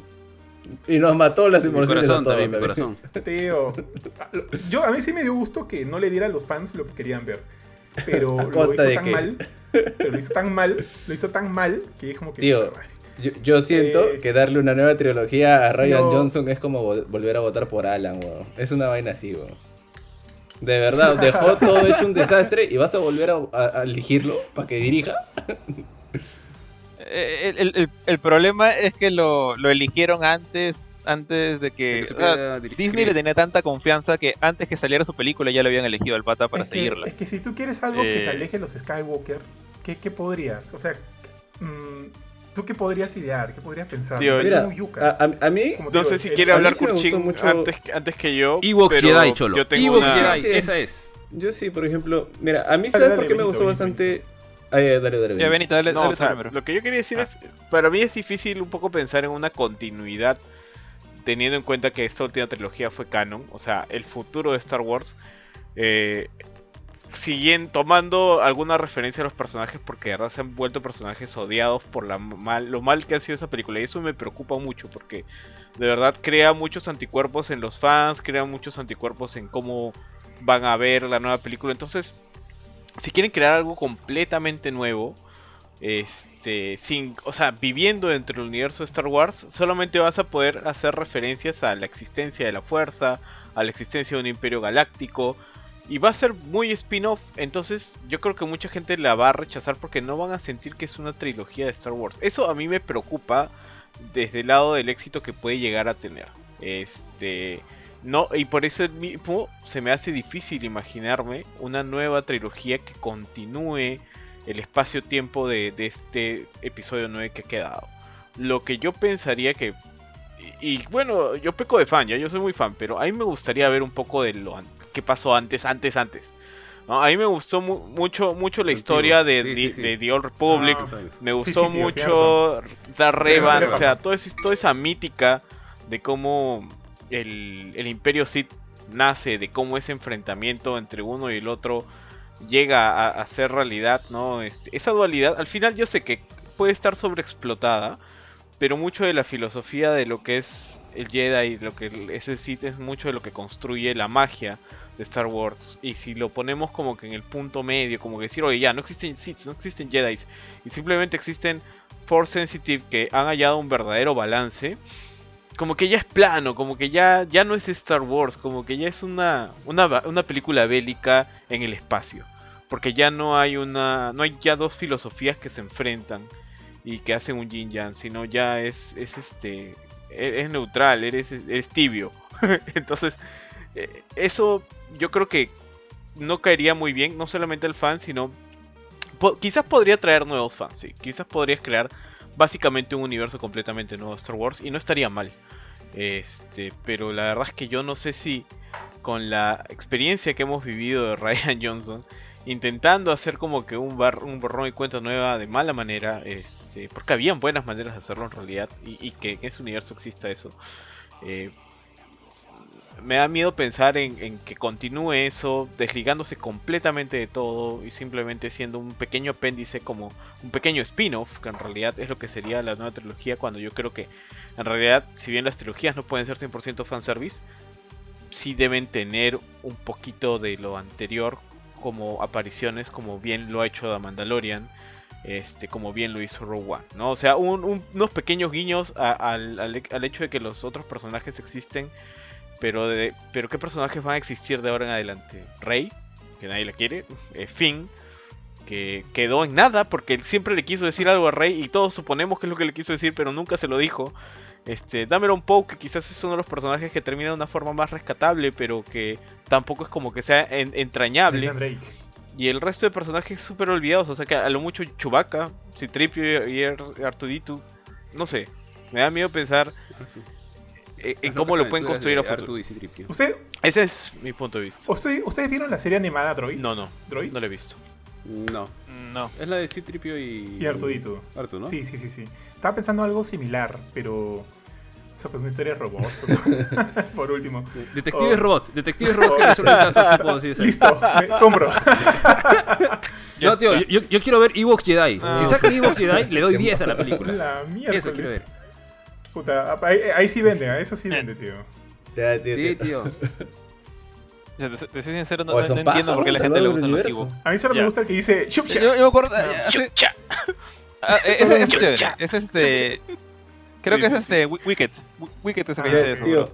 Speaker 6: y nos mató las
Speaker 2: Mi
Speaker 6: emociones
Speaker 2: corazón
Speaker 6: a todos
Speaker 2: también, mi corazón.
Speaker 3: Tío, a mí sí me dio gusto que no le diera a los fans lo que querían ver. Pero
Speaker 6: ¿A
Speaker 3: lo
Speaker 6: costa
Speaker 3: hizo
Speaker 6: de
Speaker 3: tan
Speaker 6: qué?
Speaker 3: mal. Pero lo hizo tan mal que es como que...
Speaker 6: Tío,
Speaker 3: madre.
Speaker 6: yo siento que darle una nueva trilogía a Rian
Speaker 3: No.
Speaker 6: Johnson es como volver a votar por Alan, weón. Es una vaina así, weón. De verdad, dejó todo hecho un desastre y vas a volver a elegirlo para que dirija.
Speaker 1: El problema es que lo eligieron antes de que...
Speaker 2: se
Speaker 1: o sea,
Speaker 2: pueda dirigir.
Speaker 1: Disney le tenía tanta confianza que antes que saliera su película ya lo habían elegido al pata para seguirla.
Speaker 3: Es que si tú quieres algo que se
Speaker 1: Eh.
Speaker 3: aleje de los Skywalker, ¿qué podrías? O sea, ¿tú qué podrías idear? ¿Qué podrías pensar?
Speaker 5: Tío,
Speaker 3: Me parece
Speaker 6: Mira,
Speaker 3: muy yuca.
Speaker 6: a mí,
Speaker 3: Como te
Speaker 5: No
Speaker 3: digo,
Speaker 5: sé si
Speaker 3: el-
Speaker 5: quiere
Speaker 6: a mí
Speaker 5: hablar
Speaker 6: sí me gustó
Speaker 5: Kurchin
Speaker 6: mucho-
Speaker 5: antes que yo.
Speaker 2: Ewoks
Speaker 5: pero
Speaker 2: Jedi, cholo.
Speaker 5: Yo tengo
Speaker 2: Ewoks
Speaker 5: una...
Speaker 2: Jedi,
Speaker 6: Sí.
Speaker 2: esa es.
Speaker 6: yo sí, por ejemplo, mira, a mí
Speaker 3: Dale,
Speaker 6: sabes
Speaker 3: dale,
Speaker 6: por qué me
Speaker 3: Benito,
Speaker 6: gustó
Speaker 3: Benito,
Speaker 6: bastante. Ay, dale,
Speaker 1: Ya,
Speaker 6: Benito.
Speaker 1: Benito, dale,
Speaker 5: No,
Speaker 1: dale
Speaker 5: o sea,
Speaker 1: tú primero.
Speaker 5: lo que yo quería decir es, para mí es difícil un poco pensar en una continuidad teniendo en cuenta que esta última trilogía fue canon, o sea, el futuro de Star Wars, tomando alguna referencia a los personajes porque de verdad se han vuelto personajes odiados por lo mal que ha sido esa película, y eso me preocupa mucho porque de verdad crea muchos anticuerpos en los fans, crea muchos anticuerpos en cómo van a ver la nueva película. Entonces, si quieren crear algo completamente nuevo, viviendo dentro del universo de Star Wars, solamente vas a poder hacer referencias a la existencia de la fuerza, a la existencia de un imperio galáctico, y va a ser muy spin-off. Entonces yo creo que mucha gente la va a rechazar porque no van a sentir que es una trilogía de Star Wars. Eso a mí me preocupa desde el lado del éxito que puede llegar a tener. No, y por eso mismo se me hace difícil imaginarme una nueva trilogía que continúe el espacio-tiempo de este episodio 9 que ha quedado. Lo que yo pensaría que... Y bueno, yo peco de fan, yo soy muy fan, pero a mí me gustaría ver un poco de lo que pasó antes. ¿No? A mí me gustó mucho la historia de The Old Republic. Me gustó
Speaker 3: tío,
Speaker 5: mucho Darth Revan,
Speaker 3: Pero-
Speaker 5: o sea, toda esa mítica de cómo el Imperio Sith nace, de cómo ese enfrentamiento entre uno y el otro llega a ser realidad, ¿no? Esa dualidad, al final yo sé que puede estar sobreexplotada, pero mucho de la filosofía de lo que es el Jedi, lo que es el Sith, es mucho de lo que construye la magia de Star Wars, y si lo ponemos como que en el punto medio, como que decir, oye, ya, no existen Sith, no existen Jedi, y simplemente existen Force Sensitive que han hallado un verdadero balance, como que ya es plano, como que ya no es Star Wars, como que ya es una película bélica en el espacio, porque ya no hay ya dos filosofías que se enfrentan y que hacen un yin yang, sino ya es neutral, eres tibio. Entonces, eso yo creo que no caería muy bien, no solamente al fan, sino quizás podría traer nuevos fans, sí. Quizás podrías crear básicamente un universo completamente nuevo de Star Wars y no estaría mal. Pero la verdad es que yo no sé si con la experiencia que hemos vivido de Rian Johnson intentando hacer como que un borrón y cuenta nueva de mala manera, porque habían buenas maneras de hacerlo en realidad, y que en ese universo exista eso, me da miedo pensar en que continúe eso, desligándose completamente de todo y simplemente siendo un pequeño apéndice, como un pequeño spin-off, que en realidad es lo que sería la nueva trilogía, cuando yo creo que en realidad, si bien las trilogías no pueden ser 100% fanservice, sí deben tener un poquito de lo anterior, como apariciones, como bien lo ha hecho The Mandalorian, como bien lo hizo Rogue One, ¿no? O sea, unos pequeños guiños al hecho de que los otros personajes existen, pero ¿qué personajes van a existir de ahora en adelante? Rey, que nadie la quiere, Finn, que quedó en nada porque él siempre le quiso decir algo a Rey y todos suponemos que es lo que le quiso decir, pero nunca se lo dijo. Dameron Poe, que quizás es uno de los personajes que termina de una forma más rescatable, pero que tampoco es como que sea entrañable. Y el resto de personajes súper olvidados, o sea que a lo mucho Chewbacca, C-3PO y R2-D2, no sé, me da miedo pensar en cómo lo pueden construir a futuro. Ese es mi punto de vista.
Speaker 3: ¿Ustedes vieron la serie animada Droids?
Speaker 5: No
Speaker 3: ¿Droids?
Speaker 5: la he visto.
Speaker 2: No. Es la de C-3PO y
Speaker 3: R2-D2.
Speaker 2: Artu, ¿no?
Speaker 3: Sí. Estaba pensando algo similar, pero... Eso pues una historia de robots, por último.
Speaker 2: Detectives robot que resuelven casos tipo... Sí,
Speaker 3: listo, compro.
Speaker 2: No, tío, yo quiero ver Ewoks Jedi. Si sacan Ewoks Jedi, le doy 10 a la película.
Speaker 3: La mierda.
Speaker 2: Eso quiero ver.
Speaker 3: Puta, ahí sí vende, eso sí vende, tío.
Speaker 6: Ya, tío,
Speaker 2: Sí, tío.
Speaker 1: Te soy sincero, no entiendo por qué la gente le gustan los Ewoks.
Speaker 3: A mí solo me gusta el que dice Chupcha.
Speaker 1: Yo me acuerdo... Ese es chévere. Es creo que es Wicked. Wicked es el que dice eso, bro.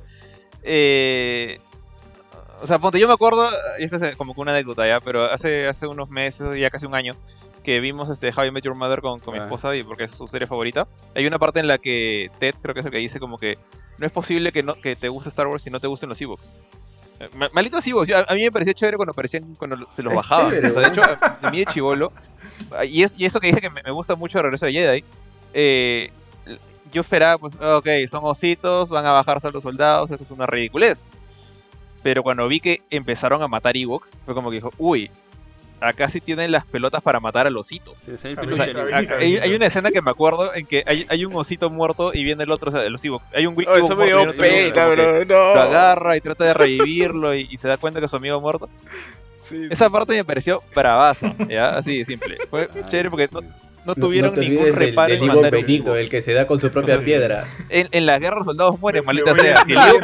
Speaker 1: O sea, ponte, yo me acuerdo, y esta es como que una anécdota ya, pero hace unos meses, ya casi un año, que vimos How I Met Your Mother con mi esposa, y porque es su serie favorita. Hay una parte en la que Ted, creo que es el que dice como que no es posible que te guste Star Wars si no te gusten los Ewoks. Malitos Ewoks, a mí me parecía chévere cuando se los bajaban. O sea, de hecho, a mí de chibolo, y eso que dije que me gusta mucho de Regreso de Jedi, yo esperaba, pues, ok, son ositos, van a bajarse a los soldados, esto es una ridiculez. Pero cuando vi que empezaron a matar Ewoks, fue como que dijo, uy, acá sí tienen las pelotas para matar al osito.
Speaker 2: Sí, sí,
Speaker 3: O sea,
Speaker 1: hay una escena que me acuerdo en que hay un osito muerto y viene el otro, o sea, de los Ewoks. Hay un Ewok
Speaker 5: Eso me dio
Speaker 1: muerto y viene otro
Speaker 5: pena,
Speaker 1: Ewok
Speaker 5: bro, no.
Speaker 1: lo agarra y trata de revivirlo y se da cuenta que su amigo ha muerto.
Speaker 5: Sí.
Speaker 1: Esa parte me pareció bravaza, ¿ya? Así de simple. Fue chévere porque no tuvieron
Speaker 6: te
Speaker 1: ningún
Speaker 6: olvides
Speaker 1: reparo
Speaker 6: del
Speaker 1: en
Speaker 6: Ewok
Speaker 1: mandar un
Speaker 6: Benito,
Speaker 1: Ewok.
Speaker 6: el que se da con su propia piedra.
Speaker 1: En la guerra los soldados mueren,
Speaker 3: Me
Speaker 1: maldita
Speaker 3: voy
Speaker 1: sea.
Speaker 3: a-
Speaker 1: Si el Ewok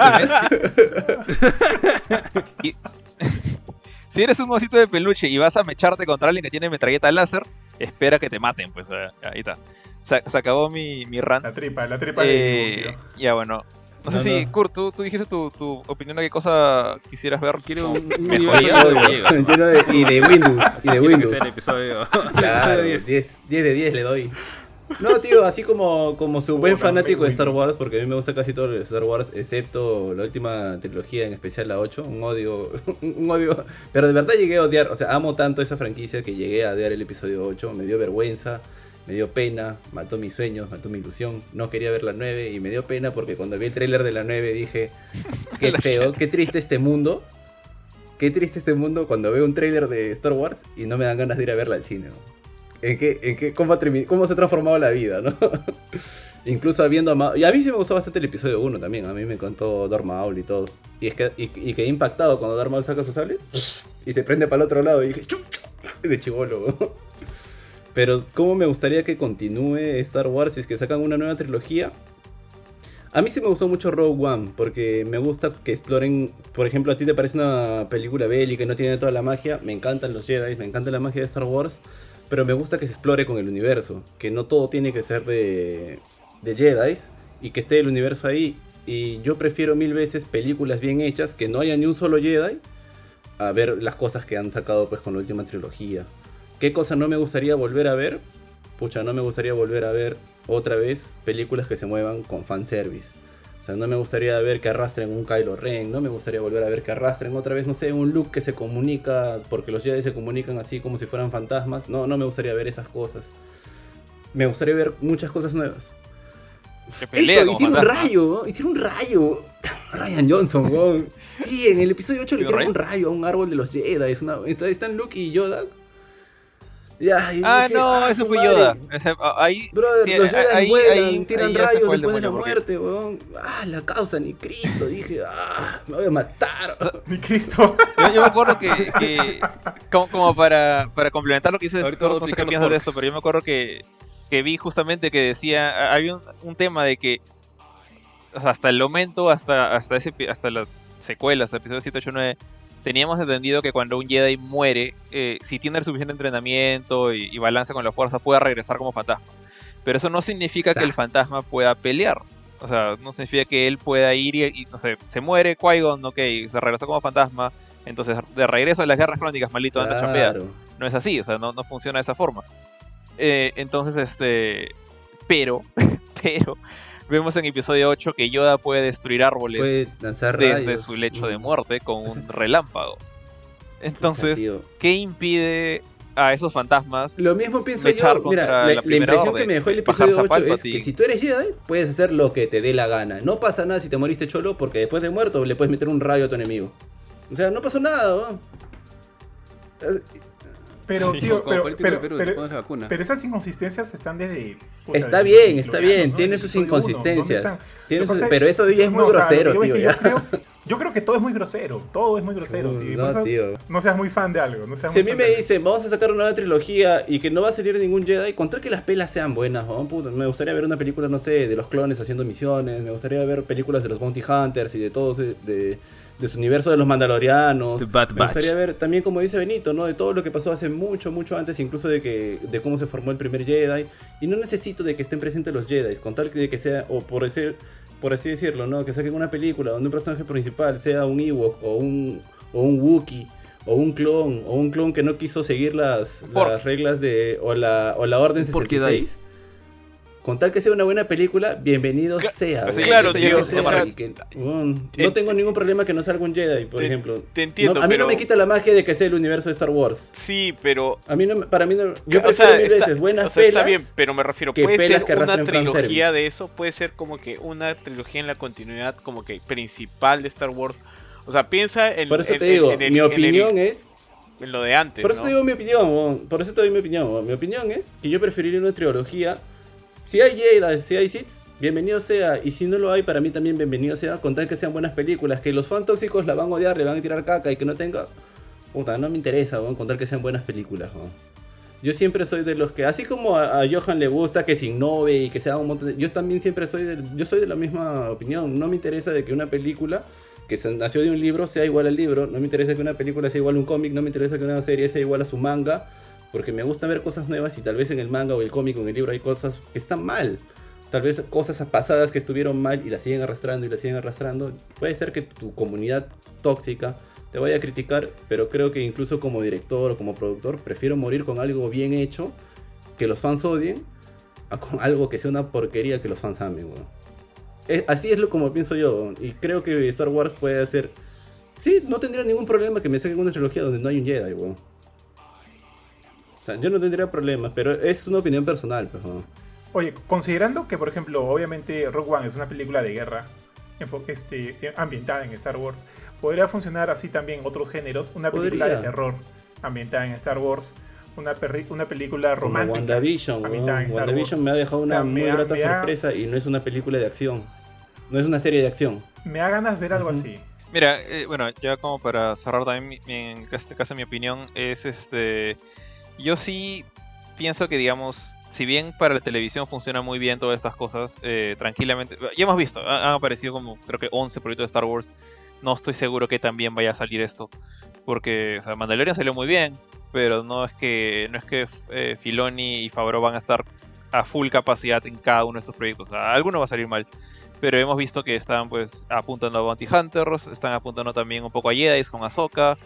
Speaker 1: y- si eres un osito de peluche y vas a mecharte contra alguien que tiene metralleta láser, espera que te maten, pues ahí está. Se acabó mi rant.
Speaker 3: La tripa de Ewok, tío.
Speaker 1: Ya bueno. No sé
Speaker 6: No,
Speaker 1: si,
Speaker 6: no.
Speaker 1: Kurt, tú dijiste tu opinión de qué cosa quisieras ver.
Speaker 2: Quiero un
Speaker 1: Mejoría.
Speaker 2: universo de Diego.
Speaker 6: Lleno y de Windows. Y de
Speaker 2: Tiene que
Speaker 6: Windows.
Speaker 2: ser el episodio.
Speaker 6: Claro,
Speaker 2: episodio
Speaker 6: 10 de 10 le doy. No, tío, así como su buen
Speaker 3: Puta,
Speaker 6: fanático de
Speaker 3: muy
Speaker 6: Star
Speaker 3: bueno.
Speaker 6: Wars, porque a mí me gusta casi todo de Star Wars, excepto la última trilogía, en especial la 8, un odio, pero de verdad llegué a odiar, o sea, amo tanto esa franquicia que llegué a odiar el episodio 8, me dio vergüenza, me dio pena, mató mis sueños, mató mi ilusión, no quería ver la 9 y me dio pena porque cuando vi el tráiler de la 9 dije, qué feo, qué triste este mundo cuando veo un tráiler de Star Wars y no me dan ganas de ir a verla al cine, ¿no? ¿Cómo se ha transformado la vida, ¿no? Incluso habiendo amado... Y a mí sí me gustó bastante el episodio 1 también. A mí me encantó Darth Maul y todo. Y quedé impactado cuando Darth Maul saca su sable y se prende para el otro lado. Y dije, ¡chucha! De chibolo. Pero cómo me gustaría que continúe Star Wars si es que sacan una nueva trilogía. A mí sí me gustó mucho Rogue One, porque me gusta que exploren, por ejemplo, a ti te parece una película bélica y no tiene toda la magia, me encantan los Jedi, me encanta la magia de Star Wars, pero me gusta que se explore con el universo, que no todo tiene que ser de Jedi y que esté el universo ahí. Y yo prefiero mil veces películas bien hechas, que no haya ni un solo Jedi, a ver las cosas que han sacado pues con la última trilogía. ¿Qué cosa no me gustaría volver a ver? Pucha, no me gustaría volver a ver otra vez películas que se muevan con fanservice. O sea, no me gustaría ver que arrastren un Kylo Ren, no me gustaría volver a ver que arrastren otra vez, no sé, un Luke que se comunica, porque los Jedi se comunican así como si fueran fantasmas. No, no me gustaría ver esas cosas. Me gustaría ver muchas cosas nuevas.
Speaker 1: Que pelea
Speaker 6: Eso, y
Speaker 1: como
Speaker 6: tiene un
Speaker 1: fantasma.
Speaker 6: rayo, y tiene un rayo. Ryan Johnson, weón. Sí, en el episodio 8 le
Speaker 1: ¿Tiene
Speaker 6: tiran un rayo a un árbol de los Jedi. Están Luke y Yoda. Ya, y
Speaker 1: Ah,
Speaker 6: dije,
Speaker 1: no, ese
Speaker 6: su
Speaker 1: fue
Speaker 6: madre.
Speaker 1: Yoda. Ahí,
Speaker 6: Brother,
Speaker 1: sí,
Speaker 6: los Jedi
Speaker 1: ahí
Speaker 6: vuelan, tiran
Speaker 1: ya se
Speaker 6: rayos
Speaker 1: fue el
Speaker 6: después de la
Speaker 1: demonio, porque-
Speaker 6: muerte, weón. La causa, ni Cristo. Dije, me voy a matar.
Speaker 3: Mi Cristo.
Speaker 1: Yo me acuerdo que como para complementar lo que dices,
Speaker 2: Ahorita vamos a
Speaker 1: no sé qué
Speaker 2: explicar los
Speaker 1: piensas de
Speaker 2: porks.
Speaker 1: esto, pero yo me acuerdo que vi justamente que decía, había un tema de que, o sea, hasta el momento, hasta las secuelas, episodio 7, 8, 9, teníamos entendido que cuando un Jedi muere, si tiene el suficiente entrenamiento y balance con la fuerza, puede regresar como fantasma. Pero eso no significa que el fantasma pueda pelear. O sea, no significa que él pueda ir y no sé, se muere Qui-Gon, ok, se regresó como fantasma, entonces de regreso a las guerras crónicas, maldito, anda a chambear.
Speaker 6: Claro.
Speaker 1: No es así, o sea, no funciona de esa forma. Entonces, pero vemos en episodio 8 que Yoda puede destruir árboles
Speaker 6: Puede lanzar
Speaker 1: desde
Speaker 6: rayos.
Speaker 1: su lecho de muerte con un relámpago. Entonces,
Speaker 6: Tío.
Speaker 1: ¿qué impide a esos fantasmas?
Speaker 6: Lo mismo pienso
Speaker 1: mechar
Speaker 6: yo. Mira,
Speaker 1: contra
Speaker 6: la
Speaker 1: la primera
Speaker 6: impresión
Speaker 1: orden,
Speaker 6: que me dejó el
Speaker 1: bajarse
Speaker 6: episodio
Speaker 1: a
Speaker 6: 8 es
Speaker 1: Palpatine.
Speaker 6: que si tú eres Jedi, puedes hacer lo que te dé la gana. No pasa nada si te moriste cholo, porque después de muerto le puedes meter un rayo a tu enemigo. O sea, no pasó nada, ¿no?
Speaker 3: Pero,
Speaker 1: Sí,
Speaker 3: tío,
Speaker 2: Como político de Perú, te pones la vacuna.
Speaker 3: pero esas inconsistencias están desde... puta,
Speaker 6: Está
Speaker 3: desde
Speaker 6: bien,
Speaker 3: los
Speaker 6: está
Speaker 3: clonianos,
Speaker 6: bien,
Speaker 3: ¿no?
Speaker 6: tiene
Speaker 3: Desde
Speaker 6: sus
Speaker 3: el episodio uno, ¿dónde
Speaker 6: inconsistencias.
Speaker 3: están?
Speaker 6: Tiene
Speaker 3: Lo que
Speaker 6: sus-
Speaker 3: pasa es-
Speaker 6: pero eso ya es muy
Speaker 3: no, o sea,
Speaker 6: grosero,
Speaker 3: lo que
Speaker 6: tío.
Speaker 3: digo es
Speaker 6: ya.
Speaker 3: que yo creo que todo es muy grosero, todo es muy grosero, tío. y por
Speaker 6: No,
Speaker 3: eso
Speaker 6: tío.
Speaker 3: no seas muy fan de algo, no seas
Speaker 6: Si a
Speaker 3: muy
Speaker 6: mí
Speaker 3: fan
Speaker 6: me
Speaker 3: de algo.
Speaker 6: dicen, vamos a sacar una nueva trilogía y que no va a salir ningún Jedi, contar que las pelas sean buenas, ¿no? Puta, me gustaría ver una película, no sé, de los clones haciendo misiones, me gustaría ver películas de los Bounty Hunters y de todos, de su universo de los Mandalorianos.
Speaker 5: The Bad
Speaker 6: Me
Speaker 5: Batch.
Speaker 6: gustaría ver también, como dice Benito, ¿no? De todo lo que pasó hace mucho, mucho antes, incluso de cómo se formó el primer Jedi. Y no necesito de que estén presentes los Jedi, con tal de que sea, o por así decirlo, ¿no? Que saquen una película donde un personaje principal sea un Ewok o un Wookiee. O un clon que no quiso seguir las reglas de o la orden
Speaker 5: ¿Por qué
Speaker 6: 66. Con tal que sea una buena película, bienvenido sea.
Speaker 1: sí,
Speaker 6: weón.
Speaker 1: claro,
Speaker 6: Bienvenido
Speaker 1: tío,
Speaker 6: sea,
Speaker 1: o sea,
Speaker 6: y que, weón, no tengo ningún problema que no salga un Jedi, por ejemplo.
Speaker 5: te entiendo,
Speaker 6: No, a mí
Speaker 5: pero-
Speaker 6: no me quita la magia de que sea el universo de Star Wars.
Speaker 5: Sí, pero...
Speaker 6: A mí no, para mí no, yo
Speaker 5: o
Speaker 6: prefiero
Speaker 5: sea,
Speaker 6: mil veces buenas
Speaker 5: o sea, está
Speaker 6: pelas.
Speaker 5: bien, pero me refiero,
Speaker 6: que
Speaker 5: puede
Speaker 6: pelas
Speaker 5: ser
Speaker 6: que
Speaker 5: una
Speaker 6: arrastren
Speaker 5: trilogía
Speaker 6: fanservice.
Speaker 5: de eso, puede ser como que una trilogía en la continuidad como que principal de Star Wars. O sea, piensa en,
Speaker 6: Por eso
Speaker 5: en-
Speaker 6: te digo,
Speaker 5: en el-
Speaker 6: mi
Speaker 5: en el-
Speaker 6: opinión es.
Speaker 5: en lo de antes,
Speaker 6: Por eso
Speaker 5: ¿no?
Speaker 6: te digo mi opinión, weón, por eso te doy mi opinión. Weón. Mi opinión es que yo preferiría una trilogía. Si hay Jedi, si hay Sith, bienvenido sea. Y si no lo hay, para mí también bienvenido sea. Con tal que sean buenas películas. Que los fan tóxicos la van a odiar, le van a tirar caca y que no tenga. Puta, no me interesa, weón, con tal que sean buenas películas, weón. Yo siempre soy de los que, así como a Johan le gusta que se innove y que sea un montón de... Yo también siempre soy de la misma opinión. No me interesa de que una película que nació de un libro sea igual al libro. No me interesa que una película sea igual a un cómic. No me interesa que una serie sea igual a su manga. Porque me gusta ver cosas nuevas y tal vez en el manga o el cómic o en el libro hay cosas que están mal. Tal vez cosas pasadas que estuvieron mal y las siguen arrastrando y las siguen arrastrando. Puede ser que tu comunidad tóxica te vaya a criticar, pero creo que incluso como director o como productor prefiero morir con algo bien hecho que los fans odien a con algo que sea una porquería que los fans amen, weón. Así es lo como pienso yo, weón. Y creo que Star Wars puede hacer... Sí, no tendría ningún problema que me saquen una trilogía donde no hay un Jedi, weón. O sea, yo no tendría problemas, pero es una opinión personal, pues, weón.
Speaker 3: Oye, considerando que, por ejemplo, obviamente Rogue One es una película de guerra ambientada en Star Wars, podría funcionar así también otros géneros. Una película
Speaker 6: Podría.
Speaker 3: de terror ambientada en Star Wars, una película
Speaker 6: Como
Speaker 3: romántica
Speaker 6: WandaVision, weón.
Speaker 3: ambientada en Star
Speaker 6: WandaVision
Speaker 3: Wars.
Speaker 6: me ha dejado una
Speaker 3: O sea,
Speaker 6: muy
Speaker 3: me ha-
Speaker 6: grata
Speaker 3: me ha-
Speaker 6: sorpresa y no es una película de acción. No es una serie de acción.
Speaker 3: Me da ganas de ver algo
Speaker 6: Ujú.
Speaker 3: así.
Speaker 1: Mira, bueno, ya como para cerrar también en este caso mi opinión es yo sí pienso que digamos si bien para la televisión funciona muy bien todas estas cosas, tranquilamente, ya hemos visto, han aparecido como creo que 11 proyectos de Star Wars. No estoy seguro que también vaya a salir esto, porque o sea, Mandalorian salió muy bien, pero no es que Filoni y Favreau van a estar a full capacidad en cada uno de estos proyectos. O sea, alguno va a salir mal, pero hemos visto que están pues apuntando a Bounty Hunters, están apuntando también un poco a Jedi con Ahsoka.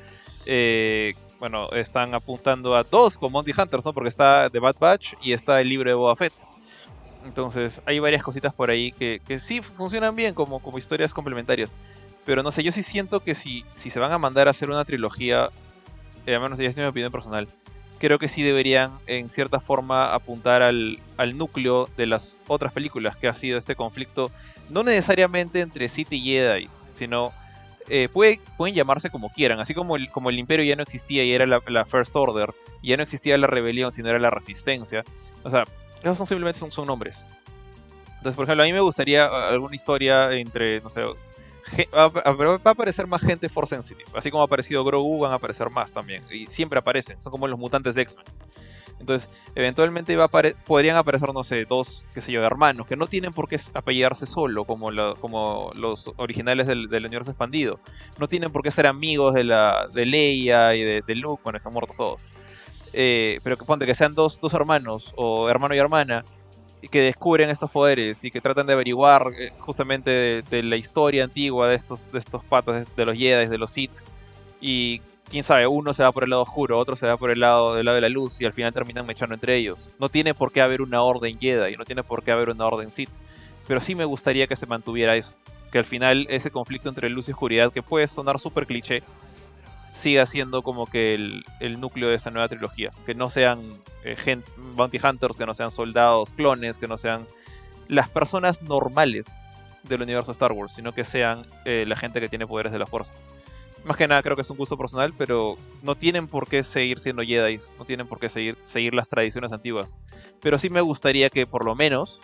Speaker 1: Bueno, están apuntando a dos con Bounty Hunters, ¿no? Porque está The Bad Batch y está el libro de Boba Fett. Entonces hay varias cositas por ahí que sí funcionan bien como historias complementarias. Pero no sé, yo sí siento que si se van a mandar a hacer una trilogía, al menos ya es mi opinión personal, creo que sí deberían en cierta forma apuntar al núcleo de las otras películas, que ha sido este conflicto, no necesariamente entre Sith y Jedi, sino pueden llamarse como quieran, así como el Imperio ya no existía y era la First Order, y ya no existía la rebelión, sino era la resistencia. O sea, esos simplemente son nombres. Entonces, por ejemplo, a mí me gustaría alguna historia entre, no sé, va a aparecer más gente Force Sensitive. Así como ha aparecido Grogu, van a aparecer más también. Y siempre aparecen, son como los mutantes de X-Men. Entonces, eventualmente podrían aparecer, no sé, dos, qué sé yo, hermanos, que no tienen por qué apellidarse solo, como los originales del universo expandido. No tienen por qué ser amigos de Leia y de Luke, bueno, están muertos todos. Pero que ponte que sean dos hermanos, o hermano y hermana, y que descubren estos poderes y que tratan de averiguar justamente de la historia antigua de estos patos, de los Jedi, de los Sith. Y quién sabe, uno se va por el lado oscuro, otro se va por el lado de la luz y al final terminan mechando entre ellos. No tiene por qué haber una orden Jedi, no tiene por qué haber una orden Sith. Pero sí me gustaría que se mantuviera eso. Que al final ese conflicto entre luz y oscuridad, que puede sonar súper cliché, siga siendo como que el núcleo de esta nueva trilogía. Que no sean Bounty Hunters, que no sean soldados, clones, que no sean las personas normales del universo Star Wars, sino que sean la gente que tiene poderes de la fuerza. Más que nada creo que es un gusto personal, pero no tienen por qué seguir siendo Jedi, no tienen por qué seguir las tradiciones antiguas. Pero sí me gustaría que por lo menos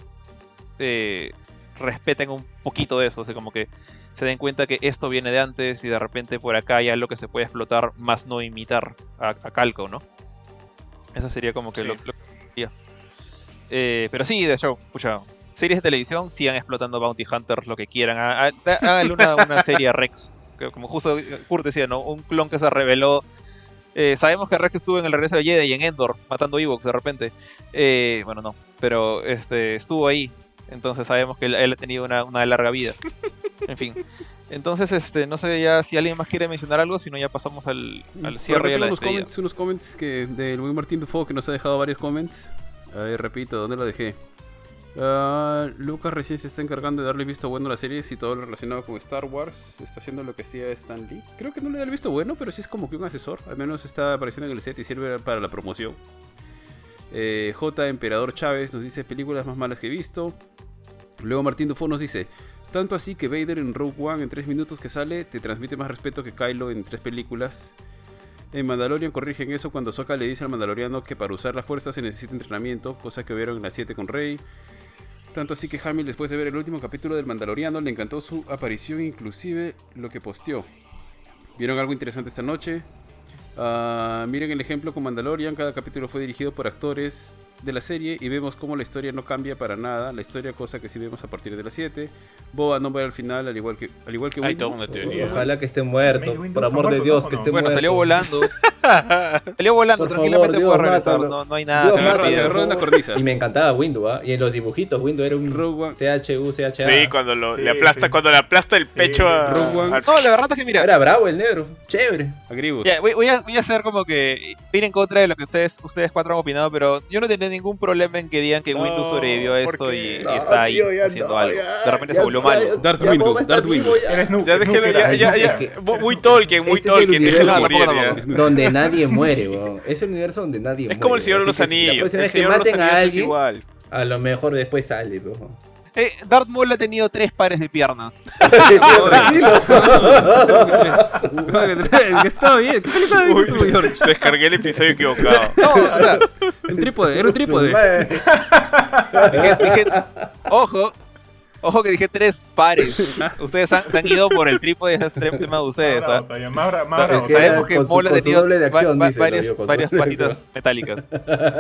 Speaker 1: respeten un poquito de eso, o sea, como que se den cuenta que esto viene de antes y de repente por acá hay algo que se puede explotar, más no imitar a calco, ¿no? Eso sería como que
Speaker 5: Sí.
Speaker 1: lo que diría. Pero sí, de hecho, pucha, series de televisión sigan explotando Bounty Hunters, lo que quieran. Háganle una serie a Rex, que como justo Kurt decía, ¿no? Un clon que se reveló. Sabemos que Rex estuvo en el regreso de Jedi y en Endor, matando Ewoks de repente. Bueno, no, pero estuvo ahí. Entonces sabemos que él ha tenido una larga vida. En fin. Entonces, no sé ya si alguien más quiere mencionar algo, si no ya pasamos al cierre y a la despedida.
Speaker 2: unos comments del buen Martín Dufo que nos ha dejado varios comments. A ver, repito, ¿dónde lo dejé? Lucas recién se está encargando de darle visto bueno a las series y todo lo relacionado con Star Wars. Está haciendo lo que hacía Stan Lee. Creo que no le da el visto bueno, pero sí es como que un asesor. Al menos está apareciendo en el set y sirve para la promoción. J. Emperador Chávez nos dice películas más malas que he visto. Luego Martín Dufo nos dice: tanto así que Vader en Rogue One en 3 minutos que sale te transmite más respeto que Kylo en 3 películas. En Mandalorian corrigen eso cuando Ahsoka le dice al mandaloriano que para usar la fuerza se necesita entrenamiento, cosa que vieron en la 7 con Rey. Tanto así que Hamill, después de ver el último capítulo del Mandaloriano, le encantó su aparición, inclusive lo que posteó. ¿Vieron algo interesante esta noche? Miren el ejemplo con Mandalorian, cada capítulo fue dirigido por actores de la serie y vemos cómo la historia no cambia para nada, la historia, cosa que sí vemos a partir de la 7. Boba no muere al final, al igual que
Speaker 5: Hay
Speaker 2: Windu.
Speaker 5: toda una teoría.
Speaker 6: Ojalá que esté muerto,
Speaker 3: Mace Windu
Speaker 6: por
Speaker 3: está
Speaker 6: amor de
Speaker 3: muerto,
Speaker 6: Dios,
Speaker 3: ¿no?
Speaker 6: que
Speaker 3: ¿O no?
Speaker 6: esté
Speaker 1: Bueno,
Speaker 6: muerto.
Speaker 1: salió volando. Salió volando,
Speaker 6: Por
Speaker 1: tranquilamente
Speaker 6: favor, Dios,
Speaker 1: puede regresar.
Speaker 6: mátalo.
Speaker 1: No hay nada.
Speaker 6: Dios,
Speaker 1: se
Speaker 2: agarró-
Speaker 6: mátalo,
Speaker 2: se agarró
Speaker 6: por
Speaker 2: una
Speaker 6: favor.
Speaker 2: cornisa.
Speaker 6: Y me encantaba Windu, y en los dibujitos Windu era un
Speaker 2: Rogue One.
Speaker 6: CHU, CHA.
Speaker 5: Sí, cuando
Speaker 3: Sí,
Speaker 5: le aplasta,
Speaker 3: sí.
Speaker 5: cuando le aplasta el
Speaker 3: Sí,
Speaker 5: pecho
Speaker 3: sí,
Speaker 5: a.
Speaker 2: Rogue One.
Speaker 5: al-
Speaker 1: No, la verdad es que mira,
Speaker 6: Era bravo el negro, chévere.
Speaker 2: A Grievous.
Speaker 1: ya, voy a hacer como que ir en contra de lo que ustedes cuatro han opinado, pero yo no tenía ningún problema en que digan que
Speaker 5: No,
Speaker 1: Windu sobrevivió a
Speaker 5: ¿por
Speaker 1: esto
Speaker 5: qué?
Speaker 1: y
Speaker 6: No,
Speaker 1: está ahí
Speaker 6: tío, ya
Speaker 1: haciendo
Speaker 6: no,
Speaker 1: algo.
Speaker 6: ya,
Speaker 1: De repente
Speaker 6: ya
Speaker 1: se volvió
Speaker 6: está,
Speaker 1: malo.
Speaker 6: ya-
Speaker 2: Darth
Speaker 6: ya
Speaker 2: Windu,
Speaker 6: Boba está
Speaker 2: Darth
Speaker 6: vivo,
Speaker 2: Windu.
Speaker 6: ya.
Speaker 3: Eres Snoop.
Speaker 5: Ya déjelo,
Speaker 3: Snoop
Speaker 5: ya,
Speaker 3: era.
Speaker 5: ya,
Speaker 6: Es
Speaker 5: ya.
Speaker 6: que-
Speaker 5: Muy Tolkien, muy
Speaker 6: Este es el
Speaker 5: Tolkien.
Speaker 6: universo
Speaker 5: Déjelo
Speaker 1: tampoco,
Speaker 5: morir ya.
Speaker 1: tampoco.
Speaker 6: Donde nadie muere, weón. Es el universo donde nadie muere.
Speaker 5: Es como el Señor de los
Speaker 6: Así que si la
Speaker 5: Anillos.
Speaker 6: próxima
Speaker 5: El
Speaker 6: vez que
Speaker 5: Señor de los
Speaker 6: maten a
Speaker 5: Anillos es
Speaker 6: alguien,
Speaker 5: igual.
Speaker 6: a lo mejor después sale, weón.
Speaker 1: Darth Maul ha tenido 3 pares de piernas.
Speaker 6: Tranquilo.
Speaker 2: Que estaba bien. ¿Qué película
Speaker 5: Uy,
Speaker 2: viste tú, George?
Speaker 5: descargué el episodio equivocado.
Speaker 1: No, o sea,
Speaker 2: Un trípode, era un trípode.
Speaker 1: dije, ojo, Ojo que dije 3 pares. Ustedes se han ido por el trípode, ese es el tema de ustedes.
Speaker 3: Más bravo todavía, más bravo, más
Speaker 1: Sa-
Speaker 3: bravo.
Speaker 6: que
Speaker 1: Sabemos
Speaker 6: era
Speaker 1: que
Speaker 6: con su-
Speaker 1: Mola
Speaker 6: con
Speaker 1: ha
Speaker 6: su
Speaker 1: tenido
Speaker 6: doble de acción, dice,
Speaker 1: varias,
Speaker 6: lo digo, con su
Speaker 1: varias
Speaker 6: doble de
Speaker 1: patitas metálicas.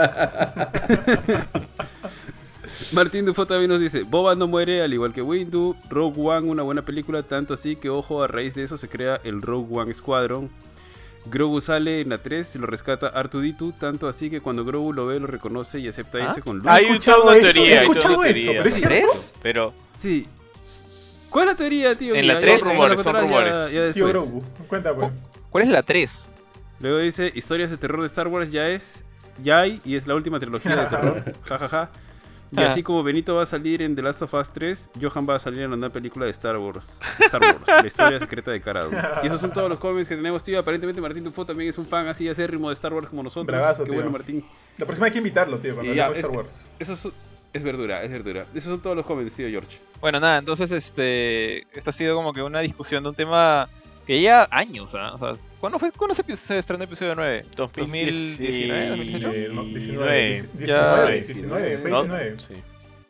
Speaker 2: Martín Dufo también nos dice, Boba no muere al igual que Windu, Rogue One una buena película, tanto así que ojo, a raíz de eso se crea el Rogue One Squadron. Grogu sale en la 3 y lo rescata R2-D2, tanto así que cuando Grogu lo ve lo reconoce y acepta irse con Luke.
Speaker 5: Hay
Speaker 3: escuchado
Speaker 5: toda una
Speaker 3: eso,
Speaker 5: teoría,
Speaker 3: he
Speaker 5: hay toda
Speaker 3: escuchado
Speaker 5: una
Speaker 3: eso,
Speaker 5: teoría.
Speaker 3: pero es cierto.
Speaker 1: ¿Tres?
Speaker 5: Pero
Speaker 2: Sí. ¿Cuál es la teoría, tío?
Speaker 5: En
Speaker 2: Mira,
Speaker 5: la
Speaker 2: ya-
Speaker 5: 3
Speaker 2: ya
Speaker 5: rumores,
Speaker 2: la
Speaker 5: son
Speaker 2: atrás,
Speaker 5: rumores.
Speaker 2: ya
Speaker 3: Tío
Speaker 2: después.
Speaker 3: Grogu, cuenta pues.
Speaker 1: ¿Cuál es la 3?
Speaker 2: Luego dice, historias de terror de Star Wars ya hay y es la última trilogía de terror. Jajaja. Y así como Benito va a salir en The Last of Us 3, Johan va a salir en la nueva película de Star Wars, la historia secreta de Cara Dune. Y esos son todos los cómics que tenemos, tío. Aparentemente Martín Dufo también es un fan así acérrimo de Star Wars como nosotros.
Speaker 3: Bravazo,
Speaker 2: Qué
Speaker 3: tío.
Speaker 2: bueno, Martín.
Speaker 3: La próxima hay que invitarlo, tío, cuando
Speaker 2: Y ya,
Speaker 3: hablemos de Star Wars.
Speaker 2: Eso es verdura, es verdura. Esos son todos los cómics, tío George.
Speaker 1: Bueno, nada, entonces esta ha sido como que una discusión de un tema que ya años, ¿ah? O sea, ¿cuándo se estrenó el episodio 9? ¿2019? ¿2018?
Speaker 3: No,
Speaker 5: 19.
Speaker 3: 19, fue
Speaker 5: ¿no?
Speaker 3: 19.
Speaker 5: Sí.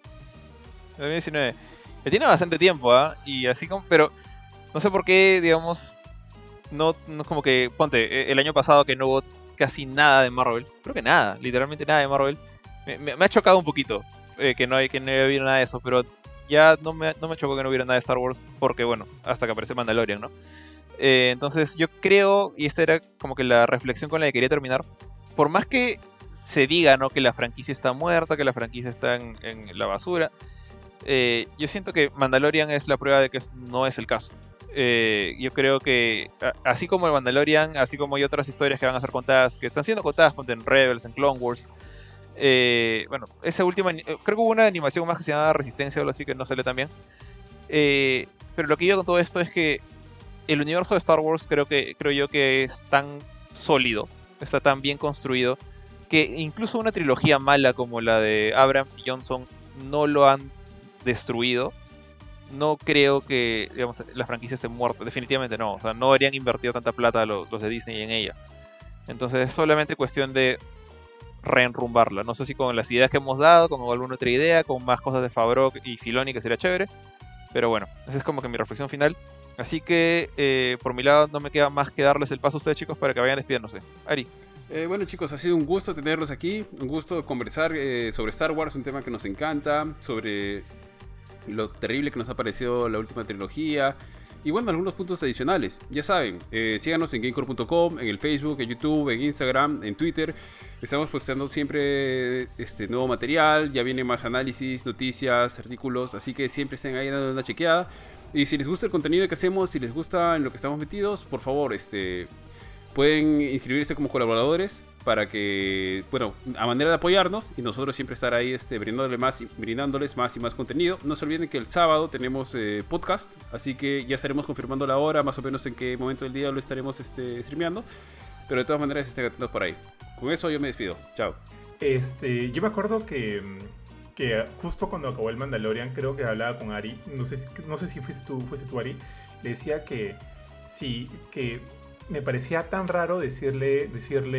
Speaker 1: 2019. Ya tiene bastante tiempo, ¿ah? Y así como, pero no sé por qué, digamos, no como que, ponte, el año pasado que no hubo casi nada de Marvel, creo que nada, literalmente nada de Marvel, me ha chocado un poquito que no hubiera nada de eso, pero ya no me chocó que no hubiera nada de Star Wars, porque bueno, hasta que aparece Mandalorian, ¿no? Entonces yo creo, y esta era como que la reflexión con la que quería terminar, por más que se diga, ¿no?, que la franquicia está muerta, que la franquicia está en la basura, yo siento que Mandalorian es la prueba de que no es el caso. Yo creo que así como el Mandalorian, así como hay otras historias que van a ser contadas, que están siendo contadas en Rebels, en Clone Wars, bueno, esa última, creo que hubo una animación más que se llama Resistencia o algo así que no sale tan bien. Pero lo que digo con todo esto es que el universo de Star Wars creo yo que es tan sólido, está tan bien construido, que incluso una trilogía mala como la de Abrams y Johnson no lo han destruido. No creo que, digamos, la franquicia esté muerta, definitivamente no. O sea, no habrían invertido tanta plata los de Disney en ella. Entonces es solamente cuestión de reenrumbarla. No sé si con las ideas que hemos dado, con alguna otra idea, con más cosas de Favreau y Filoni que sería chévere. Pero bueno, esa es como que mi reflexión final. Así que por mi lado no me queda más que darles el paso a ustedes, chicos, para que vayan despidiéndose. Ari.
Speaker 2: Bueno, chicos, ha sido un gusto tenerlos aquí, un gusto conversar sobre Star Wars, un tema que nos encanta, sobre lo terrible que nos ha parecido la última trilogía y bueno, algunos puntos adicionales. Ya saben, síganos en gamecore.com, en el Facebook, en YouTube, en Instagram, en Twitter. Estamos posteando siempre nuevo material, ya viene más análisis, noticias, artículos, así que siempre estén ahí dando una chequeada. Y si les gusta el contenido que hacemos, si les gusta en lo que estamos metidos, por favor, pueden inscribirse como colaboradores para que, bueno, a manera de apoyarnos y nosotros siempre estar ahí brindándoles más y más contenido. No se olviden que el sábado tenemos podcast, así que ya estaremos confirmando la hora, más o menos en qué momento del día lo estaremos streameando. Pero de todas maneras estén atentos por ahí. Con eso yo me despido. Chao.
Speaker 3: Yo me acuerdo que justo cuando acabó el Mandalorian, creo que hablaba con Ari, no sé si fuiste tú Ari, le decía que sí, que me parecía tan raro decirle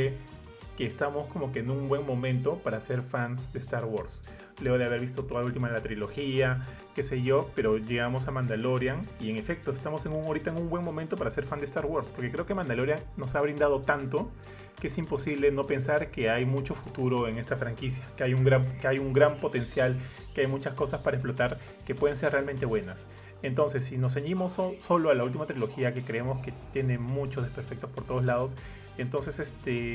Speaker 3: que estamos como que en un buen momento para ser fans de Star Wars. Luego de haber visto toda la última de la trilogía, qué sé yo, pero llegamos a Mandalorian y en efecto estamos ahorita en un buen momento para ser fan de Star Wars, porque creo que Mandalorian nos ha brindado tanto que es imposible no pensar que hay mucho futuro en esta franquicia, que hay un gran potencial, que hay muchas cosas para explotar que pueden ser realmente buenas. Entonces, si nos ceñimos solo a la última trilogía, que creemos que tiene muchos desperfectos por todos lados, entonces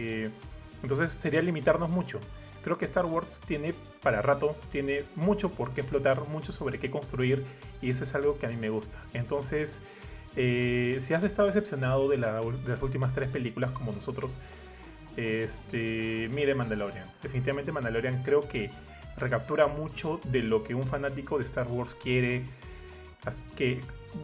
Speaker 3: sería limitarnos mucho. Creo que Star Wars tiene para rato, tiene mucho por qué explotar, mucho sobre qué construir, y eso es algo que a mí me gusta. Entonces, si has estado decepcionado de las últimas 3 películas como nosotros, mire Mandalorian. Definitivamente Mandalorian creo que recaptura mucho de lo que un fanático de Star Wars quiere. Así que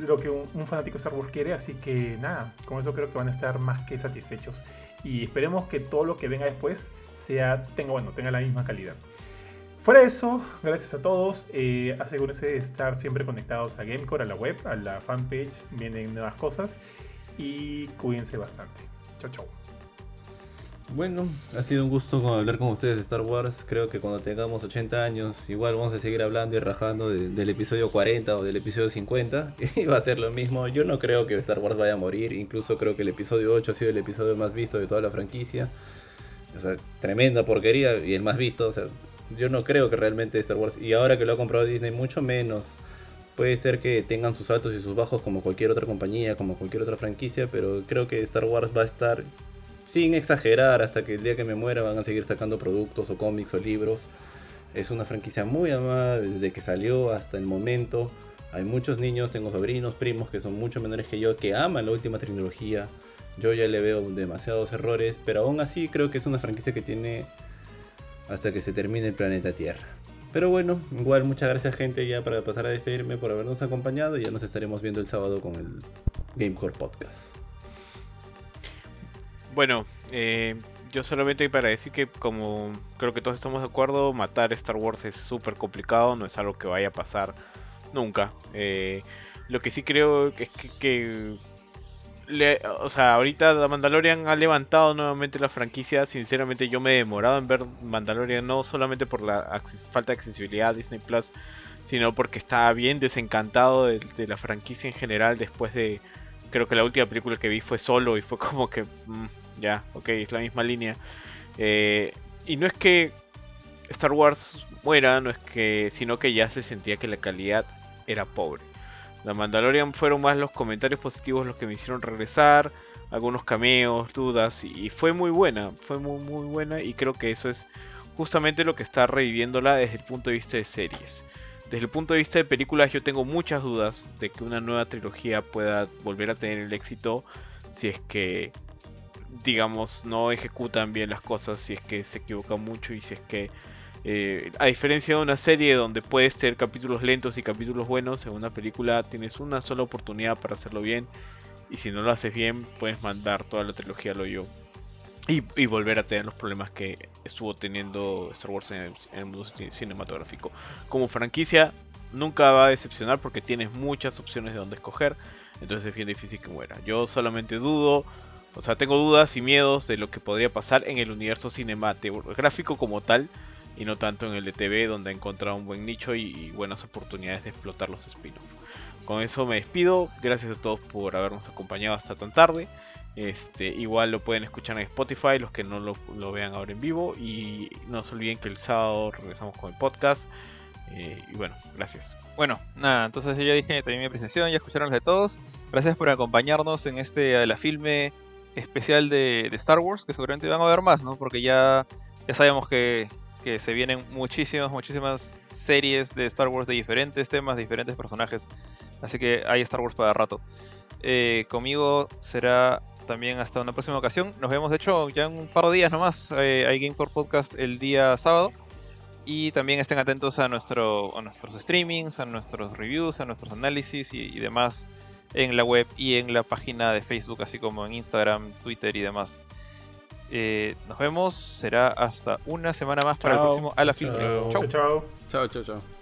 Speaker 3: nada, con eso creo que van a estar más que satisfechos y esperemos que todo lo que venga después tenga la misma calidad. Fuera de eso, gracias a todos, asegúrense de estar siempre conectados a Gamecore, a la web, a la fanpage, vienen nuevas cosas y cuídense bastante. Chau chau.
Speaker 6: Bueno, ha sido un gusto hablar con ustedes de Star Wars. Creo que cuando tengamos 80 años, igual vamos a seguir hablando y rajando del episodio 40 o del episodio 50. Y va a ser lo mismo. Yo no creo que Star Wars vaya a morir. Incluso creo que el episodio 8 ha sido el episodio más visto de toda la franquicia. O sea, tremenda porquería y el más visto. O sea, yo no creo que realmente Star Wars, y ahora que lo ha comprado Disney, mucho menos. Puede ser que tengan sus altos y sus bajos como cualquier otra compañía, como cualquier otra franquicia, pero creo que Star Wars va a estar, sin exagerar, hasta que el día que me muera van a seguir sacando productos o cómics o libros. Es una franquicia muy amada desde que salió hasta el momento. Hay muchos niños, tengo sobrinos, primos que son mucho menores que yo, que aman la última trilogía. Yo ya le veo demasiados errores, pero aún así creo que es una franquicia que tiene hasta que se termine el planeta Tierra. Pero bueno, igual muchas gracias, gente, ya para pasar a despedirme por habernos acompañado, y ya nos estaremos viendo el sábado con el Gamecore Podcast.
Speaker 5: Bueno, yo solamente para decir que, como creo que todos estamos de acuerdo, matar Star Wars es súper complicado, no es algo que vaya a pasar nunca. Lo que sí creo es que o sea, ahorita The Mandalorian ha levantado nuevamente la franquicia. Sinceramente yo me he demorado en ver Mandalorian, no solamente por la falta de accesibilidad a Disney Plus, sino porque estaba bien desencantado de la franquicia en general. Después de, creo que la última película que vi fue Solo, y fue como que ya, ok, es la misma línea. Y no es que Star Wars muera, no es que, sino que ya se sentía que la calidad era pobre. La Mandalorian fueron más los comentarios positivos los que me hicieron regresar, algunos cameos, dudas, y fue muy buena, fue muy buena, y creo que eso es justamente lo que está reviviéndola desde el punto de vista de series. Desde el punto de vista de películas yo tengo muchas dudas de que una nueva trilogía pueda volver a tener el éxito si es que, digamos, no ejecutan bien las cosas, si es que se equivocan mucho, y si es que a diferencia de una serie donde puedes tener capítulos lentos y capítulos buenos, en una película tienes una sola oportunidad para hacerlo bien, y si no lo haces bien puedes mandar toda la trilogía al hoyo y volver a tener los problemas que estuvo teniendo Star Wars en el mundo cinematográfico. Como franquicia nunca va a decepcionar porque tienes muchas opciones de donde escoger, entonces es bien difícil que muera. Yo solamente dudo, o sea, tengo dudas y miedos de lo que podría pasar en el universo cinematográfico como tal, y no tanto en el de TV, donde ha encontrado un buen nicho y buenas oportunidades de explotar los spin-offs. Con eso me despido, gracias a todos por habernos acompañado hasta tan tarde. Igual lo pueden escuchar en Spotify, los que no lo vean ahora en vivo, y no se olviden que el sábado regresamos con el podcast. Y bueno, gracias.
Speaker 1: Bueno, nada, entonces yo ya dije también mi presentación, ya escucharon las de todos. Gracias por acompañarnos en la filme especial de Star Wars, que seguramente van a ver más, ¿no? Porque ya sabemos que se vienen muchísimas series de Star Wars de diferentes temas, de diferentes personajes. Así que hay Star Wars para rato. Conmigo será también hasta una próxima ocasión. Nos vemos, de hecho, ya en un par de días nomás. Hay Gamecore Podcast el día sábado. Y también estén atentos a nuestros streamings, a nuestros reviews, a nuestros análisis y demás en la web y en la página de Facebook, así como en Instagram, Twitter y demás. Nos vemos, será hasta una semana más para el próximo A la Filme.
Speaker 3: Chao.
Speaker 2: Chao, chao, chao.